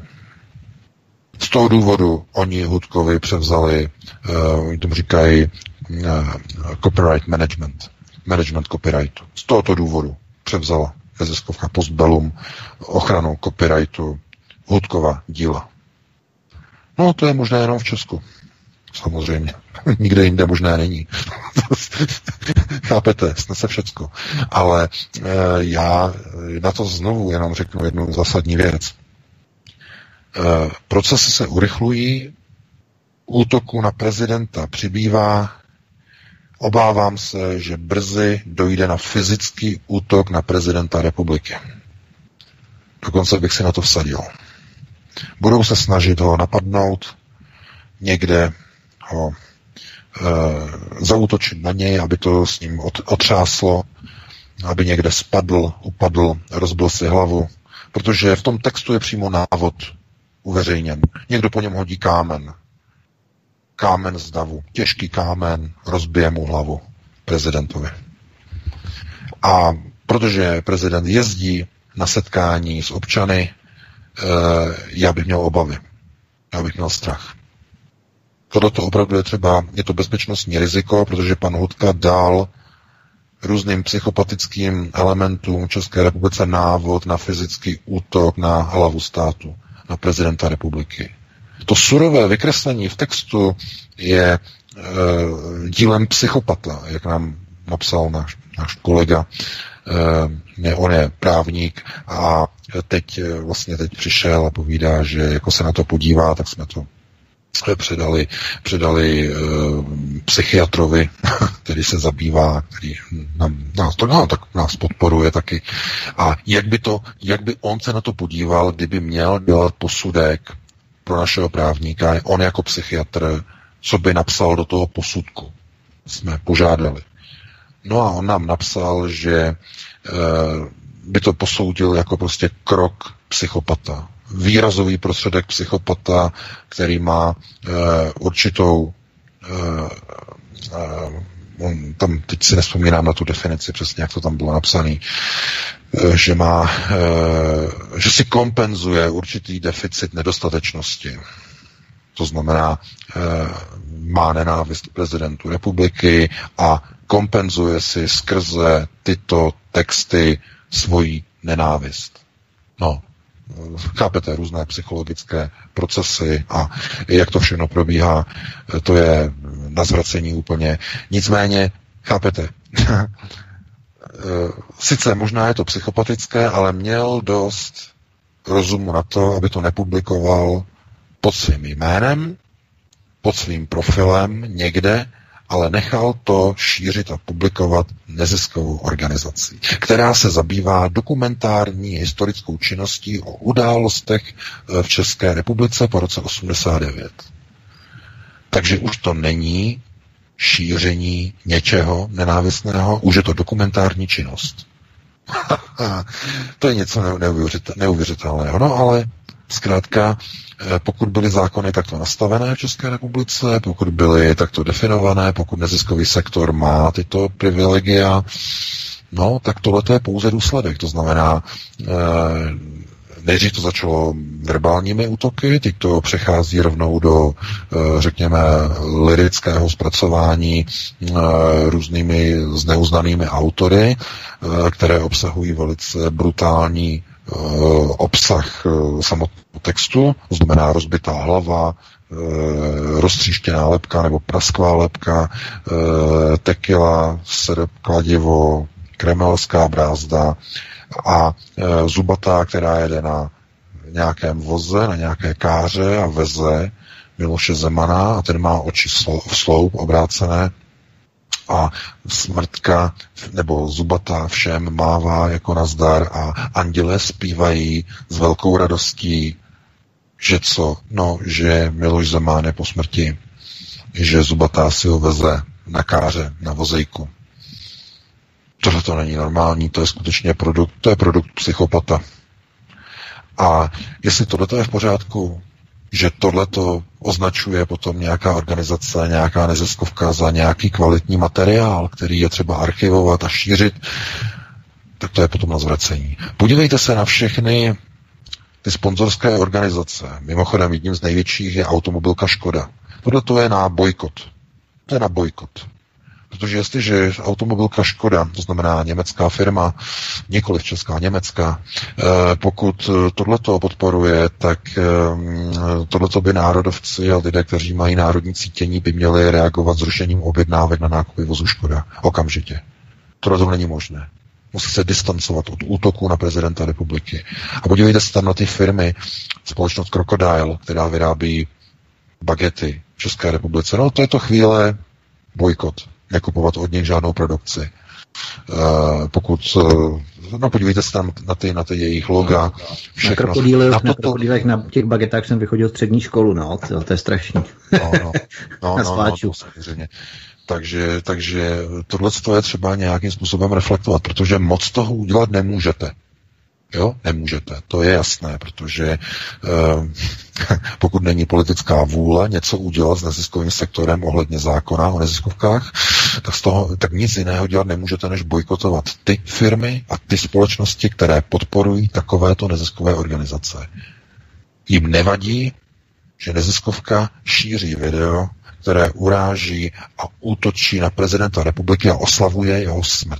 Z toho důvodu oni Hudkovi převzali, uh, oni tomu říkají uh, copyright management. Management copyrightu. Z tohoto důvodu převzala neziskovka Postbellum ochranu copyrightu Hudkova díla. No, to je možné jenom v Česku. Samozřejmě. Nikde jinde možné není. Chápete, snese všecko. Ale e, já na to znovu jenom řeknu jednu zásadní věc. E, procesy se urychlují, útoku na prezidenta přibývá. Obávám se, že brzy dojde na fyzický útok na prezidenta republiky. Dokonce bych si na to vsadil. Budou se snažit ho napadnout, někde ho e, zaútočit na něj, aby to s ním od, otřáslo, aby někde spadl, upadl, rozbil si hlavu, protože v tom textu je přímo návod uveřejněn. Někdo po něm hodí kámen. Kámen z davu. Těžký kámen rozbije mu hlavu prezidentovi. A protože prezident jezdí na setkání s občany, e, já bych měl obavy. Já bych měl strach. Tohle to opravdu je třeba, je to bezpečnostní riziko, protože pan Hudka dal různým psychopatickým elementům České republice návod na fyzický útok na hlavu státu, na prezidenta republiky. To surové vykreslení v textu je e, dílem psychopata, jak nám napsal náš, náš kolega. E, on je právník a teď vlastně teď přišel a povídá, že jako se na to podívá, tak jsme to předali, předali e, psychiatrovi, který se zabývá, který nám, nás, to, no, tak nás podporuje taky. A jak by, to, jak by on se na to podíval, kdyby měl dělat posudek pro našeho právníka, on jako psychiatr, co by napsal do toho posudku. Jsme požádali. No a on nám napsal, že e, by to posoudil jako prostě krok psychopata. Výrazový prostředek psychopata, který má e, určitou e, e, tam teď si nespomínám na tu definici přesně, jak to tam bylo napsané, e, že má e, že si kompenzuje určitý deficit nedostatečnosti. To znamená, e, má nenávist k prezidentu republiky a kompenzuje si skrze tyto texty svoji nenávist. No, chápete, různé psychologické procesy a jak to všechno probíhá, to je na zvracení úplně. Nicméně, chápete, sice možná je to psychopatické, ale měl dost rozumu na to, aby to nepublikoval pod svým jménem, pod svým profilem někde, ale nechal to šířit a publikovat neziskovou organizací, která se zabývá dokumentární historickou činností o událostech v České republice po roce osmdesát devět. Takže už to není šíření něčeho nenávistného, už je to dokumentární činnost. To je něco neuvěřitelného. No ale zkrátka, pokud byly zákony takto nastavené v České republice, pokud byly takto definované, pokud neziskový sektor má tyto privilegia, no, tak tohle je pouze důsledek. To znamená, nejdřív to začalo verbálními útoky, teď to přechází rovnou do, řekněme, lirického zpracování různými zneuznanými autory, které obsahují velice brutální obsah samotného textu, to znamená rozbitá hlava, roztříštěná lebka nebo praskvá lebka, tekila, srp, kladivo, kremelská brázda a zubatá, která jede na nějakém voze, na nějaké káře a veze Miloše Zemana a ten má oči v sloup obrácené a smrtka nebo zubatá všem mává jako nazdar a andělé zpívají s velkou radostí, že co? No, že Miloš Zeman je po smrti, že zubatá si ho veze na káře, na vozejku. Tohle to není normální, to je skutečně produkt, to je produkt psychopata. A jestli tohle je v pořádku, že tohleto označuje potom nějaká organizace, nějaká neziskovka za nějaký kvalitní materiál, který je třeba archivovat a šířit, tak to je potom na zvracení. Podívejte se na všechny ty sponzorské organizace. Mimochodem jedním z největších je automobilka Škoda. Tohle je na bojkot. To je na bojkot. Protože jestliže automobilka Škoda, to znamená německá firma, nikoliv česká, německá, pokud tohleto podporuje, tak tohleto by národovci a lidé, kteří mají národní cítění, by měli reagovat zrušením objednávek na nákupy vozu Škoda. Okamžitě. Tohle není možné. Musí se distancovat od útoku na prezidenta republiky. A podívejte se tam na ty firmy, společnost Crocodile, která vyrábí bagety v České republice. No to je to chvíle bojkot. Nekupovat od nich žádnou produkci. Uh, pokud, uh, no podívejte se tam na ty, na ty jejich loga. Všechno. Na krokodýlech, na, na krokodýlech, na těch bagetách jsem vychodil střední školu, no, to, to je strašný. No, no, no, no, no to samozřejmě. Takže, takže tohle je třeba nějakým způsobem reflektovat, protože moc toho udělat nemůžete. Jo, nemůžete, to je jasné, protože eh, pokud není politická vůle něco udělat s neziskovým sektorem ohledně zákona o neziskovkách, tak, z toho, tak nic jiného dělat nemůžete, než bojkotovat ty firmy a ty společnosti, které podporují takovéto neziskové organizace. Jim nevadí, že neziskovka šíří video které uráží a útočí na prezidenta republiky a oslavuje jeho smrt.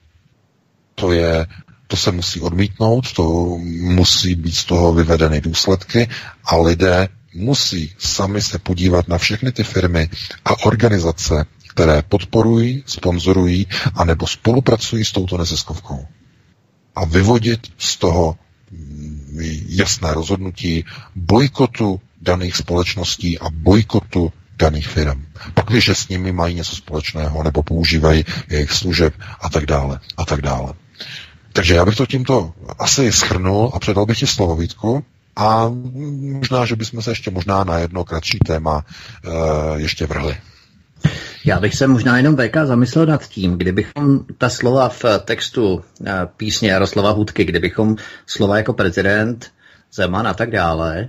To je, to se musí odmítnout, to musí být z toho vyvedeny důsledky a lidé musí sami se podívat na všechny ty firmy a organizace, které podporují, sponzorují anebo spolupracují s touto neziskovkou. A vyvodit z toho jasné rozhodnutí bojkotu daných společností a bojkotu daných firm. Pak, když s nimi mají něco společného nebo používají jejich služeb a tak dále a tak dále. Takže já bych to tímto asi shrnul a předal bych ti slovo, Vítku, a možná, že bychom se ještě možná na jedno kratší téma uh, ještě vrhli. Já bych se možná jenom V K zamyslel nad tím, kdybychom ta slova v textu písně Jaroslava Hudky, kdybychom slova jako prezident, Zeman a tak dále,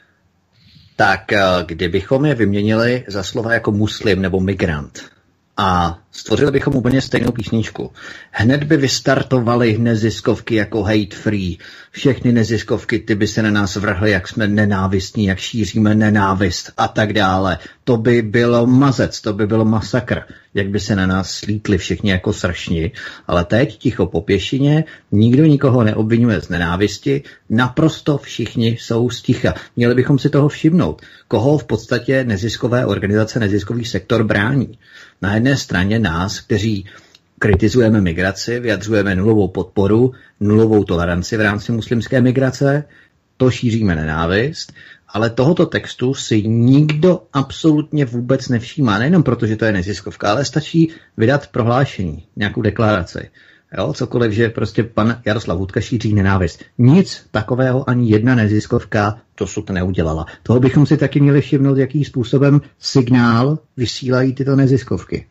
tak kdybychom je vyměnili za slova jako muslim nebo migrant a stvořili bychom úplně stejnou písničku, hned by vystartovaly neziskovky jako hate free. Všechny neziskovky, ty by se na nás vrhly, jak jsme nenávistní, jak šíříme nenávist a tak dále. To by bylo mazec, to by bylo masakr, jak by se na nás slítli všichni jako sršni. Ale teď ticho po pěšině, nikdo nikoho neobvinuje z nenávisti, naprosto všichni jsou sticha. Měli bychom si toho všimnout, koho v podstatě neziskové organizace, neziskový sektor brání. Na jedné straně nás, kteří kritizujeme migraci, vyjadřujeme nulovou podporu, nulovou toleranci v rámci muslimské migrace, to šíříme nenávist, ale tohoto textu si nikdo absolutně vůbec nevšímá, nejenom proto, že to je neziskovka, ale stačí vydat prohlášení, nějakou deklaraci. Jo, cokoliv, že prostě pan Jaroslav Hudka šíří nenávist. Nic takového ani jedna neziskovka dosud neudělala. Toho bychom si taky měli všimnout, jakým způsobem signál vysílají tyto neziskovky.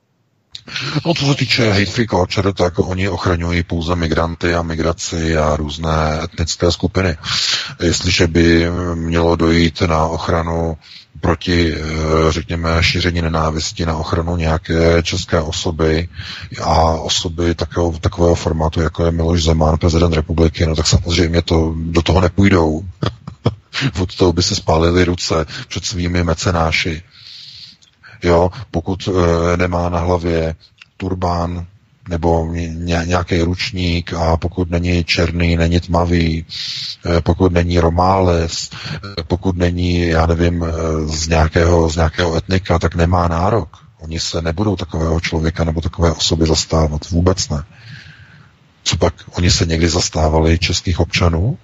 No, co se týče hate free culture, tak oni ochraňují pouze migranty a migraci a různé etnické skupiny. Jestliže by mělo dojít na ochranu proti, řekněme, šíření nenávisti, na ochranu nějaké české osoby a osoby takového, takového formátu, jako je Miloš Zeman, prezident republiky, no tak samozřejmě to do toho nepůjdou. Od toho by se spálili ruce před svými mecenáši. Jo, pokud e, nemá na hlavě turbán nebo ně, nějaký ručník a pokud není černý, není tmavý, e, pokud není Romáles, e, pokud není, já nevím, e, z nějakého, z nějakého etnika, tak nemá nárok. Oni se nebudou takového člověka nebo takové osoby zastávat. Vůbec ne. Co pak? Oni se někdy zastávali českých občanů?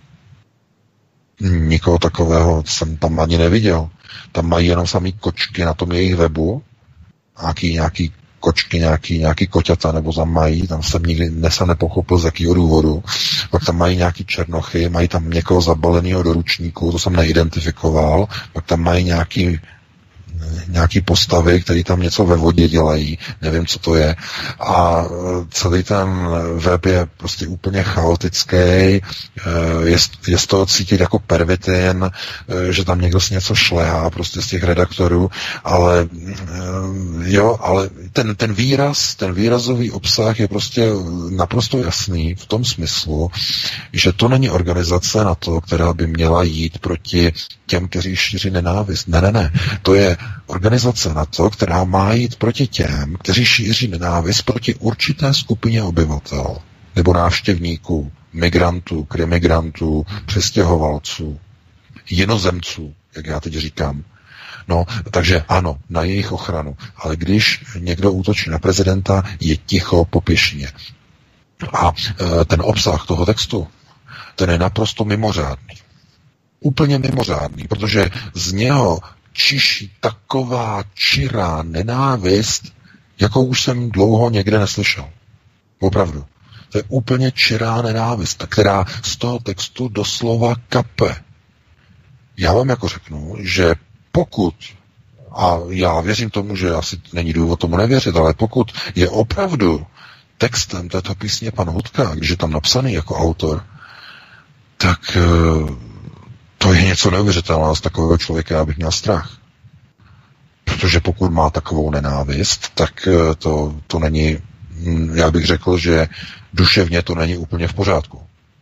Nikoho takového jsem tam ani neviděl. Tam mají jenom samý kočky na tom jejich webu, nějaký, nějaký kočky, nějaký, nějaký koťata, nebo tam mají, tam jsem nikdy nesa nepochopil, z jakého důvodu. Pak tam mají nějaký černochy, mají tam někoho zabaleného do ručníku, to jsem neidentifikoval, pak tam mají nějaký nějaký postavy, které tam něco ve vodě dělají, nevím, co to je. A celý ten web je prostě úplně chaotický, je, je z toho cítit jako pervitin, že tam někdo si něco šlehá prostě z těch redaktorů, ale jo, ale ten, ten výraz, ten výrazový obsah je prostě naprosto jasný v tom smyslu, že to není organizace na to, která by měla jít proti těm, kteří šíří nenávist. Ne, ne, ne. To je organizace na to, která má jít proti těm, kteří šíří nenávist proti určité skupině obyvatel nebo návštěvníků, migrantů, krimigrantů, přistěhovalců, jinozemců, jak já teď říkám. No, takže ano, na jejich ochranu. Ale když někdo útočí na prezidenta, je ticho po pěšině. A e, ten obsah toho textu, ten je naprosto mimořádný. Úplně mimořádný, protože z něho čiší taková čirá nenávist, jakou už jsem dlouho někde neslyšel. Opravdu. To je úplně čirá nenávist, která z toho textu doslova kape. Já vám jako řeknu, že pokud, a já věřím tomu, že asi není důvod tomu nevěřit, ale pokud je opravdu textem této písně pan Hudka, když je tam napsaný jako autor, tak to je něco neuvěřitelného z takového člověka, abych měl strach. Protože pokud má takovou nenávist, tak to, to není, já bych řekl, že duševně to není úplně v pořádku.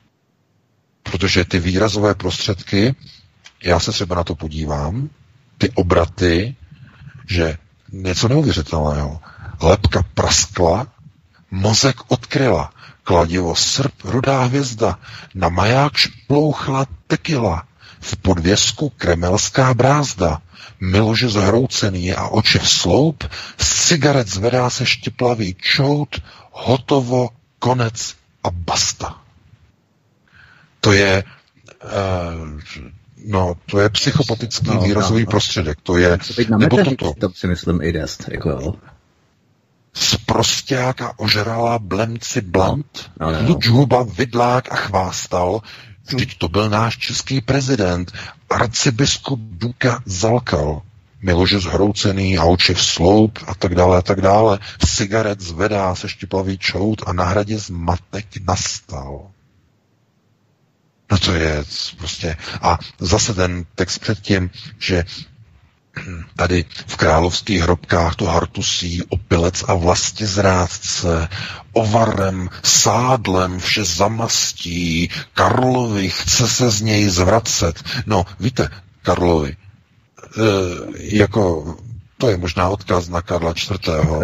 Protože ty výrazové prostředky, já se třeba na to podívám, ty obraty, že něco neuvěřitelného. Lebka praskla, mozek odkryla, kladivo srp, rudá hvězda, na maják šplouchla tekila, v podvěsku kremelská brázda, Milože zhroucený a oči v sloup, z cigaret zvedá se štiplavý čout, hotovo, konec a basta. To je uh, no, to je psychopatický no, výrazový no, prostředek. To je, nebo toto. To si myslím i dest, jako jo. Sprosťák a ožralá blemci blant, no, no, no. kluč huba, vidlák a chvástal, vždyť to byl náš český prezident, arcibiskup Duka Zalkal, Milože zhroucený a oči v sloup a tak dále a tak dále. Z cigaret zvedá se štiplavý čout a na hradě zmatek nastal. No to je prostě... A zase ten text předtím, že tady v královských hrobkách to hartusí opilec a vlastizrádce, ovarem, sádlem vše zamastí, Karlovi chce se z něj zvracet. No, víte, Karlovi, e, jako, to je možná odkaz na Karla čtvrtého.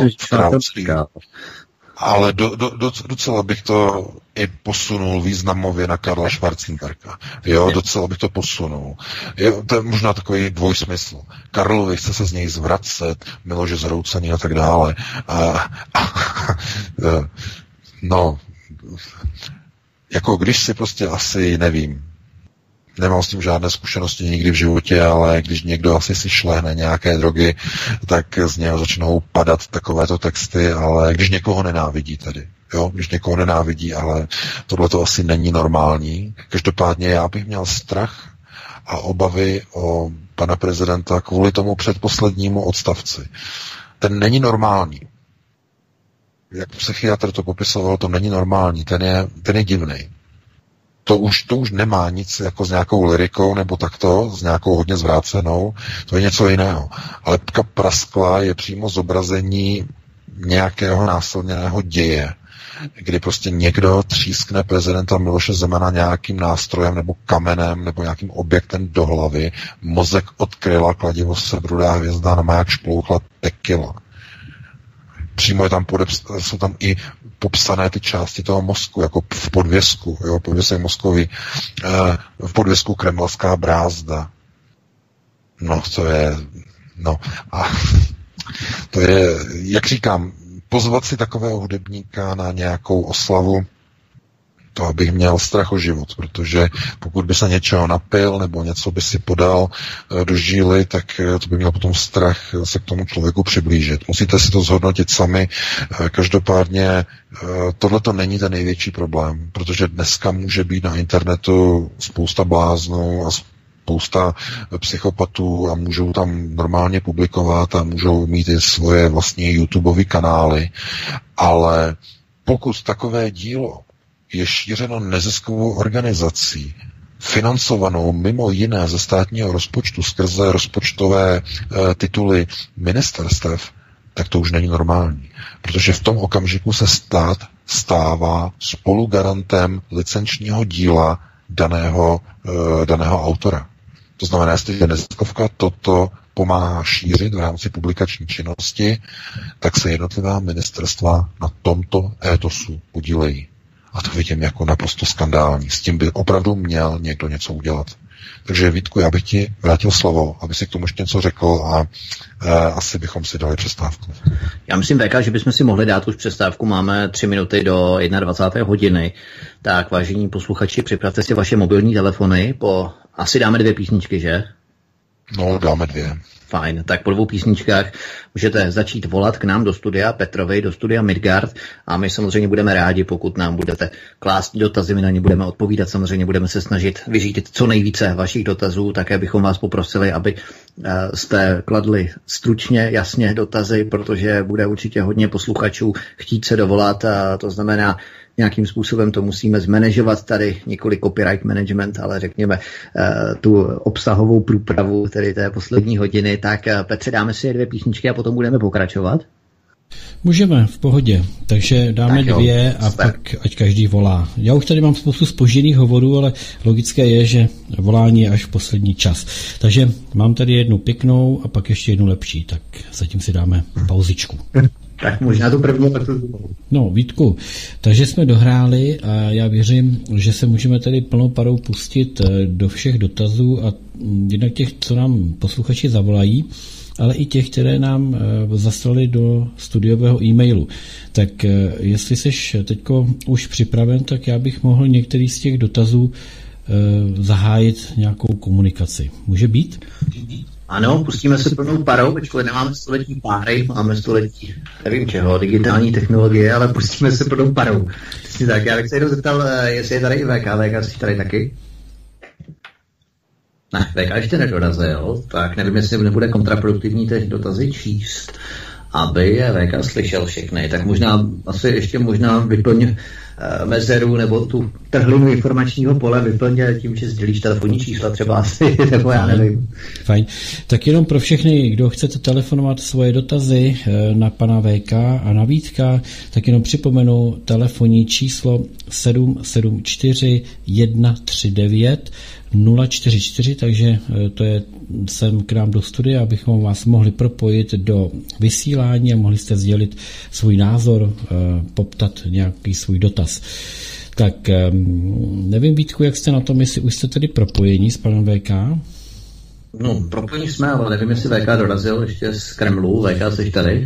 Ale do, do, do, docela bych to i posunul významově na Karla Schwarzenberga. Jo, docela bych to posunul. Jo, to je možná takový dvojsmysl. Karlovi chce se z něj zvracet, Milože zhroucený a tak dále. A, a, a, no, jako když si prostě asi, nevím, nemám s tím žádné zkušenosti nikdy v životě, ale když někdo asi si šlehne nějaké drogy, tak z něho začnou padat takovéto texty, ale když někoho nenávidí tedy, jo, když někoho nenávidí, ale tohle to asi není normální. Každopádně já bych měl strach a obavy o pana prezidenta kvůli tomu předposlednímu odstavci. Ten není normální. Jak psychiatr to popisoval, to není normální, ten je, ten je divnej. To už, to už nemá nic jako s nějakou lyrikou nebo takto, s nějakou hodně zvrácenou, to je něco jiného. Ale Lebka praskla je přímo zobrazení nějakého násilného děje, kdy prostě někdo třískne prezidenta Miloše Zemana nějakým nástrojem nebo kamenem nebo nějakým objektem do hlavy, mozek odkryla, kladivo se rudá hvězda, na maják šplouchla tekila. Přímo je tam podeps- jsou tam i popsané ty části toho mozku, jako v podvěsku, jo, podvěsek mozkový, e, v podvěsku kremelská brázda. No, to je, no, a to je, jak říkám, pozvat si takového hudebníka na nějakou oslavu, to abych měl strach o život, protože pokud by se něčeho napil nebo něco by si podal do žíly, tak to by měl potom strach se k tomu člověku přiblížit. Musíte si to zhodnotit sami. Každopádně tohle to není ten největší problém, protože dneska může být na internetu spousta bláznů a spousta psychopatů a můžou tam normálně publikovat a můžou mít i svoje vlastní YouTubeové kanály, ale pokud takové dílo je šířeno neziskovou organizací, financovanou mimo jiné ze státního rozpočtu skrze rozpočtové e, tituly ministerstev, tak to už není normální. Protože v tom okamžiku se stát stává spolugarantem licenčního díla daného, e, daného autora. To znamená, jestli neziskovka toto pomáhá šířit v rámci publikační činnosti, tak se jednotlivá ministerstva na tomto étosu podílejí. A to vidím jako naprosto skandální. S tím by opravdu měl někdo něco udělat. Takže Vítku, já bych ti vrátil slovo, aby si k tomu ještě něco řekl a e, asi bychom si dali přestávku. Já myslím, V K, že bychom si mohli dát už přestávku. Máme tři minuty do dvacáté jedné hodiny. Tak, vážení posluchači, připravte si vaše mobilní telefony. Po asi dáme dvě písničky, že? No, dáme dvě. Fajn, tak po dvou písničkách můžete začít volat k nám do studia Petrovi, do studia Midgard a my samozřejmě budeme rádi, pokud nám budete klást dotazy, my na ně budeme odpovídat, samozřejmě budeme se snažit vyřídit co nejvíce vašich dotazů, také bychom vás poprosili, aby jste kladli stručně, jasně dotazy, protože bude určitě hodně posluchačů chtít se dovolat, a to znamená, nějakým způsobem to musíme zmanéžovat tady, nikoli copyright management, ale řekněme tu obsahovou průpravu, tedy té poslední hodiny. Tak Petře, dáme si dvě písničky a potom budeme pokračovat. Můžeme, v pohodě. Takže dáme tak dvě a super. Pak ať každý volá. Já už tady mám spoustu zpožděných hovorů, ale logické je, že volání je až v poslední čas. Takže mám tady jednu pěknou a pak ještě jednu lepší. Tak zatím si dáme pauzičku. Tak možná tu první, pak tu No, Vítku, takže jsme dohráli a já věřím, že se můžeme tady plnou parou pustit do všech dotazů a jednak těch, co nám posluchači zavolají, ale i těch, které nám zaslali do studiového e-mailu. Tak jestli seš teďko už připraven, tak já bych mohl některý z těch dotazů zahájit nějakou komunikaci. Může být? Ano, pustíme se plnou parou, ačkoliv nemáme století páry, máme století, nevím čeho, digitální technologie, ale pustíme se plnou parou. Tak, já bych se jenom zeptal, jestli je tady i V K, V K jsi tady taky? Ne, V K ještě nedorazil, tak nevím, jestli nebude kontraproduktivní teď dotazy číst, aby je V K slyšel všechny, tak možná, asi ještě možná vyplň mezeru nebo tu trhlinu informačního pole vyplně tím, že sdělíš telefonní čísla třeba asi, nebo já nevím. Fajn. Tak jenom pro všechny, kdo chcete telefonovat svoje dotazy na pana V K a na Vítka, tak jenom připomenu telefonní číslo sedm sedm čtyři jedna tři devět nula čtyři čtyři, takže to je sem k nám do studia, abychom vás mohli propojit do vysílání a mohli jste sdělit svůj názor, poptat nějaký svůj dotaz. Tak nevím, Vítku, jak jste na tom, jestli už jste tedy propojení s panem V K? No, propojení jsme, ale nevím, jestli V K dorazil ještě z Kremlu. V K, jsi tady?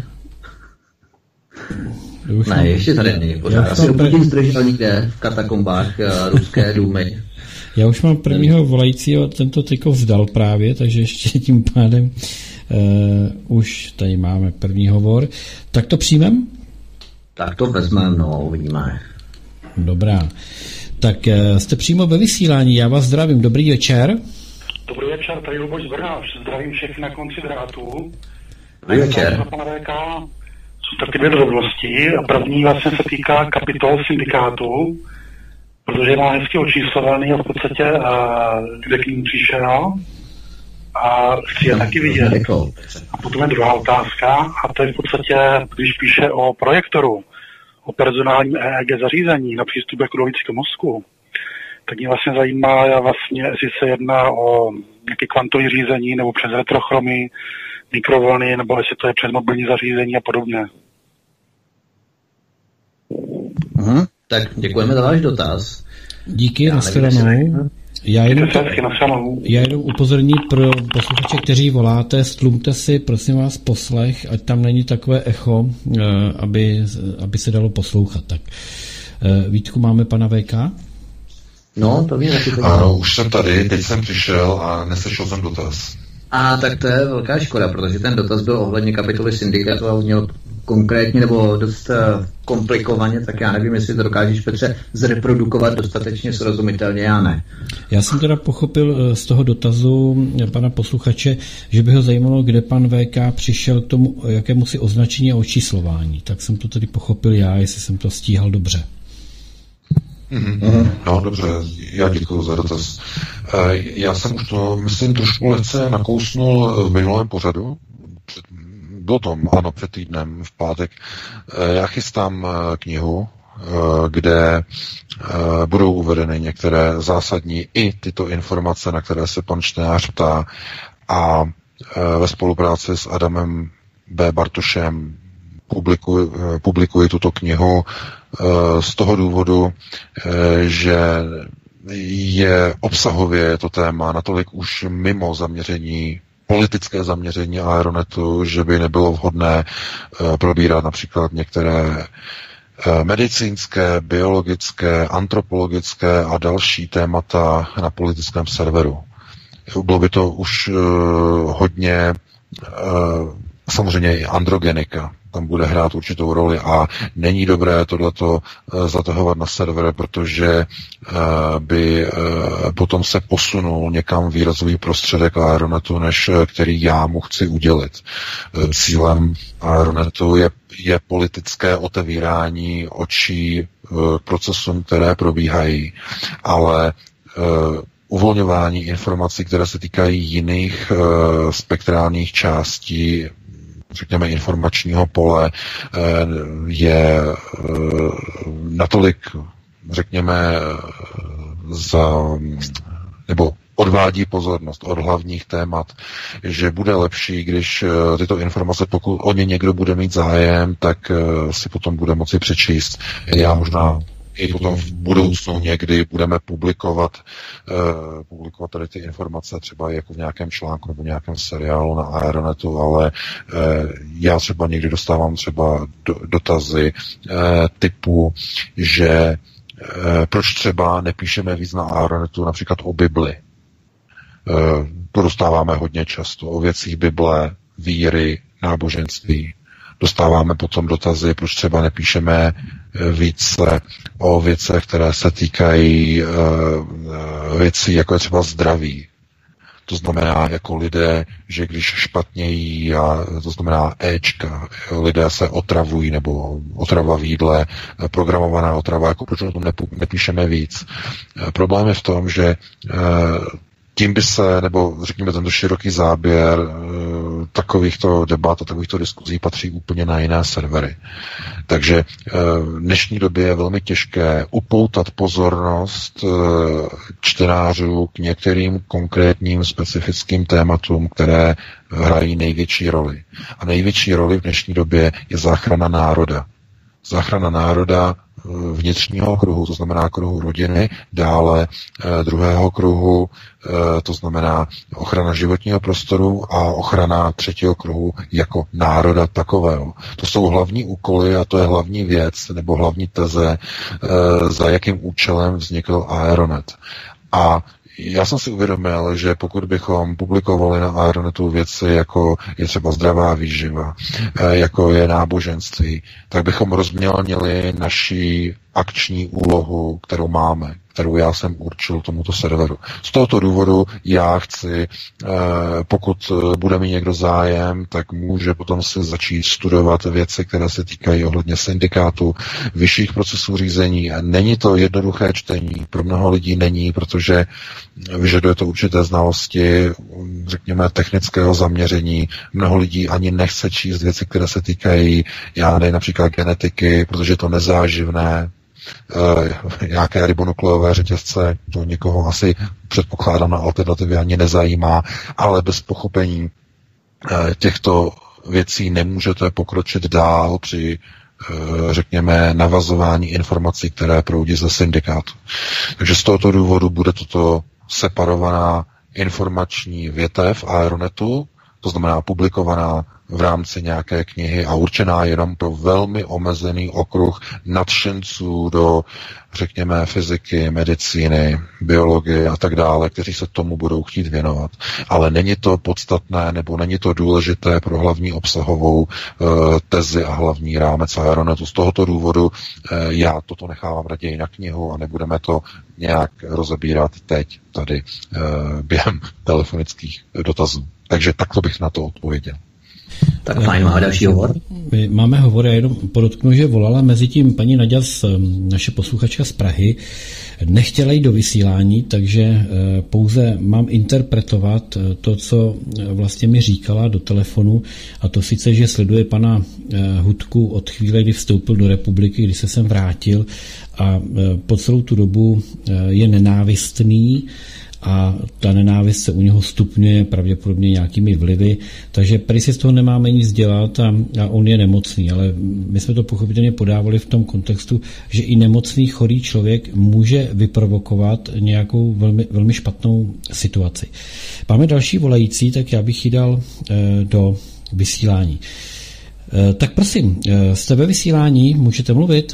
Ne, mám... ještě tady není pořád. Asi Putin zdržel někde v katakombách ruské důmy. Já už mám prvního volajícího, tento tyko vzdal právě, takže ještě tím pádem uh, už tady máme první hovor. Tak to přijmem? Tak to vezmeme, no, uvidíme. Dobrá. Tak uh, jste přímo ve vysílání, já vás zdravím, dobrý večer. Dobrý večer, tady Luboš z Brna, zdravím všechny na konci drátu. Dobrý večer. Jsou taky dvě drobnosti a první vlastně se týká kapitol syndikátu, protože má hezky očíslovaný a v podstatě, a, kde k ním přišel a chci je taky vidět. A potom je druhá otázka a to je v podstatě, když píše o projektoru, o personálním E E G zařízení na přístup k ulickému mozku, tak mě vlastně zajímá vlastně, jestli se jedná o nějaké kvantové řízení nebo přes retrochromy, mikrovlny, nebo jestli to je přes mobilní zařízení a podobně. Mhm. Tak děkujeme za váš dotaz. Díky, nashledanou. Já jenom, já jenom upozorní pro posluchače, kteří voláte, stlumte si, prosím vás, poslech, ať tam není takové echo, aby, aby se dalo poslouchat. Tak Vítku, máme pana V K? No, to mě taky. Ano, už jsem tady, teď jsem přišel a neslyšel jsem dotaz. A tak to je velká škoda, protože ten dotaz byl ohledně kapitoly syndikátu a on měl konkrétně nebo dost komplikovaně, tak já nevím, jestli to dokážeš, Petře, zreprodukovat dostatečně srozumitelně, já ne. Já jsem teda pochopil z toho dotazu pana posluchače, že by ho zajímalo, kde pan V K přišel k tomu, jakému si označení a očíslování. Tak jsem to tedy pochopil já, jestli jsem to stíhal dobře. Mm-hmm. No dobře, já děkuji za dotaz. Já jsem už to, myslím, trošku lehce nakousnul v minulém pořadu. Bylo to, ano, před týdnem, v pátek. Já chystám knihu, kde budou uvedeny některé zásadní i tyto informace, na které se pan čtenář ptá. A ve spolupráci s Adamem B. Bartošem publikuji, publikuji tuto knihu z toho důvodu, že je obsahově to téma natolik už mimo zaměření, politické zaměření Aeronetu, že by nebylo vhodné probírat například některé medicínské, biologické, antropologické a další témata na politickém serveru. Bylo by to už hodně, samozřejmě i androgenika tam bude hrát určitou roli a není dobré tohleto zatahovat na server, protože by potom se posunul někam výrazový prostředek Aeronetu, než který já mu chci udělit. Cílem Aeronetu je, je politické otevírání očí k procesům, které probíhají, ale uvolňování informací, které se týkají jiných spektrálních částí řekněme, informačního pole je natolik, řekněme, za, nebo odvádí pozornost od hlavních témat, že bude lepší, když tyto informace, pokud o ně někdo bude mít zájem, tak si potom bude moci přečíst. Já možná i potom v budoucnu někdy budeme publikovat, uh, publikovat tady ty informace třeba jako v nějakém článku nebo v nějakém seriálu na Aeronetu, ale uh, já třeba někdy dostávám třeba do, dotazy uh, typu, že uh, proč třeba nepíšeme víc na Aeronetu například o Bibli. Uh, to dostáváme hodně často, o věcích Bible, víry, náboženství. Dostáváme potom dotazy, proč třeba nepíšeme více o věcech, které se týkají uh, věcí, jako je třeba zdraví. To znamená, jako lidé, že když špatně jí, a to znamená Ečka, lidé se otravují, nebo otrava v jídle, programovaná otrava, jako proč o tom nepíšeme víc. Problém je v tom, že uh, tím by se, nebo řekněme tento široký záběr e, takovýchto debat a takovýchto diskuzí patří úplně na jiné servery. Takže e, v dnešní době je velmi těžké upoutat pozornost e, čtenářů k některým konkrétním specifickým tématům, které hrají největší roli. A největší roli v dnešní době je záchrana národa. Záchrana národa vnitřního kruhu, to znamená kruhu rodiny, dále eh, druhého kruhu, eh, to znamená ochrana životního prostoru a ochrana třetího kruhu jako národa takového. To jsou hlavní úkoly a to je hlavní věc nebo hlavní teze, eh, za jakým účelem vznikl Aeronet. A já jsem si uvědomil, že pokud bychom publikovali na Aeronetu věci, jako je třeba zdravá výživa, jako je náboženství, tak bychom rozmělnili naši akční úlohu, kterou máme, kterou já jsem určil tomuto serveru. Z tohoto důvodu já chci, pokud bude mít někdo zájem, tak může potom si začít studovat věci, které se týkají ohledně syndikátu, vyšších procesů řízení. Není to jednoduché čtení, pro mnoho lidí není, protože vyžaduje to určité znalosti, řekněme, technického zaměření. Mnoho lidí ani nechce číst věci, které se týkají, já nevím, například genetiky, protože je to nezáživné, e, nějaké ribonukleové řetězce, to někoho asi předpokládám na alternativě ani nezajímá, ale bez pochopení e, těchto věcí nemůžete pokročit dál při, e, řekněme, navazování informací, které proudí ze syndikátu. Takže z tohoto důvodu bude toto separovaná informační větev Aeronetu, to znamená publikovaná v rámci nějaké knihy a určená jenom pro velmi omezený okruh nadšenců do, řekněme, fyziky, medicíny, biologie a tak dále, kteří se tomu budou chtít věnovat. Ale není to podstatné, nebo není to důležité pro hlavní obsahovou uh, tezi a hlavní rámec Aeronetu. Z tohoto důvodu uh, já toto nechávám raději na knihu a nebudeme to nějak rozebírat teď tady uh, během telefonických dotazů. Takže takto bych na to odpověděl. Tak fajn, má další hovor. My máme hovor, já jenom podotknu, že volala mezi tím paní Naďa, naše posluchačka z Prahy, nechtěla jít do vysílání, takže pouze mám interpretovat to, co vlastně mi říkala do telefonu, a to sice, že sleduje pana Hudku od chvíle, kdy vstoupil do republiky, kdy se sem vrátil a po celou tu dobu je nenávistný, a ta nenávist se u něho stupňuje pravděpodobně nějakými vlivy, takže prý si z toho nemáme nic dělat a, a on je nemocný, ale my jsme to pochopitelně podávali v tom kontextu, že i nemocný, chorý člověk může vyprovokovat nějakou velmi, velmi špatnou situaci. Máme další volající, tak já bych ji dal e, do vysílání. E, tak prosím, e, jste ve vysílání, můžete mluvit?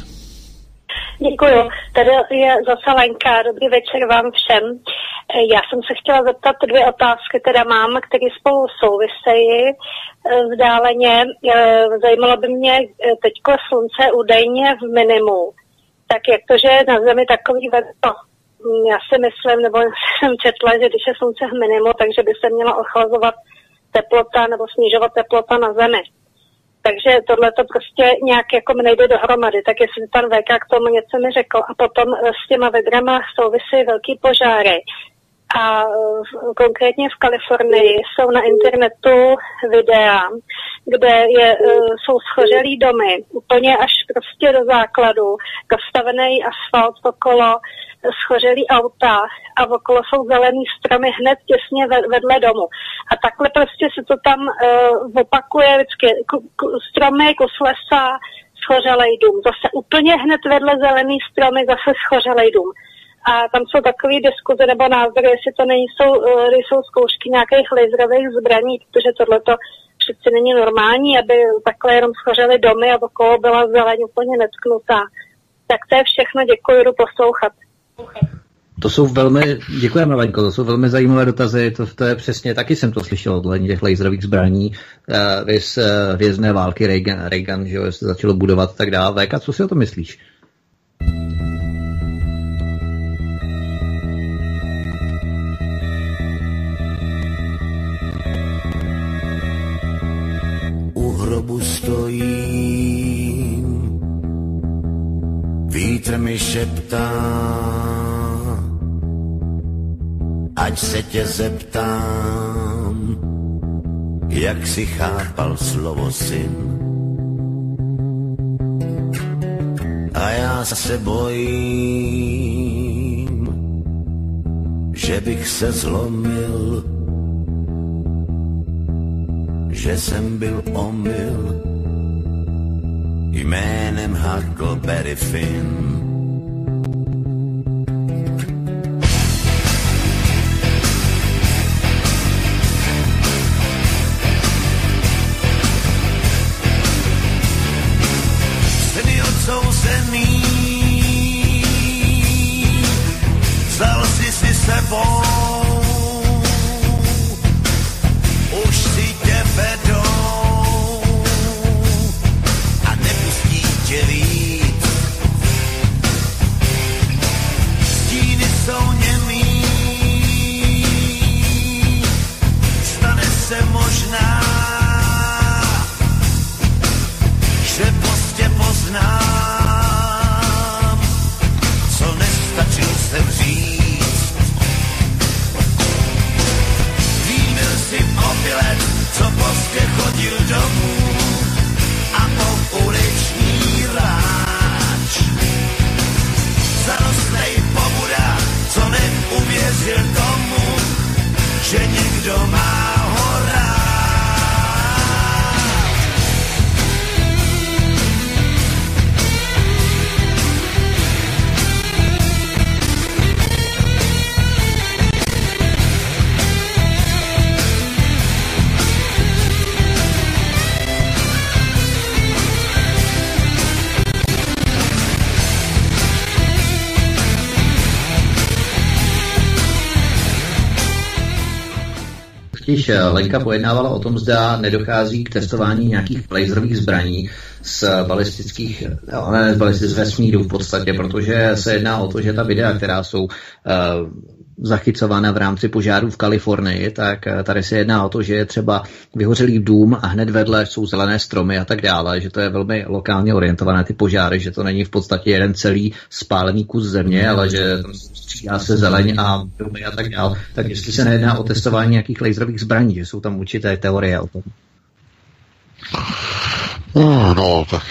Děkuju. Tady je zase Lenka. Dobrý večer vám všem. Já jsem se chtěla zeptat dvě otázky, které mám, které spolu souvisejí vzdáleně. Zajímalo by mě teďko slunce údajně v minimu. Tak jak to, že je na Zemi takový vedno? Já si myslím, nebo jsem četla, že když je slunce v minimu, takže by se měla ochlazovat teplota nebo snižovat teplota na Zemi. Takže tohle to prostě nějak jako mi nejde dohromady, tak jestli pan V K k tomu něco mi řekl. A potom s těma vedrama souvisí velký požáry. A konkrétně v Kalifornii jsou na internetu videa, kde je, jsou schořelý domy, úplně až prostě do základu, rozstavený asfalt okolo, schořelý auta a okolo jsou zelený stromy hned těsně vedle domu. A takhle prostě se to tam uh, opakuje vždycky. Stromy, kus lesa, schořelej dům. Zase úplně hned vedle zelený stromy, zase schořelej dům. A tam jsou takové diskuze nebo názory, jestli to nejsou, nejsou zkoušky nějakých laserových zbraní, protože tohleto přeci není normální, aby takhle jenom schořely domy a okolo byla zeleň úplně netknutá. Tak to je všechno, děkuji, jdu poslouchat. To jsou velmi, děkujeme, Vaňko, to jsou velmi zajímavé dotazy, to, to je přesně, taky jsem to slyšel od těch laserových zbraní, uh, vys uh, vězné války Reagan, Reagan, že jo, se začalo budovat a tak dále. Véka, co si o to myslíš? U hrobu stojím, vítr mi šeptá, ať se tě zeptám, jak si chápal slovo syn. A já se bojím, že bych se zlomil, že jsem byl omyl jménem Huckleberry Finn. Syny odsouzený, vzal jsi si sebou, už si tě vedou a nepustí tě víc. Stíny jsou němý, stane se možná, že prostě poznám, co nestačil jsem říct. Výmil si o bilet, co prostě chodil domů a po uliční ráč. Zarostlej pobuda, co neuvěřil tomu, že někdo má ho rád. Když Lenka pojednávala o tom, zda nedochází k testování nějakých laserových zbraní z balistických, no, ne z balistických vesmíru v podstatě, protože se jedná o to, že ta videa, která jsou uh, zachycována v rámci požáru v Kalifornii, tak tady se jedná o to, že je třeba vyhořelý dům a hned vedle jsou zelené stromy a tak dále, že to je velmi lokálně orientované ty požáry, že to není v podstatě jeden celý spálený kus země, ale že tam střídá se zeleň a domy a tak dále. Tak jestli se nejedná o testování nějakých laserových zbraní, že jsou tam určité teorie o tom. No, tak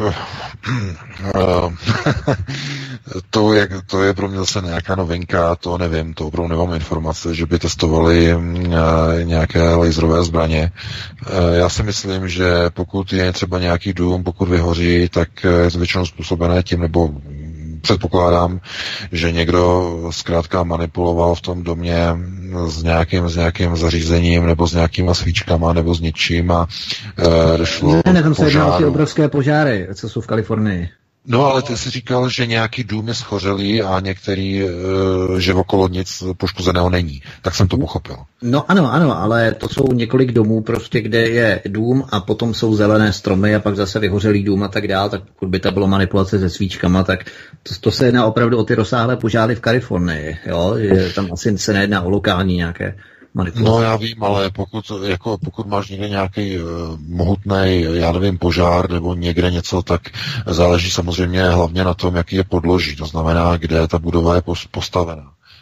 to, jak, to je pro mě zase nějaká novinka, to nevím, to opravdu nemám informace, že by testovali nějaké laserové zbraně. Já si myslím, že pokud je třeba nějaký dům, pokud vyhoří, tak je to většinou způsobené tím, nebo předpokládám, že někdo zkrátka manipuloval v tom domě s nějakým, s nějakým zařízením nebo s nějakýma svíčkama nebo s něčím a e, došlo Ne, ne, tam se jedná o ty obrovské požáry, co jsou v Kalifornii. No, ale ty jsi říkal, že nějaký dům je schořelý a některý, e, že okolo nic poškozeného není. Tak jsem to pochopil. No ano, ano, ale to jsou několik domů prostě, kde je dům a potom jsou zelené stromy a pak zase vyhořelý dům a tak dál, tak pokud by to bylo manipulace se svíčkama, tak to, to se jedná opravdu o ty rozsáhlé požáry v Kalifornii, jo, že tam asi se nejedná o lokální nějaké manipulace. No já vím, ale pokud, jako, pokud máš někde nějaký uh, mohutný, já nevím, požár nebo někde něco, tak záleží samozřejmě hlavně na tom, jaký je podloží, to znamená, kde ta budova je postavená.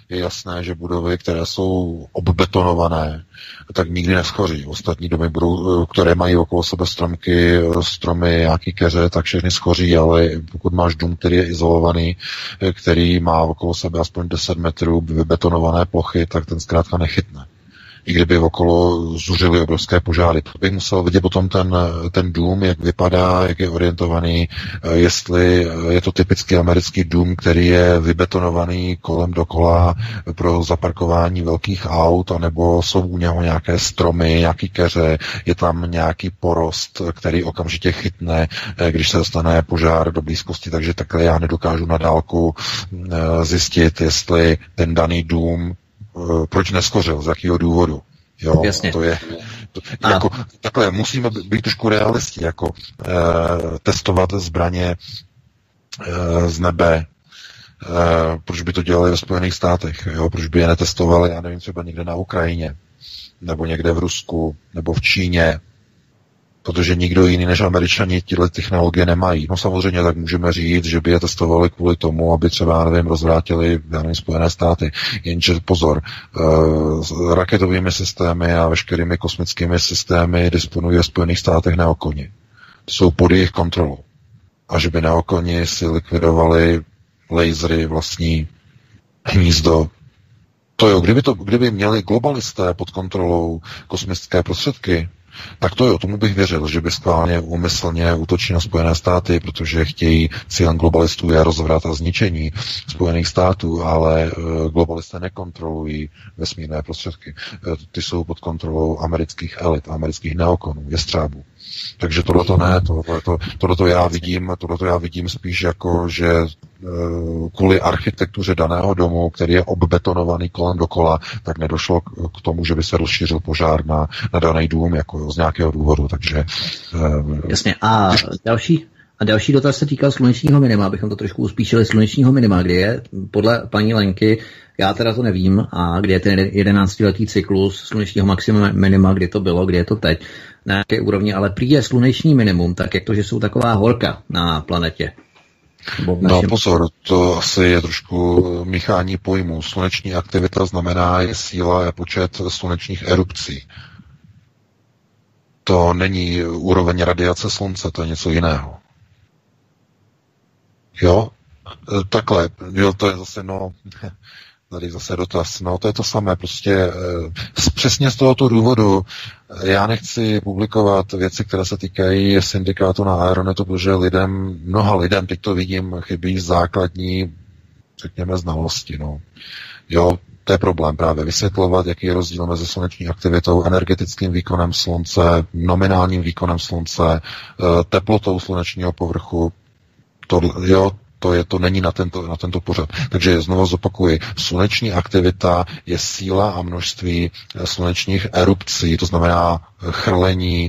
je jasné, že budovy, které jsou obbetonované, tak nikdy neschoří. Ostatní domy, budou, které mají okolo sebe stromky, stromy, nějaký keře, tak všechny schoří, ale pokud máš dům, který je izolovaný, který má okolo sebe aspoň deset metrů vybetonované plochy, tak ten zkrátka nechytne. I kdyby okolo zuřily obrovské požáry. Bych musel vidět potom ten, ten dům, jak vypadá, jak je orientovaný, jestli je to typický americký dům, který je vybetonovaný kolem dokola pro zaparkování velkých aut, anebo jsou u něho nějaké stromy, nějaký keře, je tam nějaký porost, který okamžitě chytne, když se dostane požár do blízkosti, takže takhle já nedokážu na dálku zjistit, jestli ten daný dům proč neschořil, z jakého důvodu. Jo, jasně. To je, to, jako, takhle, musíme být trošku realisti, jako eh, testovat zbraně eh, z nebe, eh, proč by to dělali ve Spojených státech, jo, proč by je netestovali, já nevím, třeba někde na Ukrajině, nebo někde v Rusku, nebo v Číně, protože nikdo jiný než Američani tyhle technologie nemají. No samozřejmě tak můžeme říct, že by je testovali kvůli tomu, aby třeba, nevím, rozvrátili, já nevím, Spojené státy. Jenže pozor, uh, raketovými systémy a veškerými kosmickými systémy disponují ve Spojených státech neokoni. Jsou pod jejich kontrolou. A že by neokoni si likvidovali lasery vlastní hnízdo. To jo, kdyby, to, kdyby měli globalisté pod kontrolou kosmické prostředky, tak to jo, tomu bych věřil, že by schválně úmyslně útočí na Spojené státy, protože chtějí, cílem globalistů je rozvrat a zničení Spojených států, ale globalisté nekontrolují vesmírné prostředky. Ty jsou pod kontrolou amerických elit, amerických neokonů, jestřábů. Takže tohleto ne, tohleto, tohleto já vidím, tohleto já vidím spíš jako, že kvůli architektuře daného domu, který je obbetonovaný kolem dokola, tak nedošlo k tomu, že by se rozšířil požár na, na daný dům, jako jo, z nějakého důvodu, takže... Jasně, a další, a další dotaz se týkal slunečního minima, abychom to trošku uspíšili, slunečního minima, kdy je podle paní Lenky, já teda to nevím, a kdy je ten jedenáctiletý cyklus slunečního maxima minima, kdy to bylo, kdy je to teď, na jaké úrovni, ale prý je sluneční minimum, tak jak to, že jsou taková horka na planetě. No pozor, to asi je trošku míchání pojmů. Sluneční aktivita znamená je síla a počet slunečních erupcí. To není úroveň radiace slunce, to je něco jiného. Jo? Takhle, jo, to je zase, no, tady zase dotaz, no, to je to samé, prostě přesně z tohoto důvodu já nechci publikovat věci, které se týkají syndikátu na Aeronetu, protože lidem, mnoha lidem, teď to vidím, chybí základní, řekněme, znalosti, no. Jo, to je problém právě vysvětlovat, jaký je rozdíl mezi sluneční aktivitou, energetickým výkonem slunce, nominálním výkonem slunce, teplotou slunečního povrchu, to, jo, to, je, to není na tento, na tento pořad. Takže znovu zopakuji, sluneční aktivita je síla a množství slunečních erupcí, to znamená chrlení,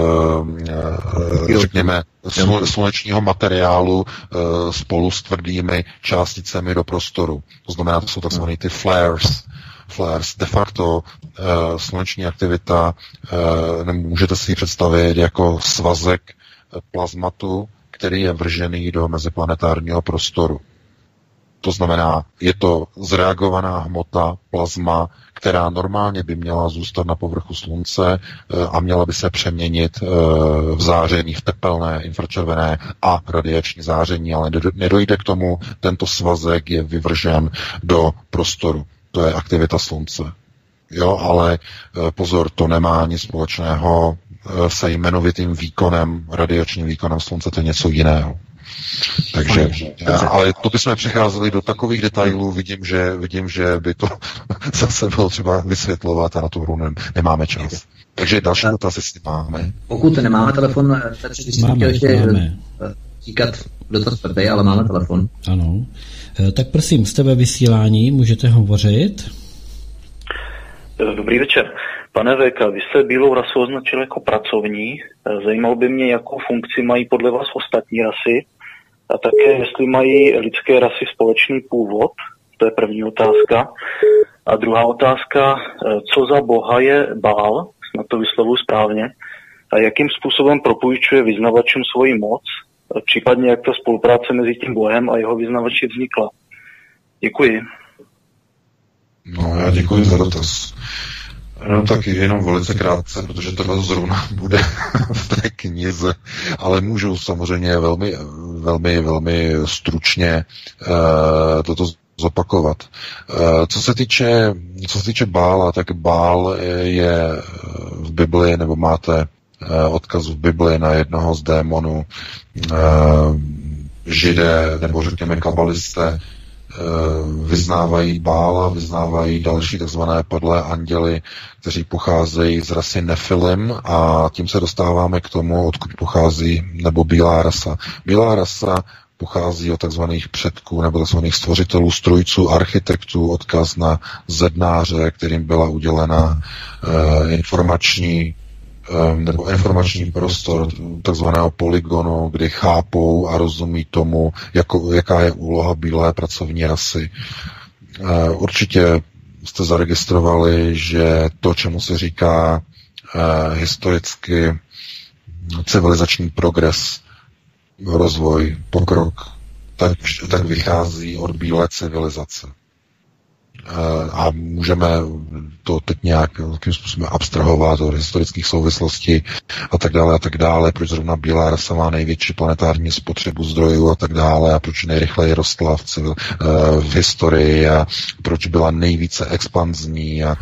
řekněme, slunečního materiálu spolu s tvrdými částicemi do prostoru. To znamená, to jsou takzvané ty flares. Flares. De facto sluneční aktivita, můžete si ji představit jako svazek plazmatu, který je vržený do meziplanetárního prostoru. To znamená, je to zreagovaná hmota, plazma, která normálně by měla zůstat na povrchu slunce a měla by se přeměnit v záření, v tepelné, infračervené a radiační záření, ale nedojde k tomu, tento svazek je vyvržen do prostoru. To je aktivita slunce. Jo, ale pozor, to nemá nic společného se jmenovitým výkonem, radiačním výkonem slunce, to je něco jiného. Takže, ale to bychom přecházeli do takových detailů, vidím, že, vidím, že by to zase bylo třeba vysvětlovat a na tu hru nemáme čas. Takže další dotaz, jestli máme. Pokud nemáme telefon, tak bych chtěl ještě říkat dotaz prvý, ale máme telefon. Ano. Tak prosím, jste ve vysílání, můžete hovořit? Dobrý večer. Pane V K, vy jste bílou rasu označil jako pracovní. Zajímalo by mě, jakou funkci mají podle vás ostatní rasy a také, jestli mají lidské rasy společný původ. To je první otázka. A druhá otázka, co za boha je Baal, snad to vyslovuji správně, a jakým způsobem propůjčuje vyznavačům svoji moc, případně jak ta spolupráce mezi tím bohem a jeho vyznavači vznikla. Děkuji. No, já děkuji za dotaz. No tak jenom velice krátce, protože tohle zrovna bude v té knize, ale můžu samozřejmě velmi, velmi, velmi stručně uh, toto zopakovat. Uh, co se týče, co se týče Bála, tak Bál je v Bibli, nebo máte uh, odkaz v Bibli na jednoho z démonů. Uh, Židé, nebo řekněme kabalisté, vyznávají Bála, vyznávají další takzvané padlé anděly, kteří pocházejí z rasy Nefilim, a tím se dostáváme k tomu, odkud pochází, nebo bílá rasa. Bílá rasa pochází od takzvaných předků nebo takzvaných stvořitelů, strojců, architektů, odkaz na zednáře, kterým byla udělena uh, informační nebo informační prostor takzvaného polygonu, kdy chápou a rozumí tomu, jako, jaká je úloha bílé pracovní rasy. Určitě jste zaregistrovali, že to, čemu se říká historicky civilizační progres, rozvoj, pokrok, tak, tak vychází od bílé civilizace. A můžeme to teď nějakým způsobem abstrahovat od historických souvislostí a tak dále a tak dále, proč zrovna bílá rasa má největší planetární spotřebu zdrojů a tak dále a proč nejrychleji rostla v, civil, v historii a proč byla nejvíce expanzní a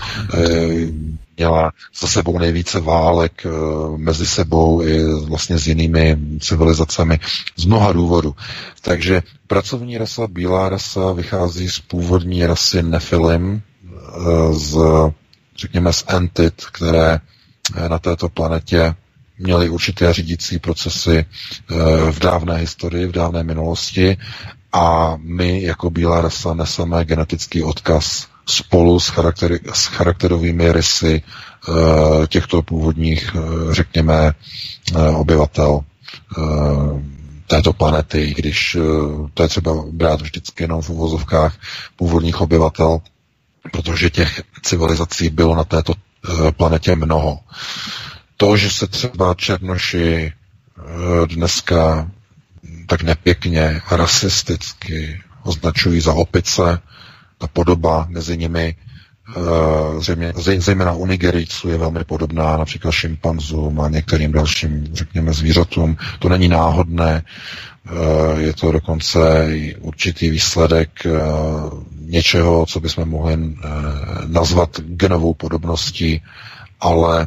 měla za sebou nejvíce válek mezi sebou i vlastně s jinými civilizacemi z mnoha důvodů. Takže pracovní rasa, bílá rasa vychází z původní rasy Nefilim, z, řekněme, z entit, které na této planetě měly určité řídící procesy v dávné historii, v dávné minulosti, a my jako bílá rasa neseme genetický odkaz spolu s, charakter, s charakterovými rysy uh, těchto původních, uh, řekněme, uh, obyvatel uh, této planety, když uh, to je třeba brát vždycky jenom v uvozovkách původních obyvatel, protože těch civilizací bylo na této uh, planetě mnoho. To, že se třeba černoši uh, dneska tak nepěkně rasisticky označují za opice, ta podoba mezi nimi, zřejmě, zejména u Nigerijců, je velmi podobná například šimpanzům a některým dalším, řekněme, zvířatům. To není náhodné, je to dokonce určitý výsledek něčeho, co bychom mohli nazvat genovou podobností, ale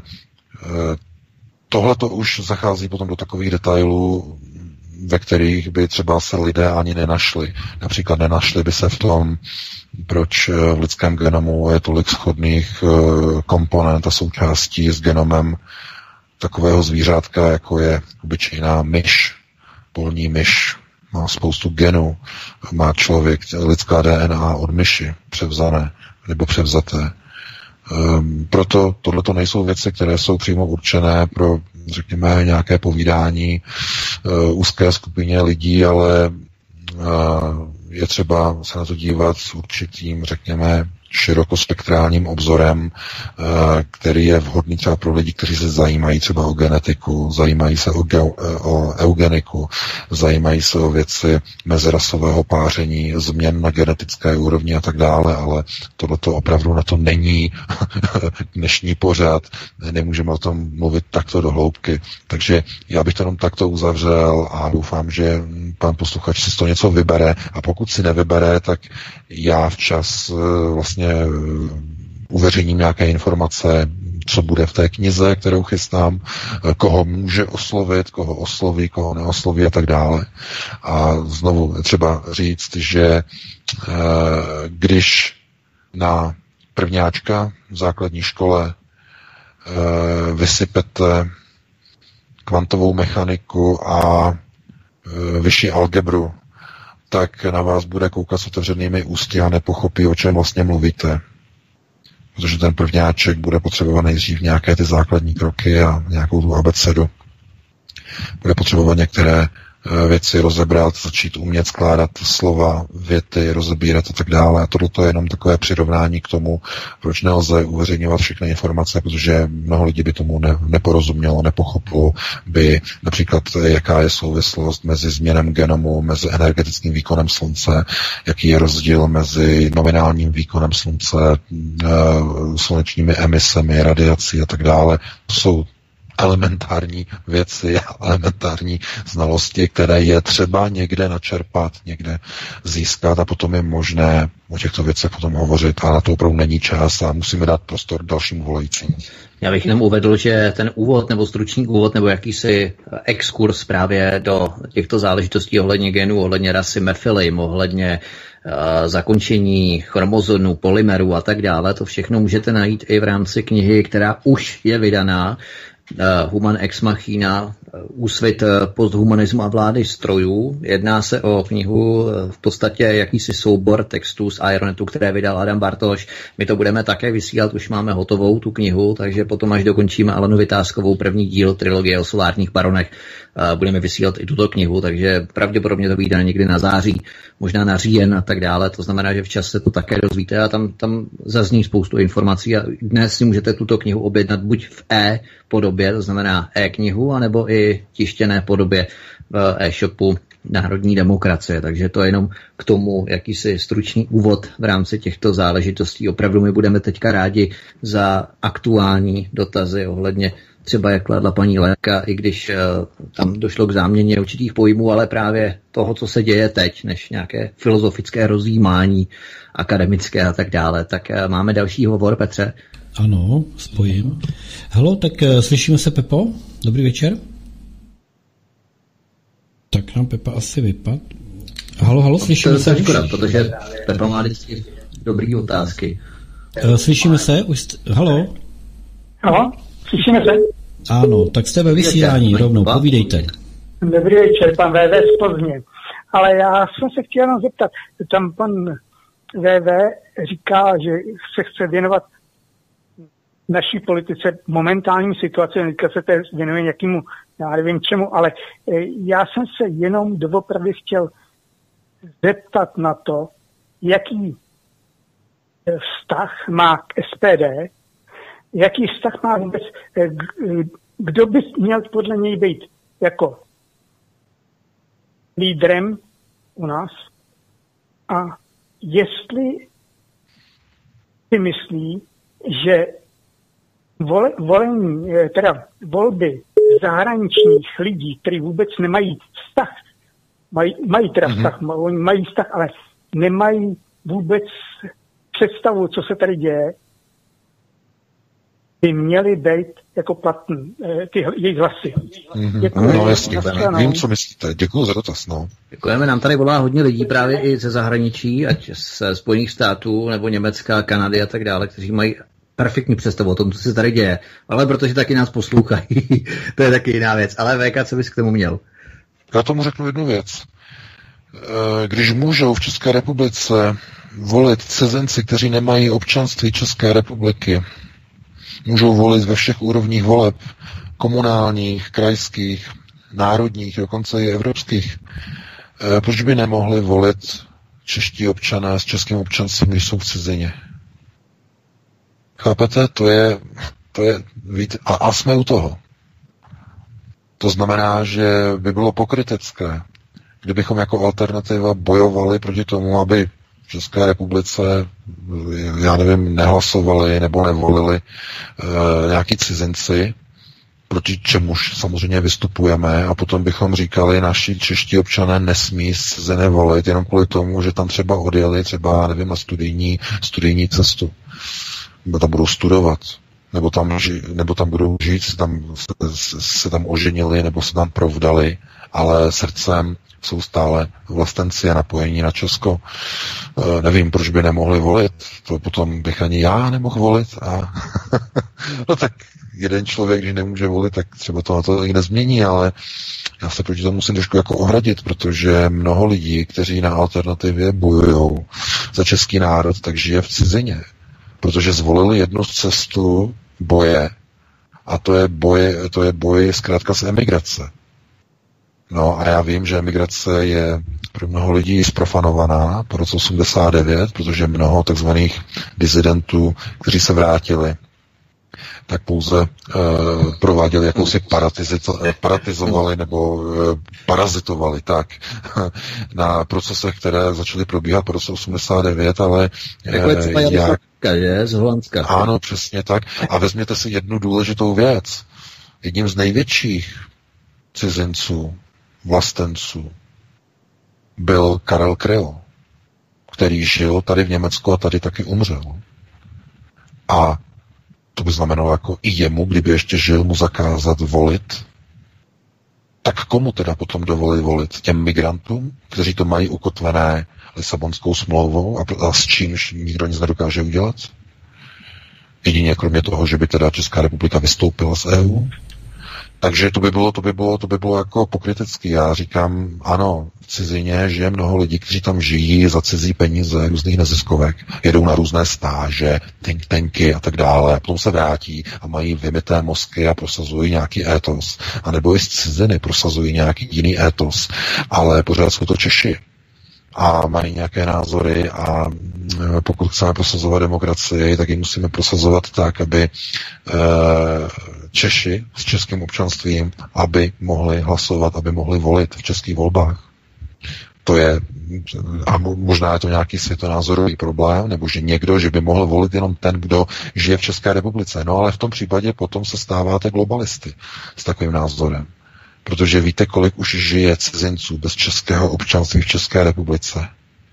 tohle to už zachází potom do takových detailů, ve kterých by třeba se lidé ani nenašli. Například nenašli by se v tom, proč v lidském genomu je tolik shodných komponent a součástí s genomem takového zvířátka, jako je obyčejná myš, polní myš. Má spoustu genů, má člověk lidská D N A od myši převzané nebo převzaté. Um, proto tohleto nejsou věci, které jsou přímo určené pro, řekněme, nějaké povídání uh, úzké skupině lidí, ale uh, je třeba se na to dívat s určitým, řekněme, širokospektrálním obzorem, který je vhodný třeba pro lidi, kteří se zajímají třeba o genetiku, zajímají se o, ge- o eugeniku, zajímají se o věci mezirasového páření, změn na genetické úrovni a tak dále, ale tohleto opravdu na to není dnešní pořad, nemůžeme o tom mluvit takto do hloubky, takže já bych to jenom takto uzavřel a doufám, že pan posluchač si to něco vybere, a pokud si nevybere, tak já včas vlastně uveřejním nějaké informace, co bude v té knize, kterou chystám, koho může oslovit, koho osloví, koho neosloví a tak dále. A znovu třeba říct, že když na prvňáčka v základní škole vysypete kvantovou mechaniku a vyšší algebru, tak na vás bude koukat s otevřenými ústy a nepochopí, o čem vlastně mluvíte. Protože ten prvňáček bude potřebovat nejdřív nějaké ty základní kroky a nějakou tu abecedu. Bude potřebovat některé věci rozebrat, začít umět skládat slova, věty, rozebírat a tak dále. A tohle je jenom takové přirovnání k tomu, proč nelze uveřejňovat všechny informace, protože mnoho lidí by tomu ne, neporozumělo, nepochopilo by například, jaká je souvislost mezi změnem genomu, mezi energetickým výkonem slunce, jaký je rozdíl mezi nominálním výkonem slunce, slunečními emisemi, radiací a tak dále. To jsou elementární věci, elementární znalosti, které je třeba někde načerpat, někde získat a potom je možné o těchto věcech potom hovořit, ale na to opravdu není čas a musíme dát prostor dalším volajícím. Já bych jenom uvedl, že ten úvod nebo stručný úvod nebo jakýsi exkurs právě do těchto záležitostí ohledně genů, ohledně rasy Mephilim, ohledně uh, zakončení chromozomů, polymerů a tak dále, to všechno můžete najít i v rámci knihy, která už je vydaná, Uh, Human ex machina, uh, úsvit uh, posthumanismu a vlády strojů. Jedná se o knihu uh, v podstatě jakýsi soubor textů z Ironetu, které vydal Adam Bartoš. My to budeme také vysílat, už máme hotovou tu knihu, takže potom, až dokončíme Alenu Vytázkovou první díl trilogie o solárních baronech, uh, budeme vysílat i tuto knihu, takže pravděpodobně to vyjde někdy na září, možná na říjen a tak dále. To znamená, že včas se to také dozvíte a tam, tam zazní spoustu informací a dnes si můžete tuto knihu objednat buď v e podobě, to znamená e-knihu, anebo i tištěné podobě v e-shopu Národní demokracie. Takže to je jenom k tomu jakýsi stručný úvod v rámci těchto záležitostí. Opravdu my budeme teďka rádi za aktuální dotazy ohledně třeba jak kladla paní Léka, i když uh, tam došlo k záměně určitých pojmů, ale právě toho, co se děje teď, než nějaké filozofické rozjímání akademické a tak dále. Tak uh, máme další hovor, Petře. Ano, spojím. Halo, tak uh, slyšíme se, Pepo? Dobrý večer. Tak nám Pepa asi vypad. Halo, halo, slyšíme se? To je škoda, protože Pepa má vždycky dobrý otázky. Uh, slyšíme se? Už st- halo? Halo, slyšíme se? Ano, tak jste ve vysílání rovnou, povídejte. Dobrý večer, pan V V z Plzně. Ale já jsem se chtěl jenom zeptat, tam pan V V říká, že se chce věnovat naší politice momentálním situaci, teďka se to věnuje nějakému, já nevím čemu, ale já jsem se jenom doopravdy chtěl zeptat na to, jaký vztah má k S P D, jaký vztah má vůbec, kdo by měl podle něj být jako lídrem u nás a jestli si myslí, že vole, volení, teda volby zahraničních lidí, kteří vůbec nemají vztah, mají, mají teda mm-hmm. vztah, oni mají vztah, ale nemají vůbec představu, co se tady děje, by měly být jako platný, ty jejich hlasy. Mm-hmm. Děkuji. No jasně, vím, co myslíte. Děkuji za dotaz. No. Děkujeme, nám tady volá hodně lidí právě i ze zahraničí, ať ze Spojených států, nebo Německa, Kanady a tak dále, kteří mají perfektní představu o tom, co se tady děje. Ale protože taky nás poslouchají, to je taky jiná věc. Ale V K, co bys k tomu měl? Já tomu řeknu jednu věc. Když můžou v České republice volit cizinci, kteří nemají občanství České republiky, můžou volit ve všech úrovních voleb, komunálních, krajských, národních, dokonce i evropských. Proč by nemohli volit čeští občané s českým občanstvím, když jsou v cizině? Chápete? To je, to je víte, a, a jsme u toho. To znamená, že by bylo pokrytecké, kdybychom jako alternativa bojovali proti tomu, aby v České republice, já nevím, nehlasovali nebo nevolili e, nějaký cizinci, proti čemuž samozřejmě vystupujeme, a potom bychom říkali, naši čeští občané nesmí se nevolit jenom kvůli tomu, že tam třeba odjeli třeba, nevím, na studijní, studijní cestu. Nebo tam budou studovat, nebo tam, ži, nebo tam budou žít, se tam, se, se tam oženili, nebo se tam provdali, ale srdcem jsou stále vlastenci a napojení na Česko. E, nevím, proč by nemohli volit. To potom bych ani já nemohl volit. A no tak jeden člověk, když nemůže volit, tak třeba to na to i nezmění, ale já se proti tomu musím trošku jako ohradit, protože mnoho lidí, kteří na alternativě bojují za český národ, tak žije v cizině. Protože zvolili jednu cestu boje, a to je boj, to je boj zkrátka z emigrace. No a já vím, že migrace je pro mnoho lidí zprofanovaná po roce osmdesát devět, protože mnoho takzvaných disidentů, kteří se vrátili, tak pouze e, prováděli jakousi paratizovali nebo e, parazitovali tak na procesech, které začaly probíhat po roce osmdesát devět, ale jako je třeba jak... je z Holandska. Ano, přesně tak. A vezměte si jednu důležitou věc. Jedním z největších cizinců, vlastenců byl Karel Kryl, který žil tady v Německu a tady taky umřel. A to by znamenalo jako i jemu, kdyby ještě žil, mu zakázat volit. Tak komu teda potom dovolit volit? Těm migrantům, kteří to mají ukotvené Lisabonskou smlouvou a, a s čímž nikdo nic nedokáže udělat? Jedině kromě toho, že by teda Česká republika vystoupila z E U. Takže to by bylo, to by bylo, to by bylo jako pokrytecký. Já říkám, ano, v cizině žije mnoho lidí, kteří tam žijí za cizí peníze různých neziskovek, jedou na různé stáže, think tanky a tak dále, a potom se vrátí a mají vymyté mozky a prosazují nějaký étos. A nebo i z ciziny prosazují nějaký jiný étos. Ale pořád jsou to Češi. A mají nějaké názory a pokud chceme prosazovat demokracii, tak ji musíme prosazovat tak, aby Češi s českým občanstvím, aby mohli hlasovat, aby mohli volit v českých volbách. To je, a možná je to nějaký světonázorový problém, nebo že někdo, že by mohl volit jenom ten, kdo žije v České republice. No ale v tom případě potom se stáváte globalisty s takovým názorem. Protože víte, kolik už žije cizinců bez českého občanství v České republice?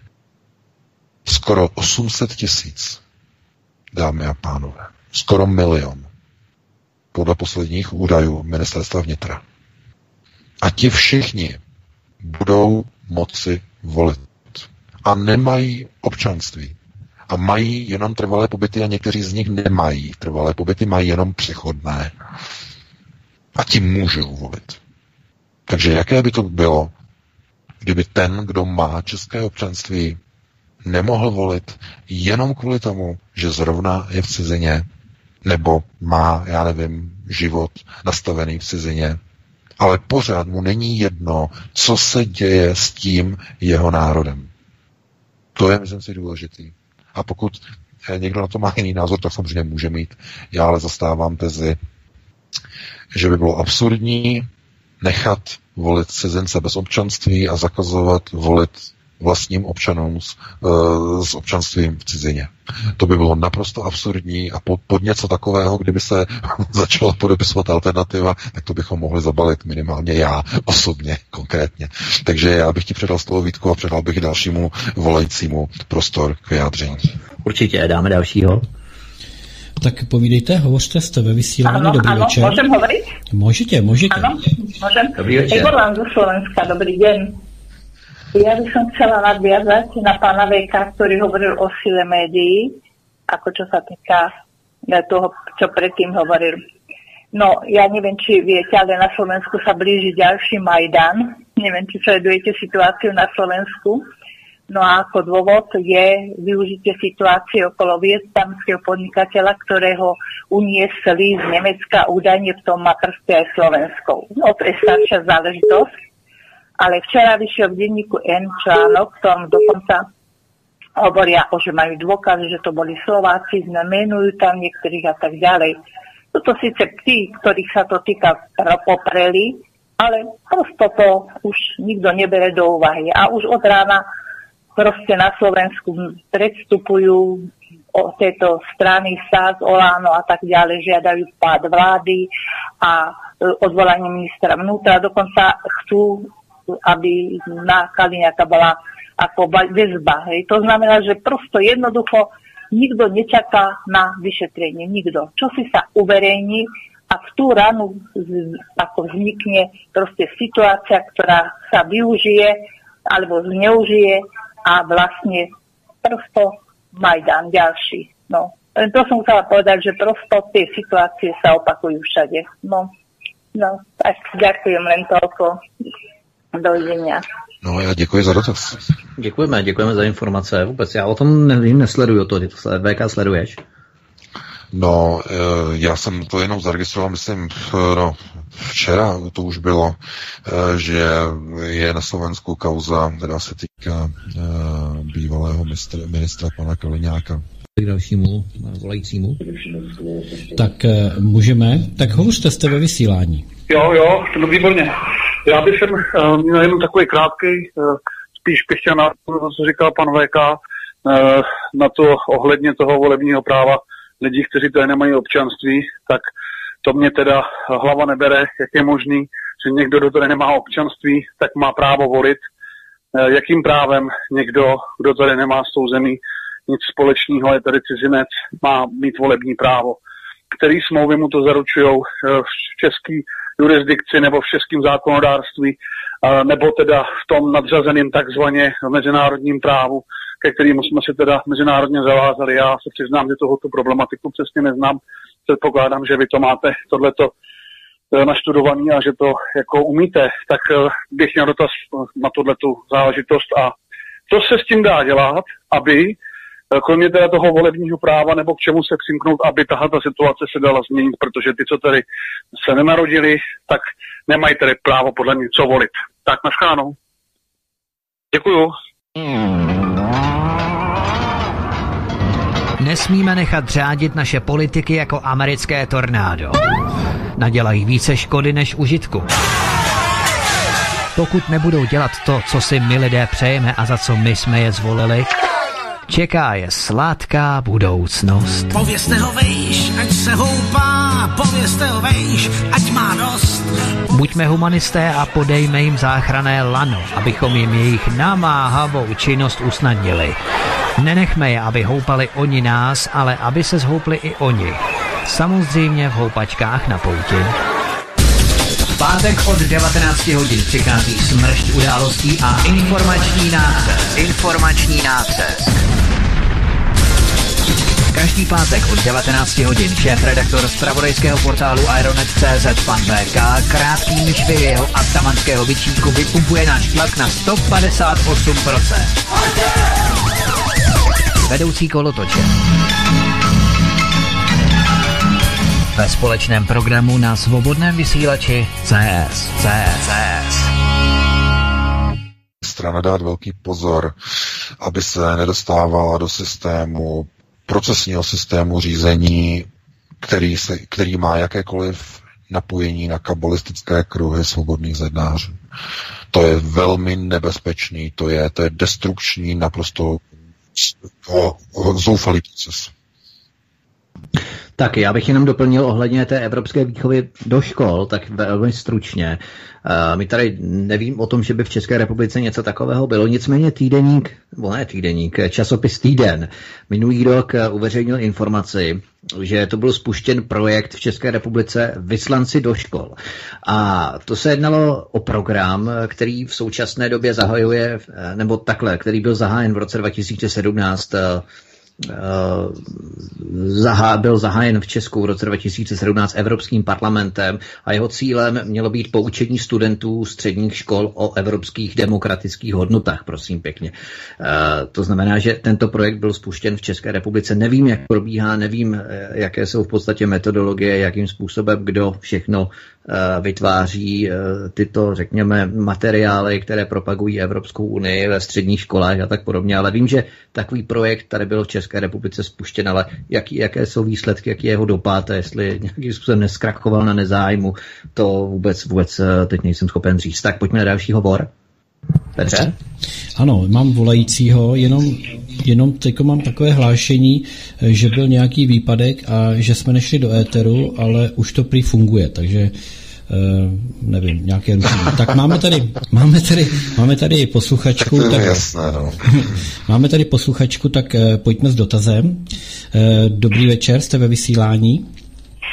Skoro osm set tisíc, dámy a pánové. Skoro milion. Podle posledních údajů Ministerstva vnitra. A ti všichni budou moci volit. A nemají občanství. A mají jenom trvalé pobyty a někteří z nich nemají trvalé pobyty, mají jenom přechodné. A ti můžou volit. Takže jaké by to bylo, kdyby ten, kdo má české občanství, nemohl volit jenom kvůli tomu, že zrovna je v cizině, nebo má, já nevím, život nastavený v cizině, ale pořád mu není jedno, co se děje s tím jeho národem. To je, myslím si, důležitý. A pokud někdo na to má jiný názor, tak samozřejmě může mít. Já ale zastávám tezi, že by bylo absurdní nechat volit cizince bez občanství a zakazovat volit vlastním občanům s, uh, s občanstvím v cizině. To by bylo naprosto absurdní a pod, pod něco takového, kdyby se začala podepisovat alternativa, tak to bychom mohli zabalit minimálně já osobně, konkrétně. Takže já bych ti předal slovo, Vítku, a předal bych dalšímu volajícímu prostor k vyjádření. Určitě, dáme dalšího. Tak povídejte, hovořte, jste ve vysílání, ano, dobrý ano, večer. Môžem hovoriť? Môžete, môžete. Áno, môžem. Dobrý večer. Igor vám zo Slovenska, dobrý deň. Ja by som chcela nadviazať na pána Vejka, ktorý hovoril o sile médií, ako čo sa týka toho, čo predtým hovoril. No, ja neviem, či viete, ale na Slovensku sa blíži ďalší Majdan. Neviem, či sledujete situáciu na Slovensku. No a ako dôvod je využitie situácie okolo vietnamského podnikateľa, ktorého uniesli z Nemecka údajne v tom materstve aj Slovenskou. No to je staršia záležitosť. Ale včera vyšiel v denníku N článok, v ktorom dokonca hovoria, že majú dôkazy, že to boli Slováci, znamenujú tam niektorých a tak ďalej. Toto síce tí, ktorých sa to týka, popreli, ale prosto to už nikto nebere do úvahy. A už od rána proste na Slovensku predstupujú o tejto strany es á es, Olano a tak ďalej, žiadajú pád vlády a odvolanie ministra vnútra. Dokonca chcú, aby na Kaliňáka bola ako väzba. Hej. To znamená, že prosto jednoducho nikto nečaká na vyšetrenie. Nikto. Čo si sa uverejní a v tú ranu ako vznikne proste situácia, ktorá sa využije alebo zneužije a vlastne prosto Majdan ďalší. No, to som chcela povedať, že prosto tie situácie sa opakujú všade. No, no tak ďakujem len toľko. Dovidenia. No, já děkuji za dotaz. Děkujeme, děkujeme za informace. Vůbec já o tom nevím, nesleduju to. Ty to V K sleduješ? No, já jsem to jenom zaregistroval, myslím, no, včera to už bylo, že je na Slovensku kauza, která se týká bývalého ministra, ministra pana Kaliňáka. K dalšímu volajícímu. Tak můžeme, tak hovořte, jste ve vysílání. Jo, jo, no výborně. Já bych jsem uh, měl jenom takový krátký, uh, spíš bych chtěl na to, co říkal pan V K, uh, na to ohledně toho volebního práva lidí, kteří tady nemají občanství, tak to mě teda hlava nebere, jak je možný, že někdo, kdo tady nemá občanství, tak má právo volit. Uh, jakým právem někdo, kdo tady nemá s tou zemí nic společného, je tady cizinec, má mít volební právo. Který smlouvy mu to zaručují v české jurisdikci nebo v českém zákonodárství, nebo teda v tom nadřazeném takzvaně mezinárodním právu, ke kterému jsme se teda mezinárodně zavázali. Já se přiznám, že tohoto problematiku přesně neznám. Předpokládám, že vy to máte tohleto naštudovaný a že to jako umíte. Tak bych měl dotaz na tohletu záležitost a co se s tím dá dělat, aby kromě teda toho volebního práva, nebo k čemu se přimknout, aby tahle situace se dala změnit, protože ty, co tady se nenarodili, tak nemají tady právo podle mě co volit. Tak naschánou. Děkuju. Nesmíme nechat řádit naše politiky jako americké tornádo. Nadělají více škody než užitku. Pokud nebudou dělat to, co si my lidé přejeme a za co my jsme je zvolili, čeká je sladká budoucnost. Povězte ho vejš, ať se houpá, povězte ho vejš, ať má dost. Buďme humanisté a podejme jim záchranné lano, abychom jim jejich namáhavou činnost usnadnili. Nenechme je, aby houpali oni nás, ale aby se zhoupli i oni. Samozřejmě v houpačkách na pouti. V pátek od devatenácti hodin přichází smršť událostí a informační nácest. Informační nácest. Každý pátek od devatenácti hodin šéf-redaktor zpravodajského portálu Ironet tečka cé zet pan V K krátkým švy jeho atamanského vyčínku vypumpuje náš tlak na sto padesát osm procent. Vedoucí kolotoče. Ve společném programu na svobodném vysílači C S C S. Strana dát velký pozor, aby se nedostávala do systému, procesního systému řízení, který, se, který má jakékoliv napojení na kabalistické kruhy svobodných zednářů. To je velmi nebezpečný, to je, to je destrukční, naprosto zoufalý proces. Tak já bych jenom doplnil ohledně té evropské výchovy do škol, tak velmi stručně. My tady nevím o tom, že by v České republice něco takového bylo, nicméně týdeník, nebo ne týdeník, časopis Týden minulý rok uveřejnil informaci, že to byl spuštěn projekt v České republice Vyslanci do škol. A to se jednalo o program, který v současné době zahajuje, nebo takhle, který byl zahájen v roce dva tisíce sedmnáct, Zahá, byl zahájen v Česku v roce dva tisíce sedmnáct Evropským parlamentem a jeho cílem mělo být poučení studentů středních škol o evropských demokratických hodnotách, prosím pěkně. E, to znamená, že tento projekt byl spuštěn v České republice. Nevím, jak probíhá, nevím, jaké jsou v podstatě metodologie, jakým způsobem kdo všechno e, vytváří e, tyto, řekněme, materiály, které propagují Evropskou unii ve středních školách a tak podobně, ale vím, že takový projekt tady byl v České České republice spuštěn, ale jaký, jaké jsou výsledky, jaký je jeho dopad, jestli nějakým způsobem neskrachoval na nezájmu, to vůbec, vůbec teď nejsem schopen říct. Tak pojďme na další hovor. Petře? Ano, mám volajícího, jenom, jenom teď mám takové hlášení, že byl nějaký výpadek a že jsme nešli do éteru, ale už to prý funguje, takže Uh, nevím, nějaké rušení. Tak máme tady, máme tady, máme tady posluchačku. Tak, tak jasné, no. Máme tady posluchačku, tak uh, pojďme s dotazem. Uh, dobrý večer, jste ve vysílání.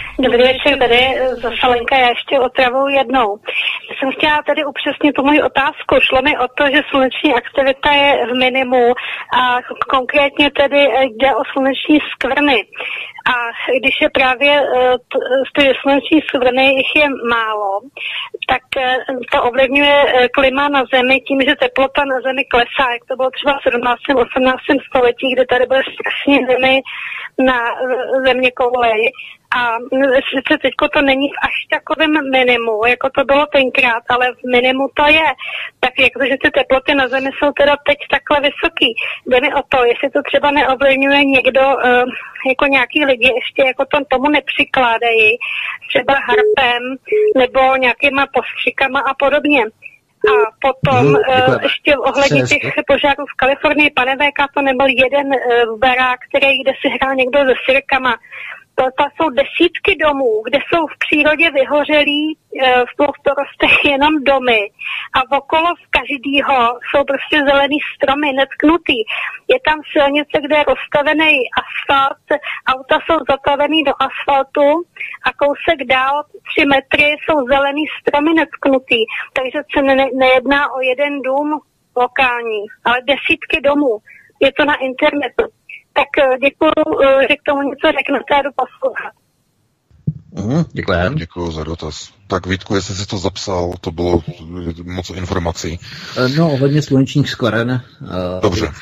Dobrý večer, tady zase Lenka, já ještě otravou jednou. Já jsem chtěla tady upřesnit tu moji otázku. Šlo mi o to, že sluneční aktivita je v minimu a konkrétně tedy jde o sluneční skvrny. A když je právě ty sluneční skvrny, jich je málo, tak to ovlivňuje klima na Zemi tím, že teplota na Zemi klesá, jak to bylo třeba v sedmnáctém osmnáctém století, kde tady byly strašně zimy na země koulej. A sice teďko to není v až takovém minimu, jako to bylo tenkrát, ale v minimu to je. Tak jakože ty teploty na Zemi jsou teda teď takhle vysoký. Jde mi o to, jestli to třeba neovlivňuje někdo, uh, jako nějaký lidi ještě jako to tomu nepřikládají, třeba harpem nebo nějakýma postřikama a podobně. A potom hmm, uh, ještě ohledně těch požárů v Kalifornii, pane V K, to nebyl jeden uh, barák, který, kde si hrál někdo se sirkama. To, to jsou desítky domů, kde jsou v přírodě vyhořelí e, v porostech jenom domy a okolo z každého jsou prostě zelený stromy, netknutý. Je tam silnice, kde je rozstavený asfalt, auta jsou zatavený do asfaltu a kousek dál tři metry jsou zelený stromy netknutý. Takže se ne, nejedná o jeden dům lokální, ale desítky domů. Je to na internetu. Tak děkuju, že k tomu něco řeknete a jdu poslouchat. Mm, děkuji. Děkuji za dotaz. Tak Vítku, jestli jsi to zapsal, to bylo moc informací. No, ohledně slunečních skvrn. Dobře.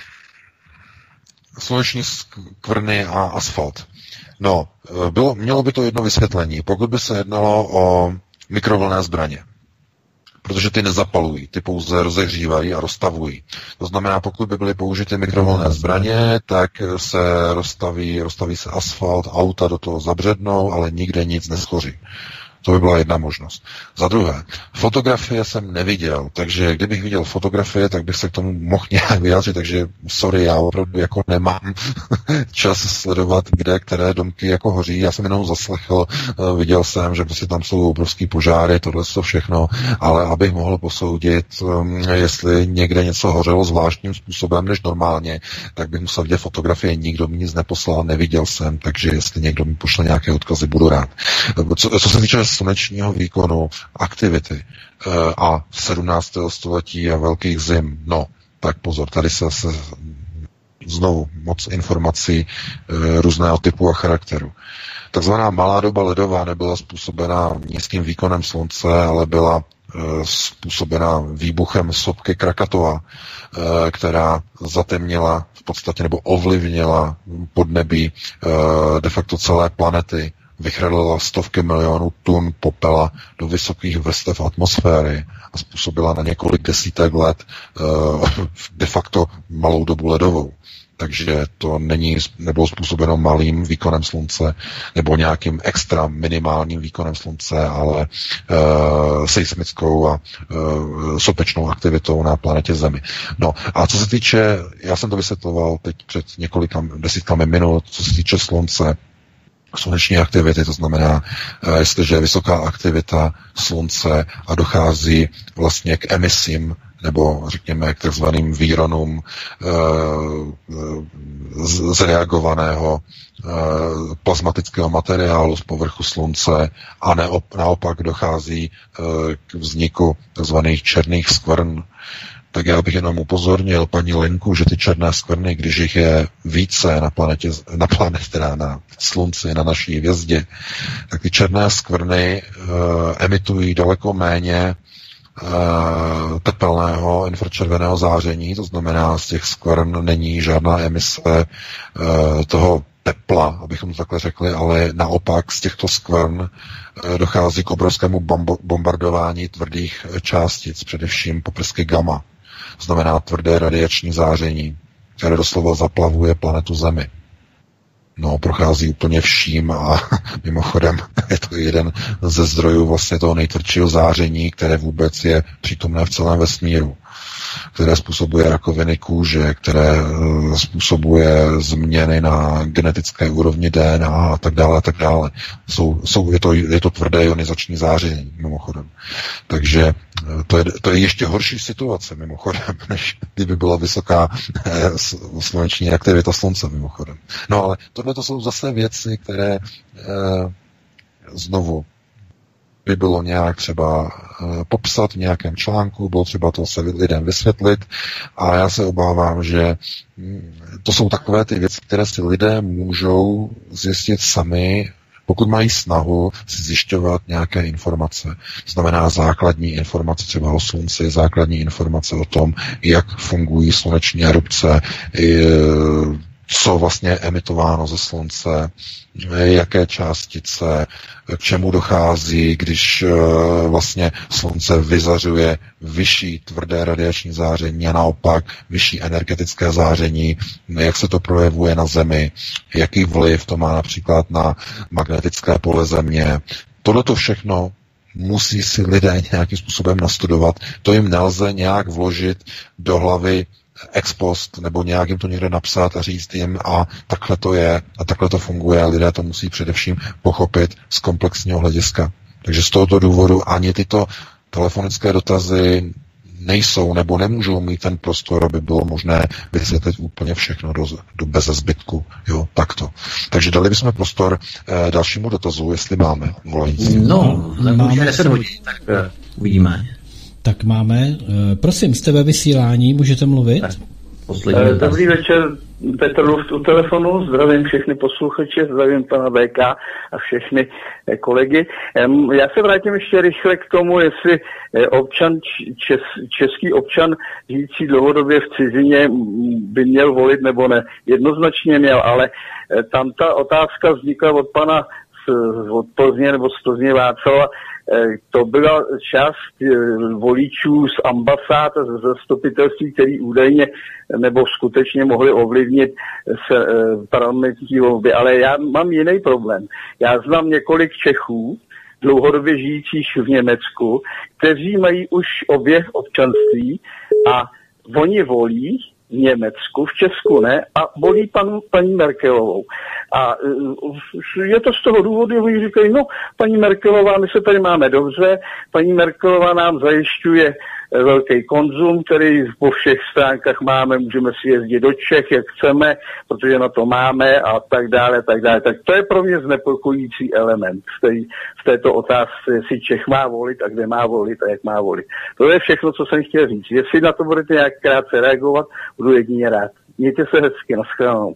Sluneční skvrny a asfalt. No, bylo, mělo by to jedno vysvětlení. Pokud by se jednalo o mikrovlnné zbraně, protože ty nezapalují, ty pouze rozehřívají a roztavují. To znamená, pokud by byly použity mikrovlnné zbraně, tak se roztaví, roztaví se asfalt, auta do toho zabřednou, ale nikde nic neschoří. To by byla jedna možnost. Za druhé, fotografie jsem neviděl, takže kdybych viděl fotografie, tak bych se k tomu mohl nějak vyjádřit, takže sorry, já opravdu jako nemám čas sledovat, kde, které domky jako hoří. Já jsem jenom zaslechl, viděl jsem, že prostě tam jsou obrovský požáry, tohle to všechno, ale abych mohl posoudit, jestli někde něco hořelo zvláštním způsobem než normálně, tak bych musel vidět fotografie, nikdo mi nic neposlal, neviděl jsem, takže jestli někdo mi pošle nějaké odkazy, budu rád. Co, co se týče slunečního výkonu, aktivity a sedmnáctého století a velkých zim, no, tak pozor, tady se, se znovu moc informací různého typu a charakteru. Takzvaná malá doba ledová nebyla způsobena nízkým výkonem slunce, ale byla způsobena výbuchem sopky Krakatova, která zatemnila v podstatě nebo ovlivnila podnebí de facto celé planety, vychrlila stovky milionů tun popela do vysokých vrstev atmosféry a způsobila na několik desítek let de facto malou dobu ledovou. Takže to není, nebylo způsobeno malým výkonem slunce nebo nějakým extra minimálním výkonem slunce, ale e, seismickou a e, sopečnou aktivitou na planetě Zemi. No a co se týče, já jsem to vysvětloval teď před několika desítkami minut, co se týče slunce, sluneční aktivity, to znamená, jestliže je vysoká aktivita slunce a dochází vlastně k emisím nebo řekněme k takzvaným výronům e, zreagovaného e, plazmatického materiálu z povrchu slunce a neop, naopak dochází e, k vzniku takzvaných černých skvrn, tak já bych jenom upozornil paní Lenku, že ty černé skvrny, když jich je více na planetě, na planetě, teda na slunci, na naší hvězdě, tak ty černé skvrny uh, emitují daleko méně uh, tepelného infračerveného záření, to znamená, z těch skvrn není žádná emise uh, toho tepla, abychom to takhle řekli, ale naopak z těchto skvrn uh, dochází k obrovskému bombardování tvrdých částic, především poprsky gamma. To znamená tvrdé radiační záření, které doslova zaplavuje planetu Zemi. No, prochází úplně vším a mimochodem je to jeden ze zdrojů vlastně toho nejtvrdšího záření, které vůbec je přítomné v celém vesmíru, které způsobuje rakoviny kůže, které způsobuje změny na genetické úrovni D N A a tak dále a tak dále. Jsou, jsou, je, to, je to tvrdé ionizační záření, mimochodem. Takže to je, to je ještě horší situace, mimochodem, než kdyby byla vysoká eh, sluneční aktivita slunce, mimochodem. No ale tohle to jsou zase věci, které eh, znovu by bylo nějak třeba popsat v nějakém článku, bylo třeba to se lidem vysvětlit a já se obávám, že to jsou takové ty věci, které si lidé můžou zjistit sami, pokud mají snahu si zjišťovat nějaké informace. To znamená základní informace třeba o slunci, základní informace o tom, jak fungují sluneční erupce, co vlastně je emitováno ze slunce, jaké částice, k čemu dochází, když vlastně slunce vyzařuje vyšší tvrdé radiační záření a naopak vyšší energetické záření, jak se to projevuje na Zemi, jaký vliv to má například na magnetické pole Země. Tohleto všechno musí si lidé nějakým způsobem nastudovat. To jim nelze nějak vložit do hlavy ex post, nebo nějak jim to někde napsat a říct jim a takhle to je a takhle to funguje a lidé to musí především pochopit z komplexního hlediska. Takže z tohoto důvodu ani tyto telefonické dotazy nejsou nebo nemůžou mít ten prostor, aby bylo možné vysvětlit úplně všechno do, do beze zbytku. Jo, takto. Takže dali bychom prostor eh, dalšímu dotazu, jestli máme volající. No, máme deset hodin, tak eh, uvidíme. Tak máme. Prosím, jste ve vysílání, můžete mluvit? Dobrý večer, Petr Luft u telefonu, zdravím všechny posluchače, zdravím pana V K a všechny kolegy. Já se vrátím ještě rychle k tomu, jestli občan, čes, český občan žijící dlouhodobě v cizině by měl volit nebo ne. Jednoznačně měl, ale tam ta otázka vznikla od pana z, od Plzně nebo z Plzně Václava. To byla část voličů z ambasád a z zastupitelství, který údajně nebo skutečně mohli ovlivnit se, parlamentní volby. Ale já mám jiný problém. Já znám několik Čechů, dlouhodobě žijících v Německu, kteří mají už obě občanství a oni volí v Německu, v Česku ne, a volí panu, paní Merkelovou. A je to z toho důvodu, že oni říkají, no, paní Merkelová, my se tady máme dobře, paní Merkelová nám zajišťuje velký konzum, který po všech stránkách máme, můžeme si jezdit do Čech, jak chceme, protože na to máme a tak dále, tak dále. Tak to je pro mě znepokojící element v, té, v této otázce, jestli Čech má volit a kde má volit a jak má volit. To je všechno, co jsem chtěl říct. Jestli na to budete nějak krátce reagovat, budu jedině rád. Mějte se hezky, nashledanou.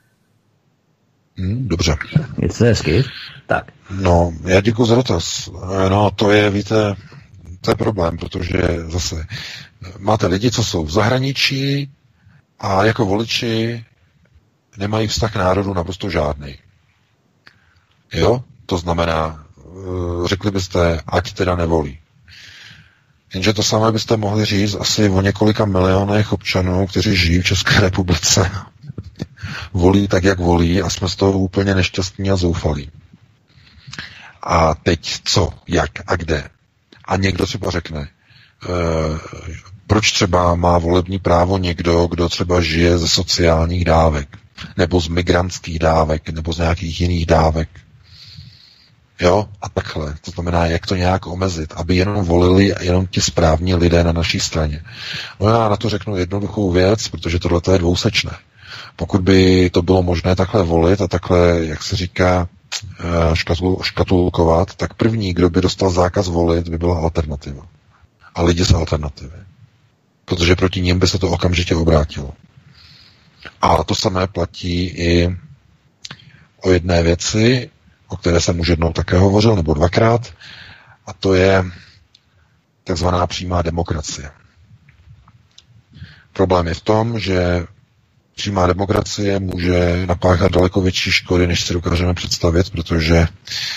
Hmm, dobře. Mějte se hezky. Tak. No, já děkuji za dotaz. No, to je, víte, to je problém, protože zase máte lidi, co jsou v zahraničí a jako voliči nemají vztah k národu naprosto žádný. Jo? To znamená, řekli byste, ať teda nevolí. Jenže to samé byste mohli říct asi o několika milionech občanů, kteří žijí v České republice. Volí tak, jak volí a jsme z toho úplně nešťastní a zoufalí. A teď co, jak a kde? A někdo třeba řekne, e, proč třeba má volební právo někdo, kdo třeba žije ze sociálních dávek, nebo z migrantských dávek, nebo z nějakých jiných dávek. Jo, a takhle. To znamená, jak to nějak omezit, aby jenom volili jenom ti správní lidé na naší straně. No já na to řeknu jednoduchou věc, protože tohle je dvousečné. Pokud by to bylo možné takhle volit a takhle, jak se říká, škatul, škatulkovat, tak první, kdo by dostal zákaz volit, by byla alternativa. A lidi z alternativy. Protože proti nim by se to okamžitě obrátilo. A to samé platí i o jedné věci, o které jsem už jednou také hovořil, nebo dvakrát, a to je takzvaná přímá demokracie. Problém je v tom, že přímá demokracie může napáchat daleko větší škody, než si dokážeme představit, protože e,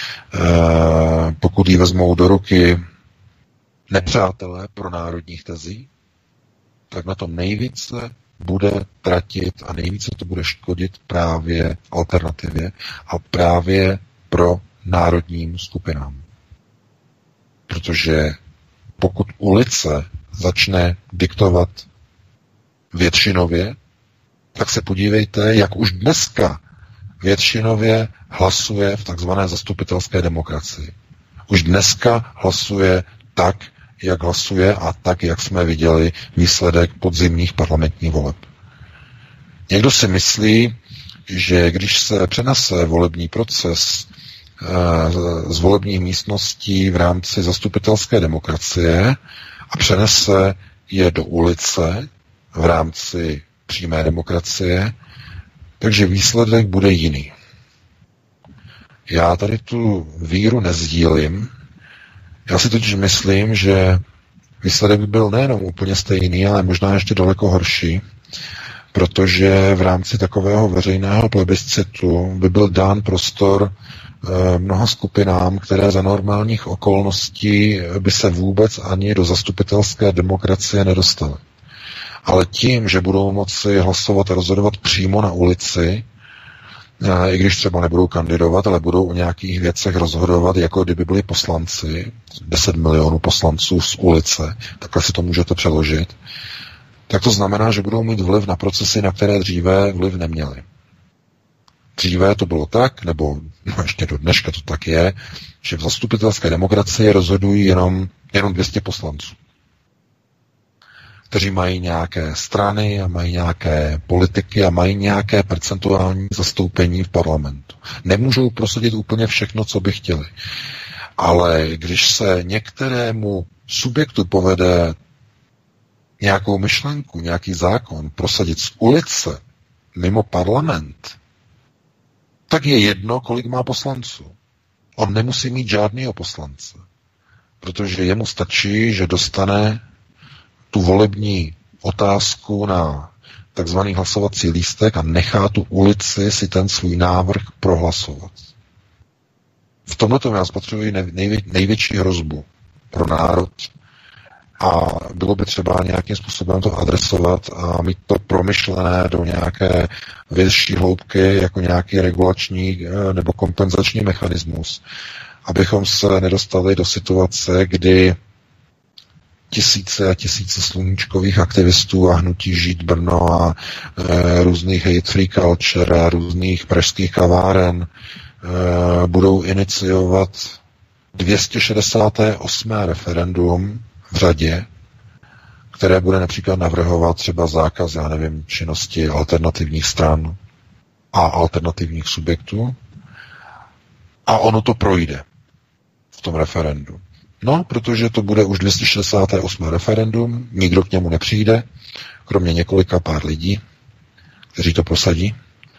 pokud ji vezmou do ruky nepřátelé pro národních tezí, tak na tom nejvíce bude tratit a nejvíce to bude škodit právě alternativě a právě pro národním skupinám. Protože pokud ulice začne diktovat většinově, tak se podívejte, jak už dneska většinově hlasuje v takzvané zastupitelské demokracii. Už dneska hlasuje tak, jak hlasuje a tak, jak jsme viděli výsledek podzimních parlamentních voleb. Někdo si myslí, že když se přenese volební proces z volebních místností v rámci zastupitelské demokracie a přenese je do ulice v rámci přímé demokracie, takže výsledek bude jiný. Já tady tu víru nezdílím. Já si totiž myslím, že výsledek by byl nejenom úplně stejný, ale možná ještě daleko horší, protože v rámci takového veřejného plebiscitu by byl dán prostor e, mnoha skupinám, které za normálních okolností by se vůbec ani do zastupitelské demokracie nedostaly. Ale tím, že budou moci hlasovat a rozhodovat přímo na ulici, i když třeba nebudou kandidovat, ale budou o nějakých věcech rozhodovat, jako kdyby byli poslanci, deset milionů poslanců z ulice, takhle si to můžete přeložit, tak to znamená, že budou mít vliv na procesy, na které dříve vliv neměli. Dříve to bylo tak, nebo no ještě do dneška to tak je, že v zastupitelské demokracii rozhodují jenom, jenom dvě stě poslanců, kteří mají nějaké strany a mají nějaké politiky a mají nějaké percentuální zastoupení v parlamentu. Nemůžou prosadit úplně všechno, co by chtěli. Ale když se některému subjektu povede nějakou myšlenku, nějaký zákon prosadit z ulice mimo parlament, tak je jedno, kolik má poslanců. On nemusí mít žádného poslance, protože jemu stačí, že dostane tu volební otázku na takzvaný hlasovací lístek a nechá tu ulici si ten svůj návrh prohlasovat. V tomhle tomu já spatřuji nejvě, největší hrozbu pro národ a bylo by třeba nějakým způsobem to adresovat a mít to promyšlené do nějaké větší hloubky jako nějaký regulační nebo kompenzační mechanismus, abychom se nedostali do situace, kdy tisíce a tisíce sluníčkových aktivistů a hnutí Žít Brno a e, různých hate free culture a různých pražských kaváren e, budou iniciovat dvě stě šedesát osm referendum v řadě, které bude například navrhovat třeba zákaz, já nevím, činnosti alternativních stran a alternativních subjektů a ono to projde v tom referendu. No, protože to bude už dvě stě šedesát osm referendum, nikdo k němu nepřijde, kromě několika pár lidí, kteří to prosadí.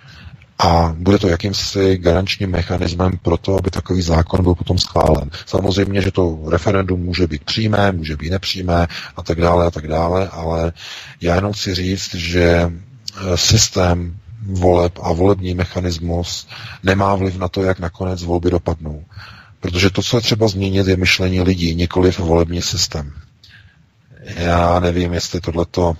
A bude to jakýmsi garančním mechanismem pro to, aby takový zákon byl potom schválen. Samozřejmě, že to referendum může být přímé, může být nepřímé a tak dále a tak dále, ale já jenom chci říct, že systém voleb a volební mechanismus nemá vliv na to, jak nakonec volby dopadnou. Protože to, co je třeba změnit, je myšlení lidí, nikoliv volební systém. Já nevím, jestli tohleto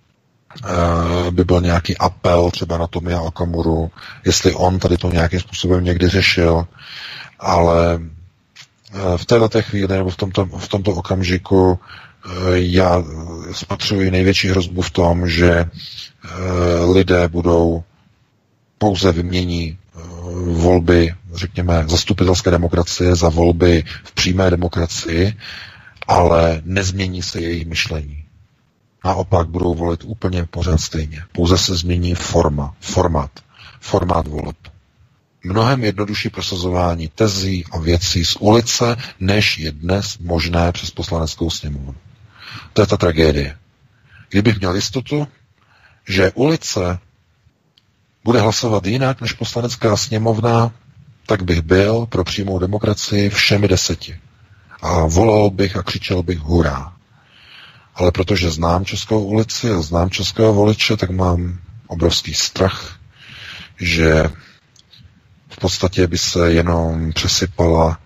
uh, by byl nějaký apel třeba na Tomia Okamuru, jestli on tady to nějakým způsobem někdy řešil, ale uh, v této chvíli nebo v tomto, v tomto okamžiku uh, já spatřuji největší hrozbu v tom, že uh, lidé budou pouze vymění volby, řekněme, zastupitelské demokracie za volby v přímé demokracii, ale nezmění se jejich myšlení. Naopak budou volit úplně pořád stejně. Pouze se změní forma, formát, formát voleb. Mnohem jednodušší prosazování tezí a věcí z ulice, než je dnes možné přes poslaneckou sněmovnu. To je ta tragédie. Kdybych měl jistotu, že ulice bude hlasovat jinak než poslanecká sněmovna, tak bych byl pro přímou demokracii všemi deseti. A volal bych a křičel bych hurá. Ale protože znám Českou ulici a znám českého voliče, tak mám obrovský strach, že v podstatě by se jenom přesypala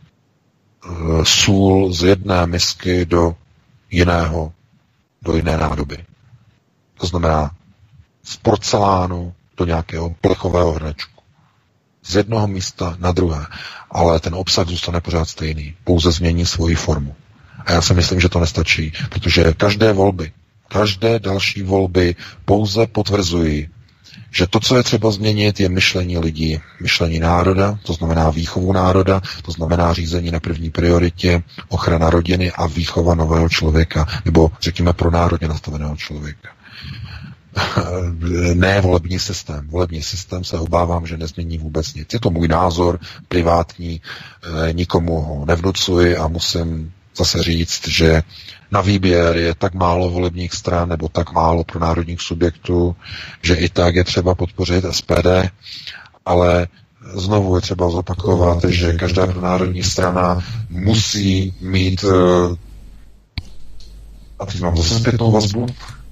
uh, sůl z jedné misky do jiného, do jiné nádoby. To znamená z porcelánu do nějakého plechového hrnečku. Z jednoho místa na druhé. Ale ten obsah zůstane pořád stejný. Pouze změní svoji formu. A já si myslím, že to nestačí, protože každé volby, každé další volby pouze potvrzují, že to, co je třeba změnit, je myšlení lidí, myšlení národa, to znamená výchovu národa, to znamená řízení na první prioritě, ochrana rodiny a výchova nového člověka, nebo řekněme pro národně nastaveného člověka. Ne volební systém. Volební systém se obávám, že nezmění vůbec nic. Je to můj názor, privátní, nikomu ho nevnucuji a musím zase říct, že na výběr je tak málo volebních stran nebo tak málo pro národních subjektů, že i tak je třeba podpořit S P D, ale znovu je třeba zopakovat, že každá národní strana musí mít a teď mám zase zpětnou vazbu.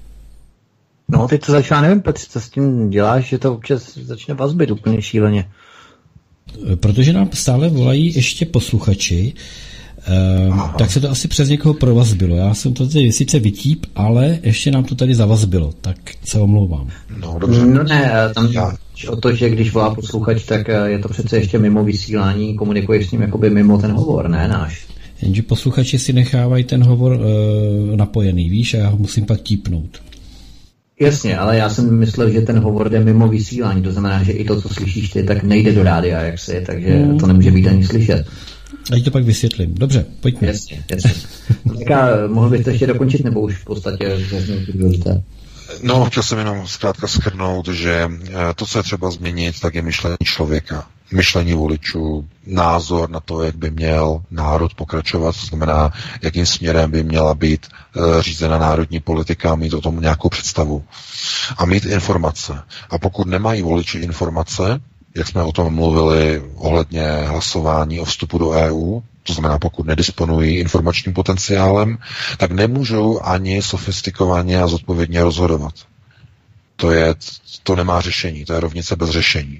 No, teď to začíná, nevím, Petře, co s tím děláš, že to občas začne vazbit úplně šíleně. Protože nám stále volají ještě posluchači, Um, tak se to asi přes někoho provazbilo. Já jsem to tady sice vytíp, ale ještě nám to tady zavazbilo, tak se omlouvám. No, dobře. No ne, tam Já. o to, že když volá posluchač, tak je to přece ještě mimo vysílání, komunikuješ s ním jakoby mimo ten hovor, ne náš. Jenže posluchači si nechávají ten hovor uh, napojený, víš, a já ho musím pak típnout. Jasně, ale já jsem myslel, že ten hovor jde mimo vysílání, to znamená, že i to, co slyšíš ty, tak nejde do rádia, jak si, takže hmm. to nemůže být ani slyšet. A to pak vysvětlím. Dobře, pojďme. Jasně, jasně. Tak mohl bych to ještě dokončit, nebo už v podstatě důležité? No, chtěl jsem jenom zkrátka shrnout, že to, co je třeba změnit, tak je myšlení člověka. Myšlení voličů, názor na to, jak by měl národ pokračovat, to znamená, jakým směrem by měla být e, řízena národní politika, mít o tom nějakou představu. A mít informace. A pokud nemají voliči informace, jak jsme o tom mluvili ohledně hlasování o vstupu do E U, to znamená, pokud nedisponují informačním potenciálem, tak nemůžou ani sofistikovaně a zodpovědně rozhodovat. To, je, to nemá řešení, to je rovnice bez řešení.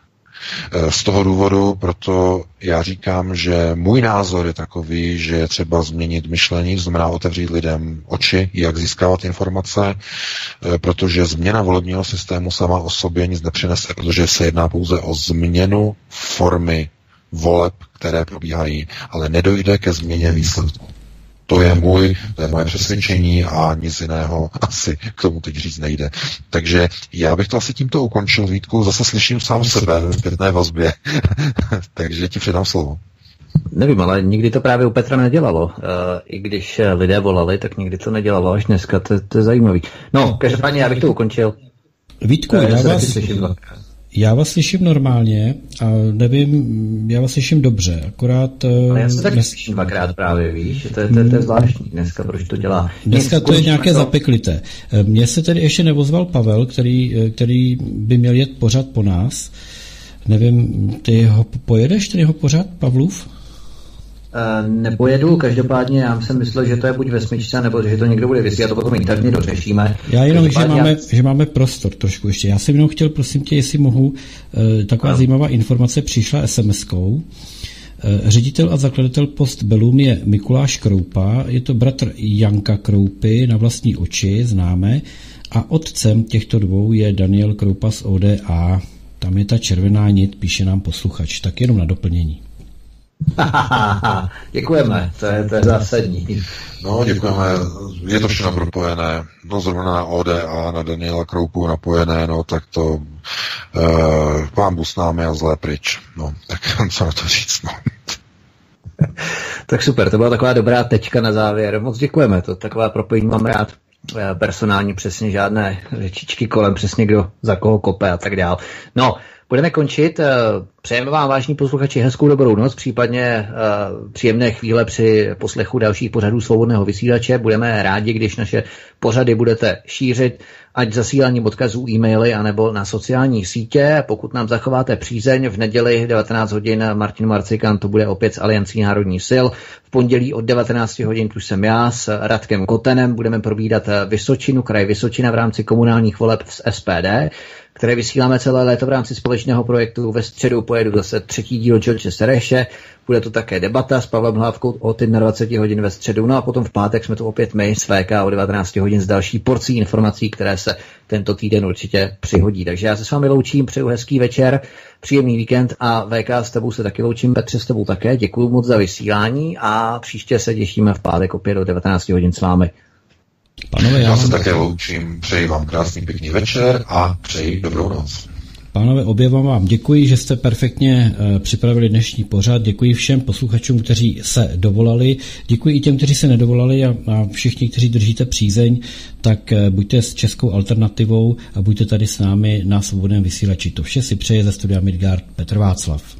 Z toho důvodu proto já říkám, že můj názor je takový, že je třeba změnit myšlení, to znamená otevřít lidem oči, jak získávat informace, protože změna volebního systému sama o sobě nic nepřinese, protože se jedná pouze o změnu formy voleb, které probíhají, ale nedojde ke změně výsledku. To je můj, to je moje přesvědčení a nic jiného asi k tomu teď říct nejde. Takže já bych to asi tímto ukončil, Vítku, zase slyším sám sebe v zpětné vazbě, takže ti předám slovo. Nevím, ale nikdy to právě u Petra nedělalo. Uh, I když lidé volali, tak nikdy to nedělalo, až dneska, to, to je zajímavý. No, každopádně já bych to ukončil. Vítku, uh, já vás... Já vás slyším normálně a nevím, já vás slyším dobře, akorát... Ale já se taky dnes... slyším dvakrát právě, víš, to je, to, je, to je zvláštní dneska, proč to dělá. Dneska to je nějaké to... zapeklité. Mně se tedy ještě nevozval Pavel, který, který by měl jet pořád po nás. Nevím, ty ho pojedeš, ten jeho pořád, Pavlův? Uh, nepojedu, každopádně já jsem myslel, že to je buď ve smyčce, nebo že to někdo bude vysílat, to potom interně dořešíme. Já jenom, že máme, já... že máme prostor trošku ještě. Já jsem jenom chtěl, prosím tě, jestli mohu, uh, taková no. zajímavá informace přišla es em eskou. Uh, ředitel a zakladatel Post Bellum je Mikuláš Kroupa, je to bratr Janka Kroupy, na vlastní oči známe, a otcem těchto dvou je Daniel Kroupa z O D A. Tam je ta červená nit, píše nám posluchač. Tak jenom na doplnění. Děkujeme, to je, to je zásadní. No, děkujeme, je to všechno propojené. No, zrovna na O D A, na Daniela Kroupu napojené, no, tak to uh, pán Bůh s námi a zlé pryč. No, tak co na to říct, no. Tak super, to byla taková dobrá tečka na závěr. Moc děkujeme, to taková propojení mám rád. Personální, přesně žádné řečičky kolem, přesně kdo za koho kope a tak dál. No, budeme končit. Přejeme vám, vážní posluchači, hezkou dobrou noc, případně uh, příjemné chvíle při poslechu dalších pořadů Svobodného vysílače. Budeme rádi, když naše pořady budete šířit, ať zasíláním odkazů, e-maily, anebo na sociální sítě. Pokud nám zachováte přízeň, v neděli devatenáct hodin Martin Marcikan, to bude opět z Aliancí národních sil. V pondělí od devatenáct hodin tu jsem já s Radkem Kotenem. Budeme probídat Vysočinu, kraj Vysočina v rámci komunálních voleb z S P D, které vysíláme celé léto v rámci společného projektu. Ve středu pojedu zase třetí díl George Sereše. Bude to také debata s Pavlem Hlávkou od dvacet jedna hodin ve středu. No a potom v pátek jsme tu opět my s V K o devatenáct hodin s další porcí informací, které se tento týden určitě přihodí. Takže já se s vámi loučím, přeju hezký večer, příjemný víkend a V K s tebou se taky loučím, Petře s tebou také. Děkuju moc za vysílání a příště se těšíme v pátek opět o devatenáct hodin s vámi. Panové, já, já se také loučím, přeji vám krásný pěkný večer a přeji dobrou noc. Pánové, obě vám děkuji, že jste perfektně připravili dnešní pořad. Děkuji všem posluchačům, kteří se dovolali. Děkuji i těm, kteří se nedovolali a, a všichni, kteří držíte přízeň, tak buďte s Českou alternativou a buďte tady s námi na Svobodném vysílači. To vše si přeje ze studia Midgard Petr Václav.